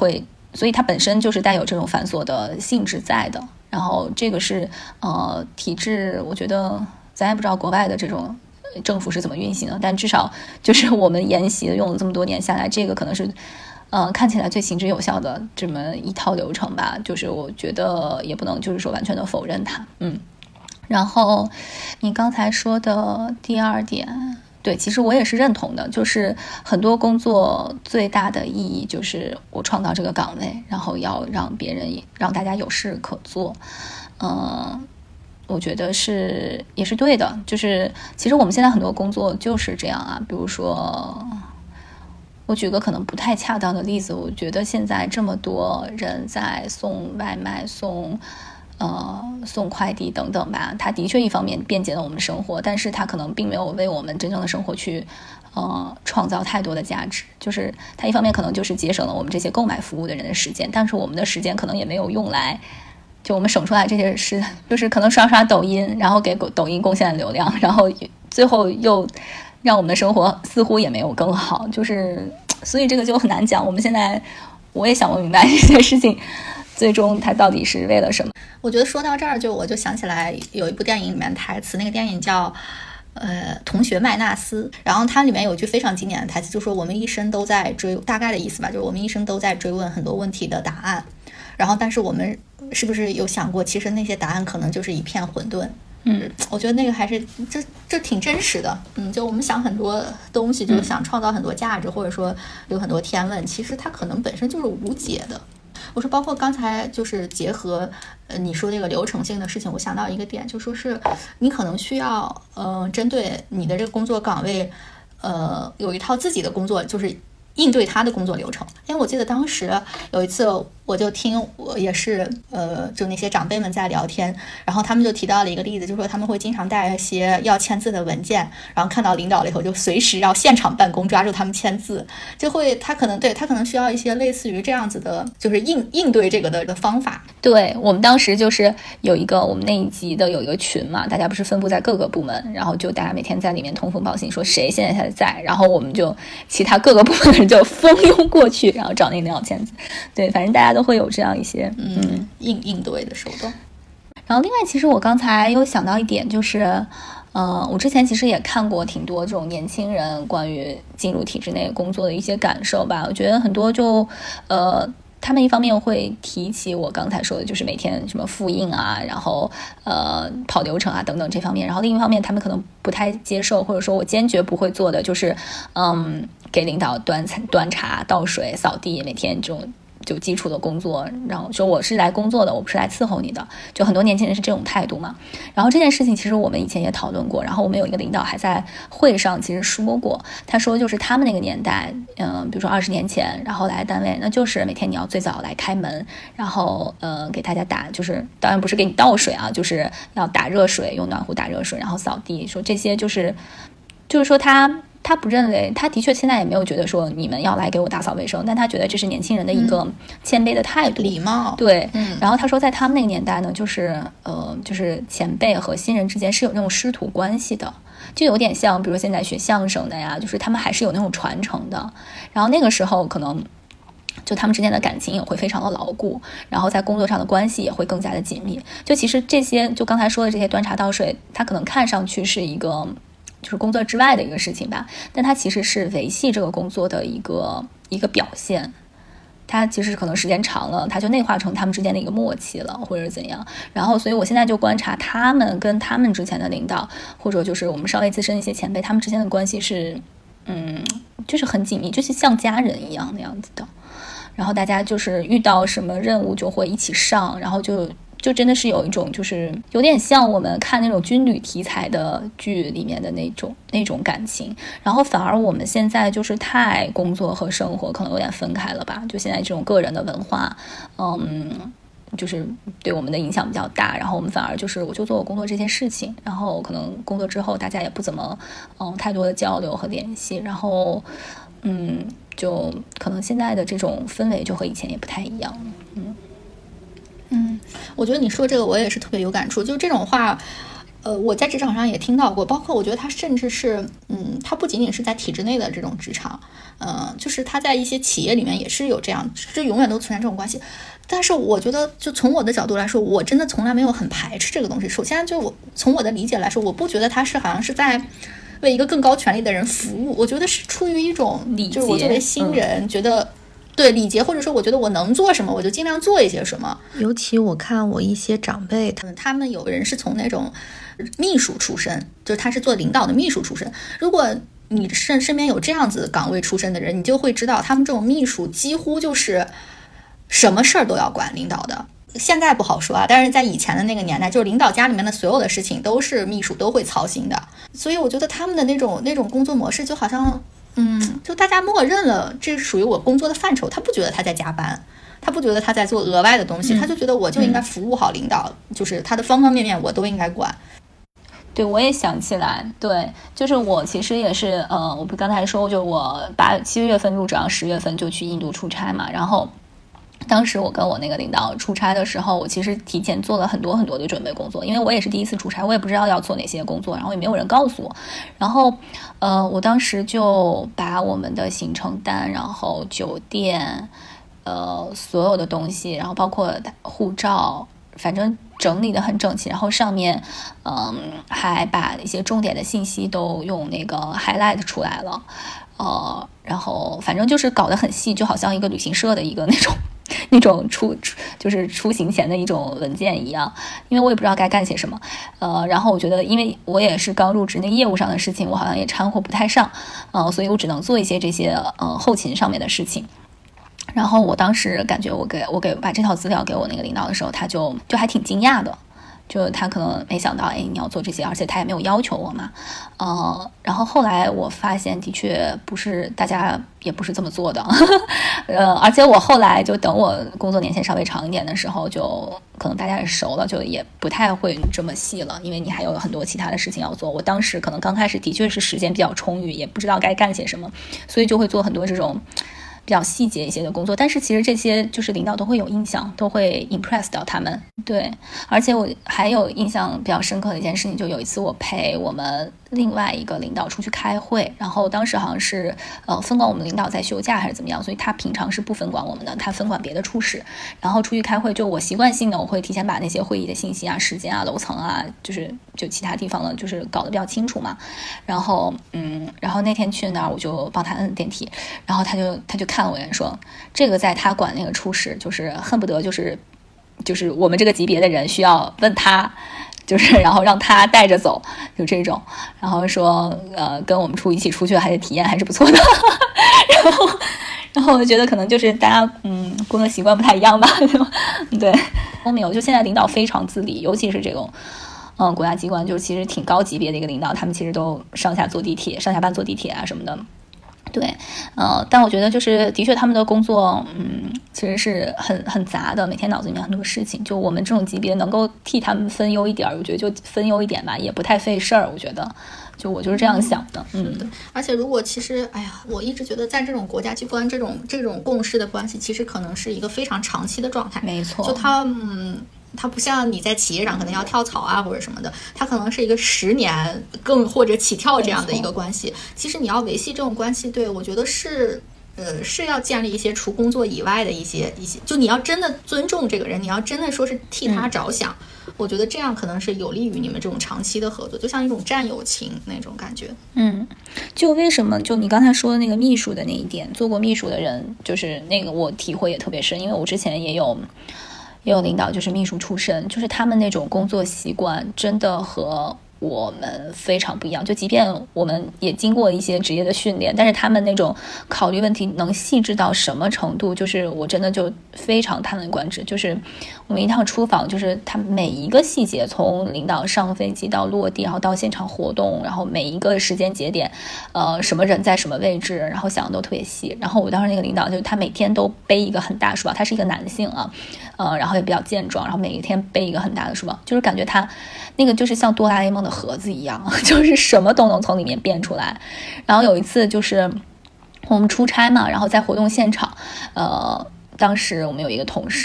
所以它本身就是带有这种繁琐的性质在的。然后这个是呃体制，我觉得咱也不知道国外的这种政府是怎么运行的，但至少就是我们沿袭用了这么多年下来，这个可能是呃看起来最行之有效的这么一套流程吧。就是我觉得也不能就是说完全的否认它。嗯，然后你刚才说的第二点，对，其实我也是认同的，就是很多工作最大的意义就是我创造这个岗位，然后要让别人让大家有事可做。嗯，我觉得是也是对的，就是其实我们现在很多工作就是这样啊。比如说我举个可能不太恰当的例子，我觉得现在这么多人在送外卖、送呃，送快递等等吧，它的确一方面便捷了我们的生活，但是它可能并没有为我们真正的生活去呃创造太多的价值。就是它一方面可能就是节省了我们这些购买服务的人的时间，但是我们的时间可能也没有用来，就我们省出来这些是就是可能刷刷抖音，然后给抖音贡献流量，然后最后又让我们的生活似乎也没有更好。就是所以这个就很难讲。我们现在我也想不明白这些事情最终它到底是为了什么。
我觉得说到这儿，就我就想起来有一部电影里面台词，那个电影叫呃同学麦纳斯，然后它里面有一句非常经典的台词，就说我们一生都在追，大概的意思吧，就是我们一生都在追问很多问题的答案，然后但是我们是不是有想过，其实那些答案可能就是一片混沌。
嗯，
我觉得那个还是这这挺真实的。嗯，就我们想很多东西，就是想创造很多价值，或者说有很多天问，其实它可能本身就是无解的。我说包括刚才就是结合呃你说这个流程性的事情，我想到一个点，就说是你可能需要呃针对你的这个工作岗位呃有一套自己的工作，就是应对他的工作流程。因为我记得当时有一次我就听我也是呃就那些长辈们在聊天，然后他们就提到了一个例子，就说他们会经常带一些要签字的文件，然后看到领导了以后就随时要现场办公，抓住他们签字，就会他可能对他可能需要一些类似于这样子的就是应应对这个的的方法。
对，我们当时就是有一个我们那一级的有一个群嘛，大家不是分布在各个部门，然后就大家每天在里面通风报信，说谁现在还在，然后我们就其他各个部门的人就蜂拥过去，然后找那个领导签字。对，反正大家都会有这样一些
嗯应应对的手段。
然后另外其实我刚才有想到一点，就是呃，我之前其实也看过挺多这种年轻人关于进入体制内工作的一些感受吧。我觉得很多就呃他们一方面会提起我刚才说的，就是每天什么复印啊，然后呃跑流程啊等等这方面，然后另一方面他们可能不太接受，或者说我坚决不会做的就是嗯给领导端端茶倒水扫地，每天这种就基础的工作，然后说我是来工作的，我不是来伺候你的，就很多年轻人是这种态度嘛。然后这件事情其实我们以前也讨论过，然后我们有一个领导还在会上其实说过，他说就是他们那个年代嗯，比如说二十年前，然后来单位那就是每天你要最早来开门，然后呃给大家打，就是当然不是给你倒水啊，就是要打热水，用暖壶打热水，然后扫地，说这些就是就是说他他不认为，他的确现在也没有觉得说你们要来给我打扫卫生，但他觉得这是年轻人的一个谦卑的态度、
嗯、礼貌。
对、
嗯，
然后他说在他们那个年代呢，就是呃，就是前辈和新人之间是有那种师徒关系的，就有点像比如现在学相声的呀，就是他们还是有那种传承的。然后那个时候可能就他们之间的感情也会非常的牢固，然后在工作上的关系也会更加的紧密。就其实这些就刚才说的这些端茶倒水，它可能看上去是一个就是工作之外的一个事情吧，但它其实是维系这个工作的一个一个表现。它其实可能时间长了，它就内化成他们之间的一个默契了，或者是怎样。然后所以我现在就观察他们跟他们之前的领导，或者就是我们稍微资深一些前辈，他们之间的关系是嗯就是很紧密，就是像家人一样那样子的。然后大家就是遇到什么任务就会一起上，然后就就真的是有一种就是有点像我们看那种军旅题材的剧里面的那种那种感情。然后反而我们现在就是太工作和生活可能有点分开了吧，就现在这种个人的文化嗯就是对我们的影响比较大，然后我们反而就是我就做我工作这些事情，然后可能工作之后大家也不怎么嗯太多的交流和联系，然后嗯就可能现在的这种氛围就和以前也不太一样。嗯
嗯，我觉得你说这个我也是特别有感触，就是这种话呃，我在职场上也听到过，包括我觉得他甚至是，嗯，他不仅仅是在体制内的这种职场，呃，就是他在一些企业里面也是有这样，这永远都存在这种关系。但是我觉得，就从我的角度来说，我真的从来没有很排斥这个东西。首先，就我从我的理解来说，我不觉得他是好像是在为一个更高权力的人服务，我觉得是出于一种
礼节，
就是我作为新人、嗯、觉得。对礼节，或者说我觉得我能做什么我就尽量做一些什么。
尤其我看我一些长辈，
他们有人是从那种秘书出身，就是他是做领导的秘书出身。如果你身身边有这样子岗位出身的人，你就会知道他们这种秘书几乎就是什么事儿都要管领导的。现在不好说啊，但是在以前的那个年代，就是领导家里面的所有的事情都是秘书都会操心的。所以我觉得他们的那种那种工作模式就好像嗯，就大家默认了这是属于我工作的范畴，他不觉得他在加班，他不觉得他在做额外的东西、嗯、他就觉得我就应该服务好领导、嗯、就是他的方方面面我都应该管。
对，我也想起来，对，就是我其实也是呃，我不刚才说就我八七月份入职，十月份就去印度出差嘛，然后当时我跟我那个领导出差的时候，我其实提前做了很多很多的准备工作，因为我也是第一次出差，我也不知道要做哪些工作，然后也没有人告诉我。然后呃，我当时就把我们的行程单，然后酒店呃所有的东西，然后包括护照，反正整理得很整齐，然后上面嗯还把一些重点的信息都用那个 highlight 出来了，呃，然后反正就是搞得很细，就好像一个旅行社的一个那种那种出就是出行前的一种文件一样，因为我也不知道该干些什么，呃，然后我觉得因为我也是刚入职，那业务上的事情我好像也掺和不太上，呃，所以我只能做一些这些呃后勤上面的事情。然后我当时感觉我给我给把这套资料给我那个领导的时候，他就就还挺惊讶的。就他可能没想到，哎，你要做这些，而且他也没有要求我嘛，呃，然后后来我发现的确不是大家也不是这么做的，呃，而且我后来就等我工作年限稍微长一点的时候，就可能大家也熟了，就也不太会这么细了，因为你还有很多其他的事情要做。我当时可能刚开始的确是时间比较充裕，也不知道该干些什么，所以就会做很多这种比较细节一些的工作，但是其实这些就是领导都会有印象，都会 impress 到他们。对，而且我还有印象比较深刻的一件事情，就有一次我陪我们另外一个领导出去开会，然后当时好像是呃分管我们领导在休假还是怎么样，所以他平常是不分管我们的，他分管别的处室。然后出去开会，就我习惯性的我会提前把那些会议的信息啊、时间啊、楼层啊，就是就其他地方的，就是搞得比较清楚嘛。然后嗯，然后那天去那儿我就帮他摁电梯，然后他就他就看了我一眼说，这个在他管那个处室，就是恨不得就是就是我们这个级别的人需要问他。就是然后让他带着走，就这种，然后说呃跟我们处一起出去还是体验还是不错的，然后然后我觉得可能就是大家嗯工作习惯不太一样吧，对，后面我就现在领导非常自理，尤其是这种嗯国家机关，就是其实挺高级别的一个领导，他们其实都上下坐地铁，上下班坐地铁啊什么的。对，呃，但我觉得就是的确他们的工作，嗯，其实是很很杂的，每天脑子里面很多事情。就我们这种级别能够替他们分忧一点，我觉得就分忧一点吧，也不太费事儿。我觉得，就我就是这样想的。嗯，
嗯而且如果其实，哎呀，我一直觉得在这种国家机关这种这种共事的关系，其实可能是一个非常长期的状态。
没错，
就他嗯。它不像你在企业上可能要跳槽啊或者什么的，它可能是一个十年更或者起跳这样的一个关系。其实你要维系这种关系，对我觉得是呃是要建立一些除工作以外的一些一些，就你要真的尊重这个人，你要真的说是替他着想、嗯、我觉得这样可能是有利于你们这种长期的合作，就像一种战友情那种感觉。
嗯，就为什么就你刚才说的那个秘书的那一点，做过秘书的人就是那个我体会也特别深，因为我之前也有也有领导就是秘书出身，就是他们那种工作习惯真的和我们非常不一样，就即便我们也经过一些职业的训练，但是他们那种考虑问题能细致到什么程度，就是我真的就非常叹为观止。就是我们一趟出访，就是他每一个细节，从领导上飞机到落地，然后到现场活动，然后每一个时间节点呃，什么人在什么位置，然后想的都特别细。然后我当时那个领导就是他每天都背一个很大书包，他是一个男性啊，呃，然后也比较健壮，然后每一天背一个很大的书包，就是感觉他那个就是像哆啦 A 梦的盒子一样，就是什么都能从里面变出来。然后有一次就是我们出差嘛，然后在活动现场，呃，当时我们有一个同事，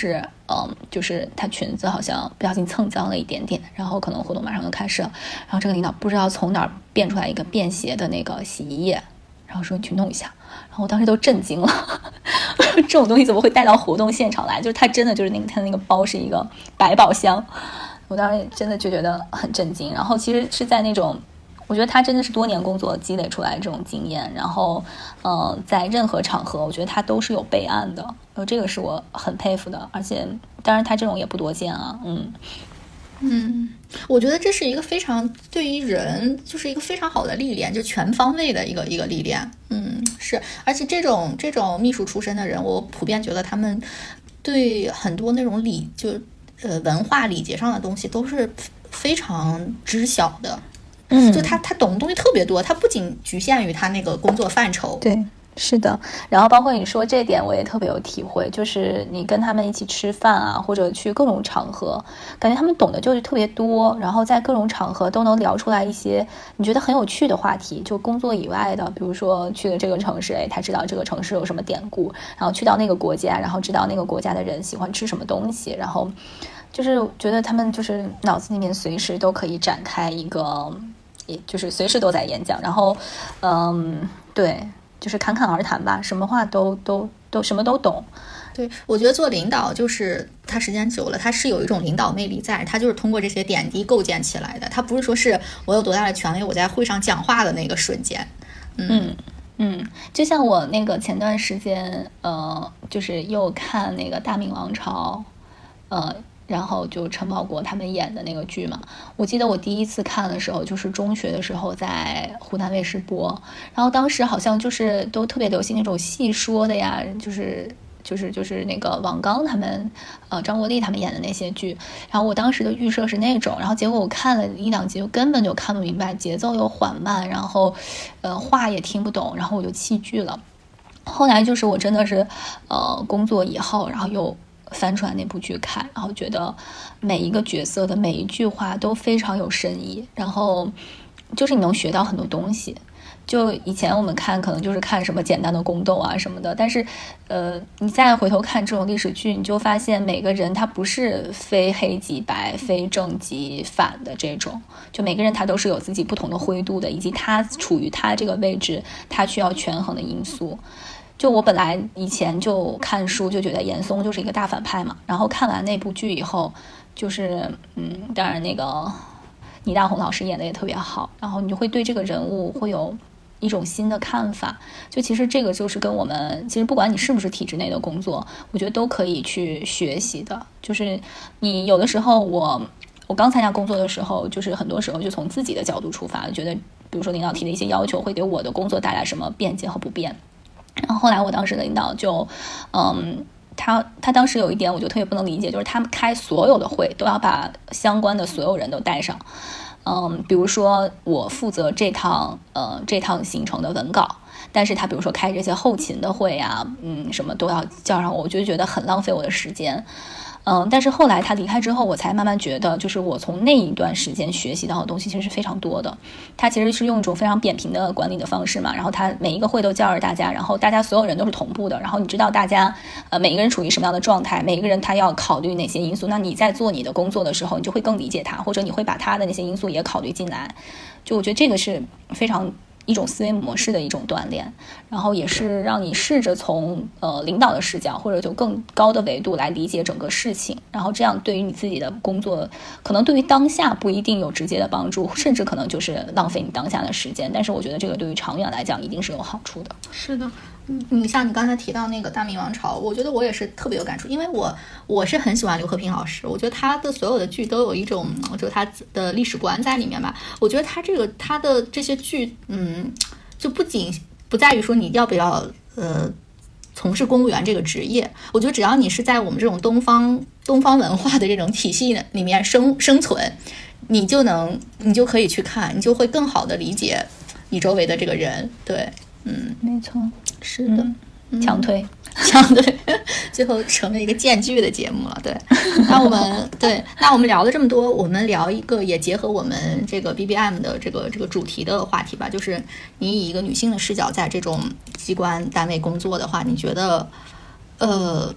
嗯，就是她裙子好像不小心蹭脏了一点点，然后可能活动马上就开始了，然后这个领导不知道从哪儿变出来一个便携的那个洗衣液，然后说你去弄一下，然后我当时都震惊了这种东西怎么会带到活动现场来，就是他真的就是那个他的那个包是一个百宝箱，我当时真的就觉得很震惊。然后其实是在那种我觉得他真的是多年工作积累出来这种经验，然后呃，在任何场合我觉得他都是有备案的，呃，这个是我很佩服的，而且当然他这种也不多见啊。嗯
嗯，我觉得这是一个非常对于人就是一个非常好的历练，就全方位的一个一个历练。嗯，是，而且这种这种秘书出身的人，我普遍觉得他们对很多那种礼就呃文化礼节上的东西都是非常知晓的。嗯，就他他懂的东西特别多，他不仅局限于他那个工作范畴。
对，是的。然后包括你说这点我也特别有体会，就是你跟他们一起吃饭啊，或者去各种场合，感觉他们懂得就是特别多，然后在各种场合都能聊出来一些你觉得很有趣的话题，就工作以外的，比如说去了这个城市，哎，他知道这个城市有什么典故，然后去到那个国家，然后知道那个国家的人喜欢吃什么东西，然后就是觉得他们就是脑子里面随时都可以展开一个，也就是随时都在演讲，然后嗯，对，就是侃侃而谈吧，什么话都都都什么都懂。
对，我觉得做领导就是他时间久了，他是有一种领导魅力在，他就是通过这些点滴构建起来的，他不是说是我有多大的权威我在会上讲话的那个瞬间。嗯
嗯嗯，就像我那个前段时间呃就是又看那个大明王朝，呃然后就陈宝国他们演的那个剧嘛，我记得我第一次看的时候就是中学的时候在湖南卫视播，然后当时好像就是都特别流行那种戏说的呀，就是就是就是那个王刚他们呃张国立他们演的那些剧，然后我当时的预设是那种，然后结果我看了一两集就根本就看不明白，节奏又缓慢，然后呃话也听不懂，然后我就弃剧了。后来就是我真的是呃工作以后，然后又翻出来那部剧看，然后觉得每一个角色的每一句话都非常有深意，然后就是你能学到很多东西。就以前我们看可能就是看什么简单的宫斗啊什么的，但是呃你再回头看这种历史剧，你就发现每个人他不是非黑即白非正即反的这种，就每个人他都是有自己不同的灰度的，以及他处于他这个位置他需要权衡的因素。就我本来以前就看书就觉得严嵩就是一个大反派嘛，然后看完那部剧以后，就是嗯，当然那个倪大红老师演的也特别好，然后你就会对这个人物会有一种新的看法。就其实这个就是跟我们其实不管你是不是体制内的工作，我觉得都可以去学习的。就是你有的时候我我刚参加工作的时候，就是很多时候就从自己的角度出发，觉得比如说领导提的一些要求会给我的工作带来什么便捷和不便。然后后来我当时的领导就嗯他他当时有一点我就特别不能理解，就是他们开所有的会都要把相关的所有人都带上。嗯，比如说我负责这趟呃这趟行程的文稿，但是他比如说开这些后勤的会啊，嗯什么都要叫上我，我就觉得很浪费我的时间。嗯，但是后来他离开之后，我才慢慢觉得，就是我从那一段时间学习到的东西其实是非常多的。他其实是用一种非常扁平的管理的方式嘛，然后他每一个会都叫着大家，然后大家所有人都是同步的，然后你知道大家呃每一个人处于什么样的状态，每一个人他要考虑哪些因素，那你在做你的工作的时候，你就会更理解他，或者你会把他的那些因素也考虑进来。就我觉得这个是非常一种思维模式的一种锻炼，然后也是让你试着从呃领导的视角或者就更高的维度来理解整个事情，然后这样对于你自己的工作可能对于当下不一定有直接的帮助，甚至可能就是浪费你当下的时间，但是我觉得这个对于长远来讲一定是有好处的。
是的，你像你刚才提到那个大明王朝，我觉得我也是特别有感触，因为我我是很喜欢刘和平老师，我觉得他的所有的剧都有一种我觉得他的历史观在里面吧。我觉得他这个他的这些剧嗯就不仅不在于说你要不要呃从事公务员这个职业，我觉得只要你是在我们这种东方东方文化的这种体系里面生生存，你就能你就可以去看，你就会更好的理解你周围的这个人。对，嗯，
没错，
是的，
嗯、强推。
相对最后成了一个荐剧的节目了。对，那我们对那我们聊了这么多，我们聊一个也结合我们这个 B B M 的这个这个主题的话题吧，就是你以一个女性的视角在这种机关单位工作的话，你觉得呃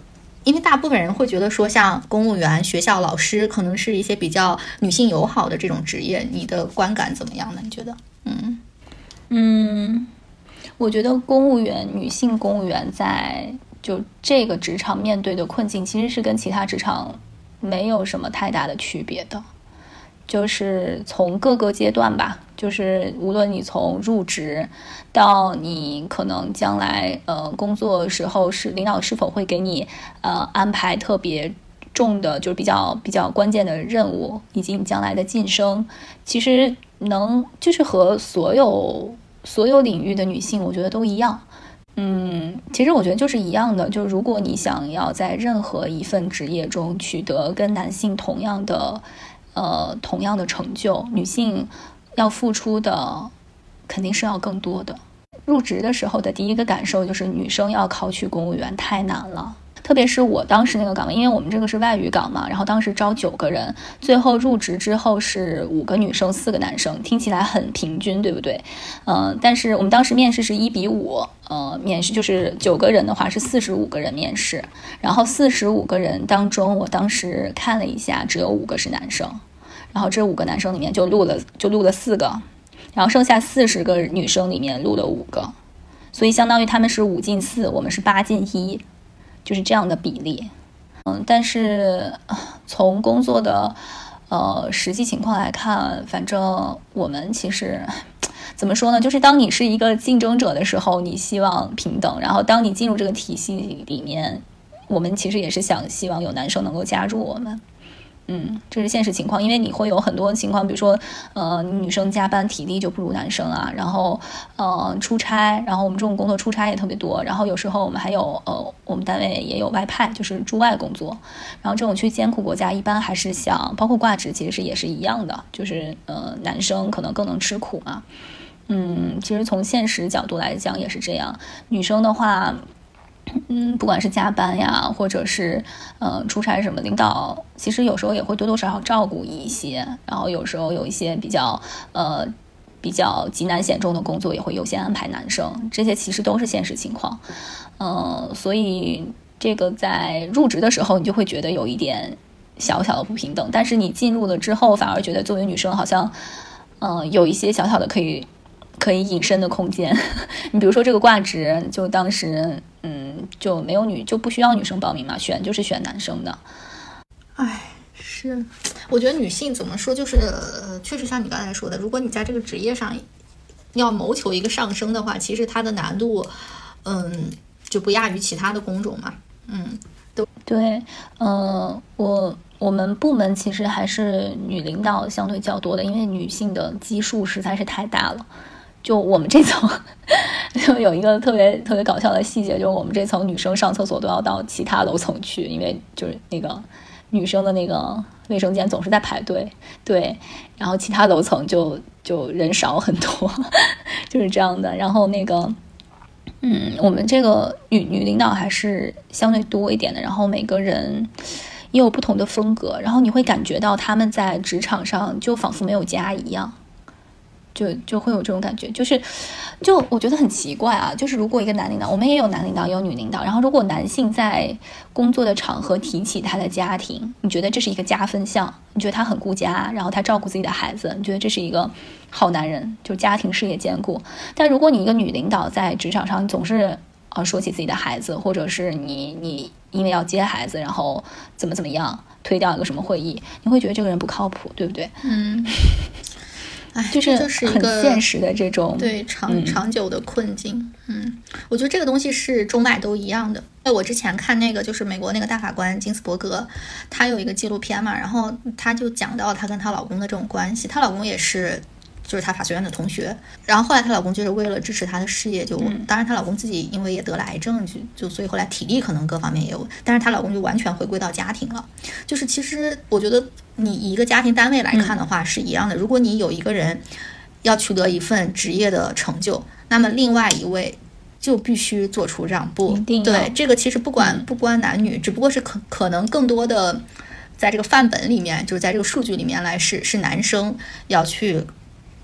因为大部分人会觉得说像公务员、学校老师可能是一些比较女性友好的这种职业，你的观感怎么样呢？你觉得？嗯
嗯，我觉得公务员，女性公务员在就这个职场面对的困境其实是跟其他职场没有什么太大的区别的，就是从各个阶段吧，就是无论你从入职到你可能将来呃工作时候是领导是否会给你呃安排特别重的就是比较比较关键的任务，以及你将来的晋升，其实能就是和所有所有领域的女性我觉得都一样。嗯，其实我觉得就是一样的，就是如果你想要在任何一份职业中取得跟男性同样的呃同样的成就，女性要付出的肯定是要更多的。入职的时候的第一个感受就是女生要考取公务员太难了，特别是我当时那个岗位，因为我们这个是外语岗嘛，然后当时招九个人，最后入职之后是五个女生四个男生，听起来很平均，对不对？嗯、呃，但是我们当时面试是一比五，呃，面试就是九个人的话是四十五个人面试，然后四十五个人当中，我当时看了一下，只有五个是男生，然后这五个男生里面就录了就录了四个，然后剩下四十个女生里面录了五个，所以相当于他们是五进四，我们是八进一。就是这样的比例。嗯，但是从工作的呃实际情况来看，反正我们其实怎么说呢，就是当你是一个竞争者的时候，你希望平等，然后当你进入这个体系里面，我们其实也是想希望有男生能够加入我们。嗯，这是现实情况，因为你会有很多情况，比如说，呃，女生加班体力就不如男生啊，然后，呃，出差，然后我们这种工作出差也特别多，然后有时候我们还有，呃，我们单位也有外派，就是驻外工作，然后这种去艰苦国家，一般还是想，包括挂职，其实是也是一样的，就是呃，男生可能更能吃苦嘛，嗯，其实从现实角度来讲也是这样，女生的话。嗯，不管是加班呀，或者是呃出差什么，领导其实有时候也会多多少少照顾一些，然后有时候有一些比较呃比较急难险重的工作也会优先安排男生，这些其实都是现实情况。嗯、呃，所以这个在入职的时候你就会觉得有一点小小的不平等，但是你进入了之后反而觉得作为女生好像嗯、呃、有一些小小的可以可以隐身的空间。你比如说这个挂职，就当时嗯就没有女就不需要女生报名嘛，选就是选男生的。
哎，是，我觉得女性怎么说，就是呃，确实像你刚才说的，如果你在这个职业上要谋求一个上升的话，其实它的难度嗯就不亚于其他的工种嘛。嗯，都
对，呃，我我们部门其实还是女领导相对较多的，因为女性的基数实在是太大了。就我们这层就有一个特别特别搞笑的细节，就是我们这层女生上厕所都要到其他楼层去，因为就是那个女生的那个卫生间总是在排队，对，然后其他楼层就就人少很多，就是这样的。然后那个嗯，我们这个女女领导还是相对多一点的，然后每个人也有不同的风格，然后你会感觉到他们在职场上就仿佛没有家一样。就就会有这种感觉，就是就我觉得很奇怪啊，就是如果一个男领导，我们也有男领导也有女领导，然后如果男性在工作的场合提起他的家庭，你觉得这是一个加分项，你觉得他很顾家，然后他照顾自己的孩子，你觉得这是一个好男人，就家庭事业兼顾。但如果你一个女领导在职场上总是啊说起自己的孩子，或者是你你因为要接孩子然后怎么怎么样推掉一个什么会议，你会觉得这个人不靠谱，对不对？
嗯，哎，
就是很现实的这种
对长、嗯、长久的困境。嗯，我觉得这个东西是中外都一样的。我之前看那个就是美国那个大法官金斯伯格，她有一个纪录片嘛，然后她就讲到她跟她老公的这种关系，她老公也是就是她法学院的同学，然后后来她老公就是为了支持她的事业，就、嗯、当然她老公自己因为也得了癌症，就就所以后来体力可能各方面也有，但是她老公就完全回归到家庭了。就是其实我觉得你以一个家庭单位来看的话是一样的，如果你有一个人要取得一份职业的成就，那么另外一位就必须做出让步。对，这个其实不管不关男女，只不过是可可能更多的在这个范本里面，就是在这个数据里面来是是男生要去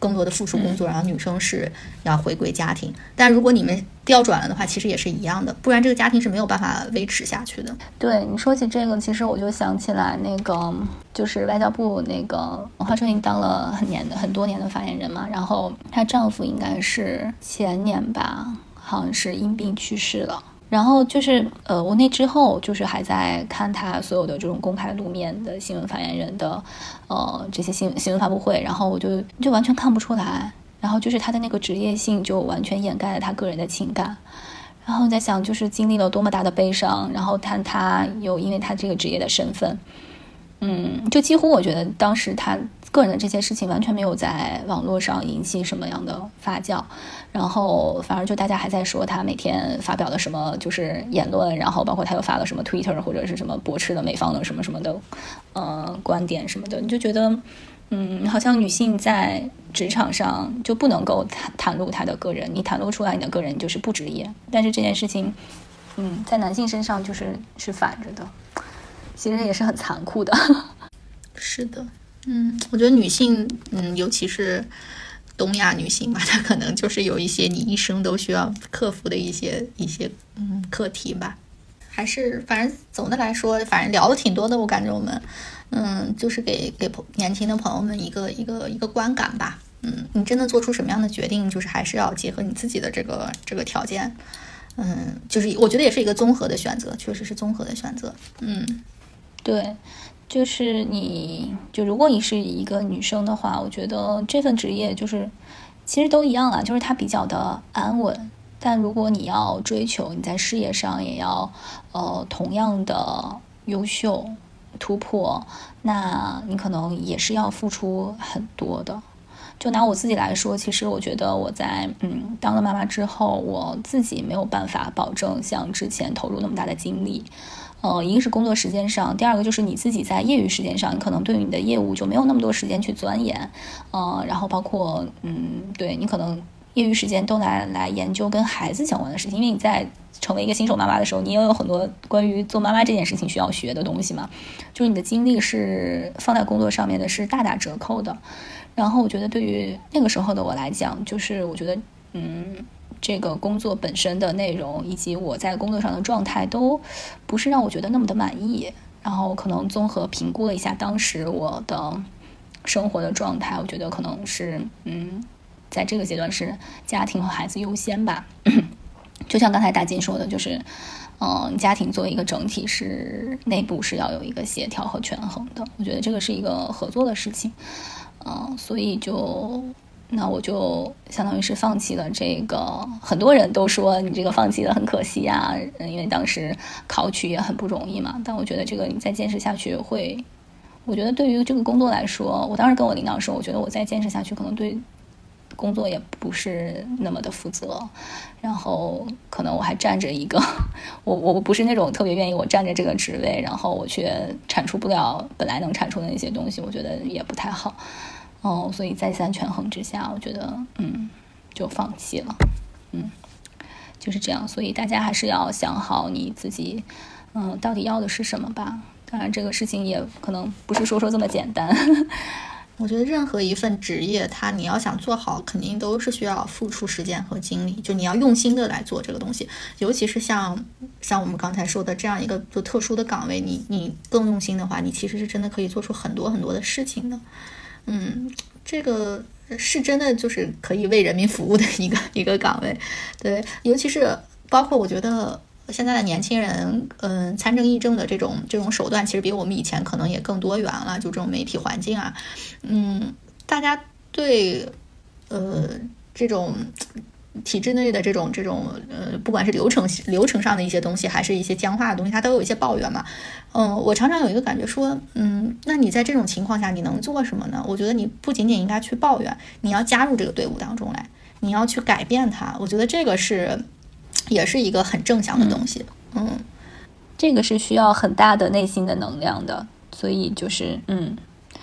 更多的付出工作，然后女生是要回归家庭。但如果你们调转了的话，其实也是一样的，不然这个家庭是没有办法维持下去的。
对，你说起这个，其实我就想起来那个就是外交部那个华春莹当了很年的很多年的发言人嘛，然后她丈夫应该是前年吧，好像是因病去世了。然后就是呃，我那之后就是还在看他所有的这种公开露面的新闻发言人的呃这些新新闻发布会，然后我就就完全看不出来，然后就是他的那个职业性就完全掩盖了他个人的情感。然后在想就是经历了多么大的悲伤，然后他他有因为他这个职业的身份，嗯，就几乎我觉得当时他个人的这些事情完全没有在网络上引起什么样的发酵，然后反而就大家还在说他每天发表了什么就是言论，然后包括他又发了什么 Twitter 或者是什么驳斥了美方的什么什么的呃观点什么的，你就觉得嗯，好像女性在职场上就不能够袒露她的个人，你袒露出来你的个人就是不职业，但是这件事情嗯，在男性身上就是是反着的，其实也是很残酷的。
是的，嗯，我觉得女性，嗯，尤其是东亚女性吧，她可能就是有一些你一生都需要克服的一些一些嗯课题吧。还是反正总的来说，反正聊的挺多的，我感觉我们，嗯，就是给给年轻的朋友们一个一个一个观感吧。嗯，你真的做出什么样的决定，就是还是要结合你自己的这个这个条件。嗯，就是我觉得也是一个综合的选择，确实是综合的选择。嗯，
对。就是你就如果你是一个女生的话，我觉得这份职业就是其实都一样啦，就是它比较的安稳，但如果你要追求你在事业上也要呃同样的优秀突破，那你可能也是要付出很多的。就拿我自己来说，其实我觉得我在嗯当了妈妈之后，我自己没有办法保证像之前投入那么大的精力。呃，一个是工作时间上，第二个就是你自己在业余时间上，你可能对于你的业务就没有那么多时间去钻研，呃，然后包括嗯，对你可能业余时间都来来研究跟孩子相关的事情，因为你在成为一个新手妈妈的时候，你也有很多关于做妈妈这件事情需要学的东西嘛，就是你的精力是放在工作上面的是大打折扣的。然后我觉得对于那个时候的我来讲，就是我觉得嗯。这个工作本身的内容以及我在工作上的状态都不是让我觉得那么的满意，然后可能综合评估了一下当时我的生活的状态，我觉得可能是嗯，在这个阶段是家庭和孩子优先吧。就像刚才大金说的，就是嗯，家庭作为一个整体是内部是要有一个协调和权衡的，我觉得这个是一个合作的事情，嗯，所以就那我就相当于是放弃了这个，很多人都说你这个放弃的很可惜啊，因为当时考取也很不容易嘛。但我觉得这个你再坚持下去会，我觉得对于这个工作来说，我当时跟我领导说，我觉得我再坚持下去可能对工作也不是那么的负责，然后可能我还占着一个，我我不是那种特别愿意我占着这个职位，然后我却产出不了本来能产出的那些东西，我觉得也不太好。哦，所以再三权衡之下，我觉得嗯，就放弃了，嗯，就是这样。所以大家还是要想好你自己，嗯，到底要的是什么吧。当然，这个事情也可能不是说说这么简单。
我觉得任何一份职业，它你要想做好，肯定都是需要付出时间和精力，就你要用心的来做这个东西。尤其是像像我们刚才说的这样一个做特殊的岗位，你你更用心的话，你其实是真的可以做出很多很多的事情的。嗯，这个是真的就是可以为人民服务的一个一个岗位，对，尤其是包括我觉得现在的年轻人，嗯，参政议政的这种这种手段，其实比我们以前可能也更多元了，就这种媒体环境啊，嗯，大家对呃这种体制内的这种这种呃，不管是流程流程上的一些东西，还是一些僵化的东西，它都有一些抱怨嘛。嗯，我常常有一个感觉说，嗯，那你在这种情况下，你能做什么呢？我觉得你不仅仅应该去抱怨，你要加入这个队伍当中来，你要去改变它。我觉得这个是也是一个很正向的东西。嗯，嗯
这个是需要很大的内心的能量的，所以就是嗯。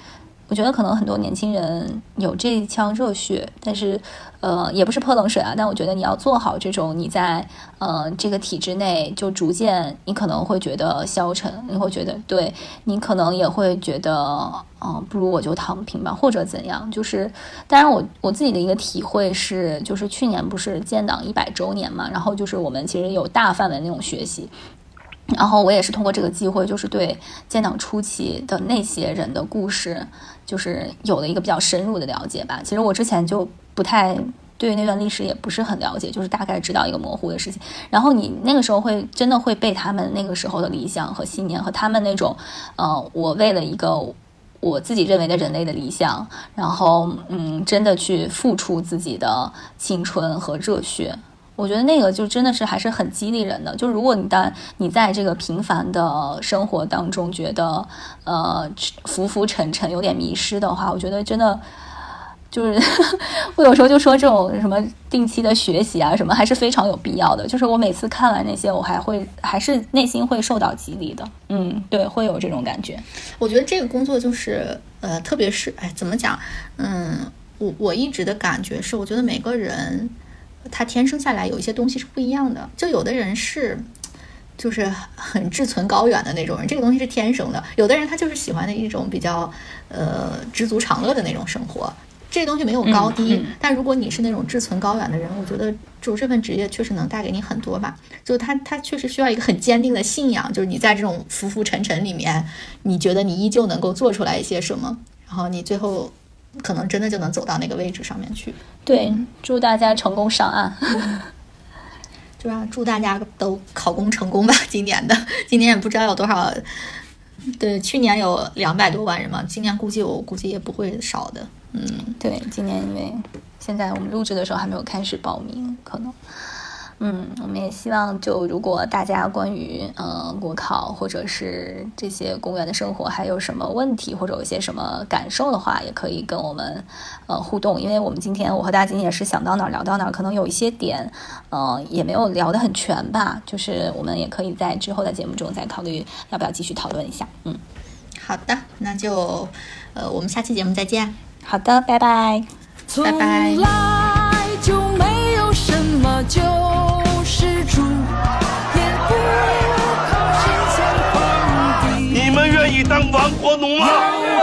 我觉得可能很多年轻人有这一腔热血，但是呃也不是泼冷水啊，但我觉得你要做好这种你在呃这个体制内就逐渐你可能会觉得消沉，你会觉得对你可能也会觉得嗯、呃、不如我就躺平吧，或者怎样。就是当然我我自己的一个体会是，就是去年不是建党一百周年嘛，然后就是我们其实有大范围那种学习，然后我也是通过这个机会，就是对建党初期的那些人的故事，就是有了一个比较深入的了解吧。其实我之前就不太对那段历史也不是很了解，就是大概知道一个模糊的事情。然后你那个时候会真的会被他们那个时候的理想和信念和他们那种，呃，我为了一个我自己认为的人类的理想，然后嗯，真的去付出自己的青春和热血。我觉得那个就真的是还是很激励人的。就如果你当你在这个平凡的生活当中觉得呃浮浮沉沉有点迷失的话，我觉得真的就是我有时候就说这种什么定期的学习啊什么还是非常有必要的。就是我每次看完那些我还会还是内心会受到激励的。嗯，对，会有这种感觉。
我觉得这个工作就是呃特别是哎怎么讲，嗯我我一直的感觉是我觉得每个人他天生下来有一些东西是不一样的。就有的人是就是很志存高远的那种人，这个东西是天生的；有的人他就是喜欢的一种比较呃知足常乐的那种生活，这个东西没有高低、嗯嗯、但如果你是那种志存高远的人，我觉得就这份职业确实能带给你很多吧。就他他确实需要一个很坚定的信仰，就是你在这种浮浮沉沉里面，你觉得你依旧能够做出来一些什么，然后你最后可能真的就能走到那个位置上面去。
对，祝大家成功上岸。
就让祝大家都考公成功吧。今年的今年也不知道有多少，对，去年有两百多万人嘛，今年估计我估计也不会少的。嗯，
对，今年因为现在我们录制的时候还没有开始报名，可能嗯，我们也希望就如果大家关于呃国考或者是这些公务员的生活还有什么问题或者有些什么感受的话，也可以跟我们呃互动。因为我们今天我和大金也是想到哪儿聊到哪儿，可能有一些点呃也没有聊得很全吧，就是我们也可以在之后的节目中再考虑要不要继续讨论一下。嗯，
好的，那就呃我们下期节目再见。
好的，拜拜，
拜拜。
从来就没有什么救世主，也不靠神仙皇帝。
你们愿意当亡国奴吗？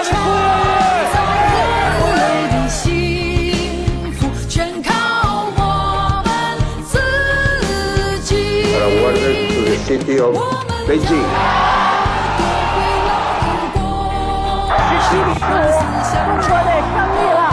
人类的幸福全靠我们自己。
Awarded to the city of Beijing。
中国队胜利了！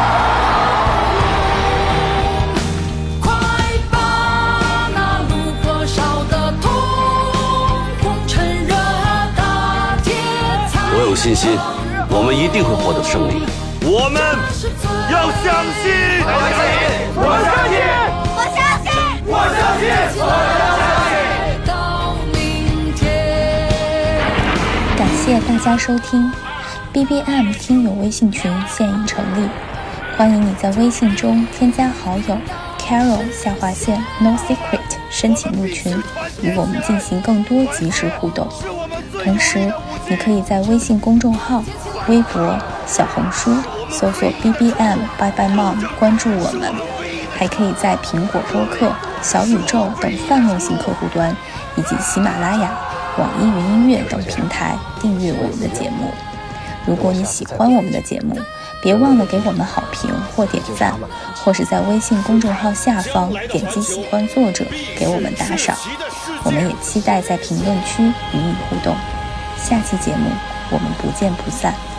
快把那炉火烧得通红，趁热打铁才。
我有信心，我们一定会获得胜利。
我们要相信！我相信！我相信！
我相信！我相信！我相信！到明天。
感谢大家收听。B B M 听友微信群现已成立，欢迎你在微信中添加好友 Carol 下划线 No Secret 申请入群，与我们进行更多即时互动。同时，你可以在微信公众号、微博、小红书搜索 B B M Bye Bye Mom 关注我们，还可以在苹果播客、小宇宙等泛用型客户端以及喜马拉雅、网易云音乐等平台订阅我们的节目。如果你喜欢我们的节目，别忘了给我们好评或点赞，或是在微信公众号下方点击喜欢作者给我们打赏。我们也期待在评论区与你互动。下期节目我们不见不散。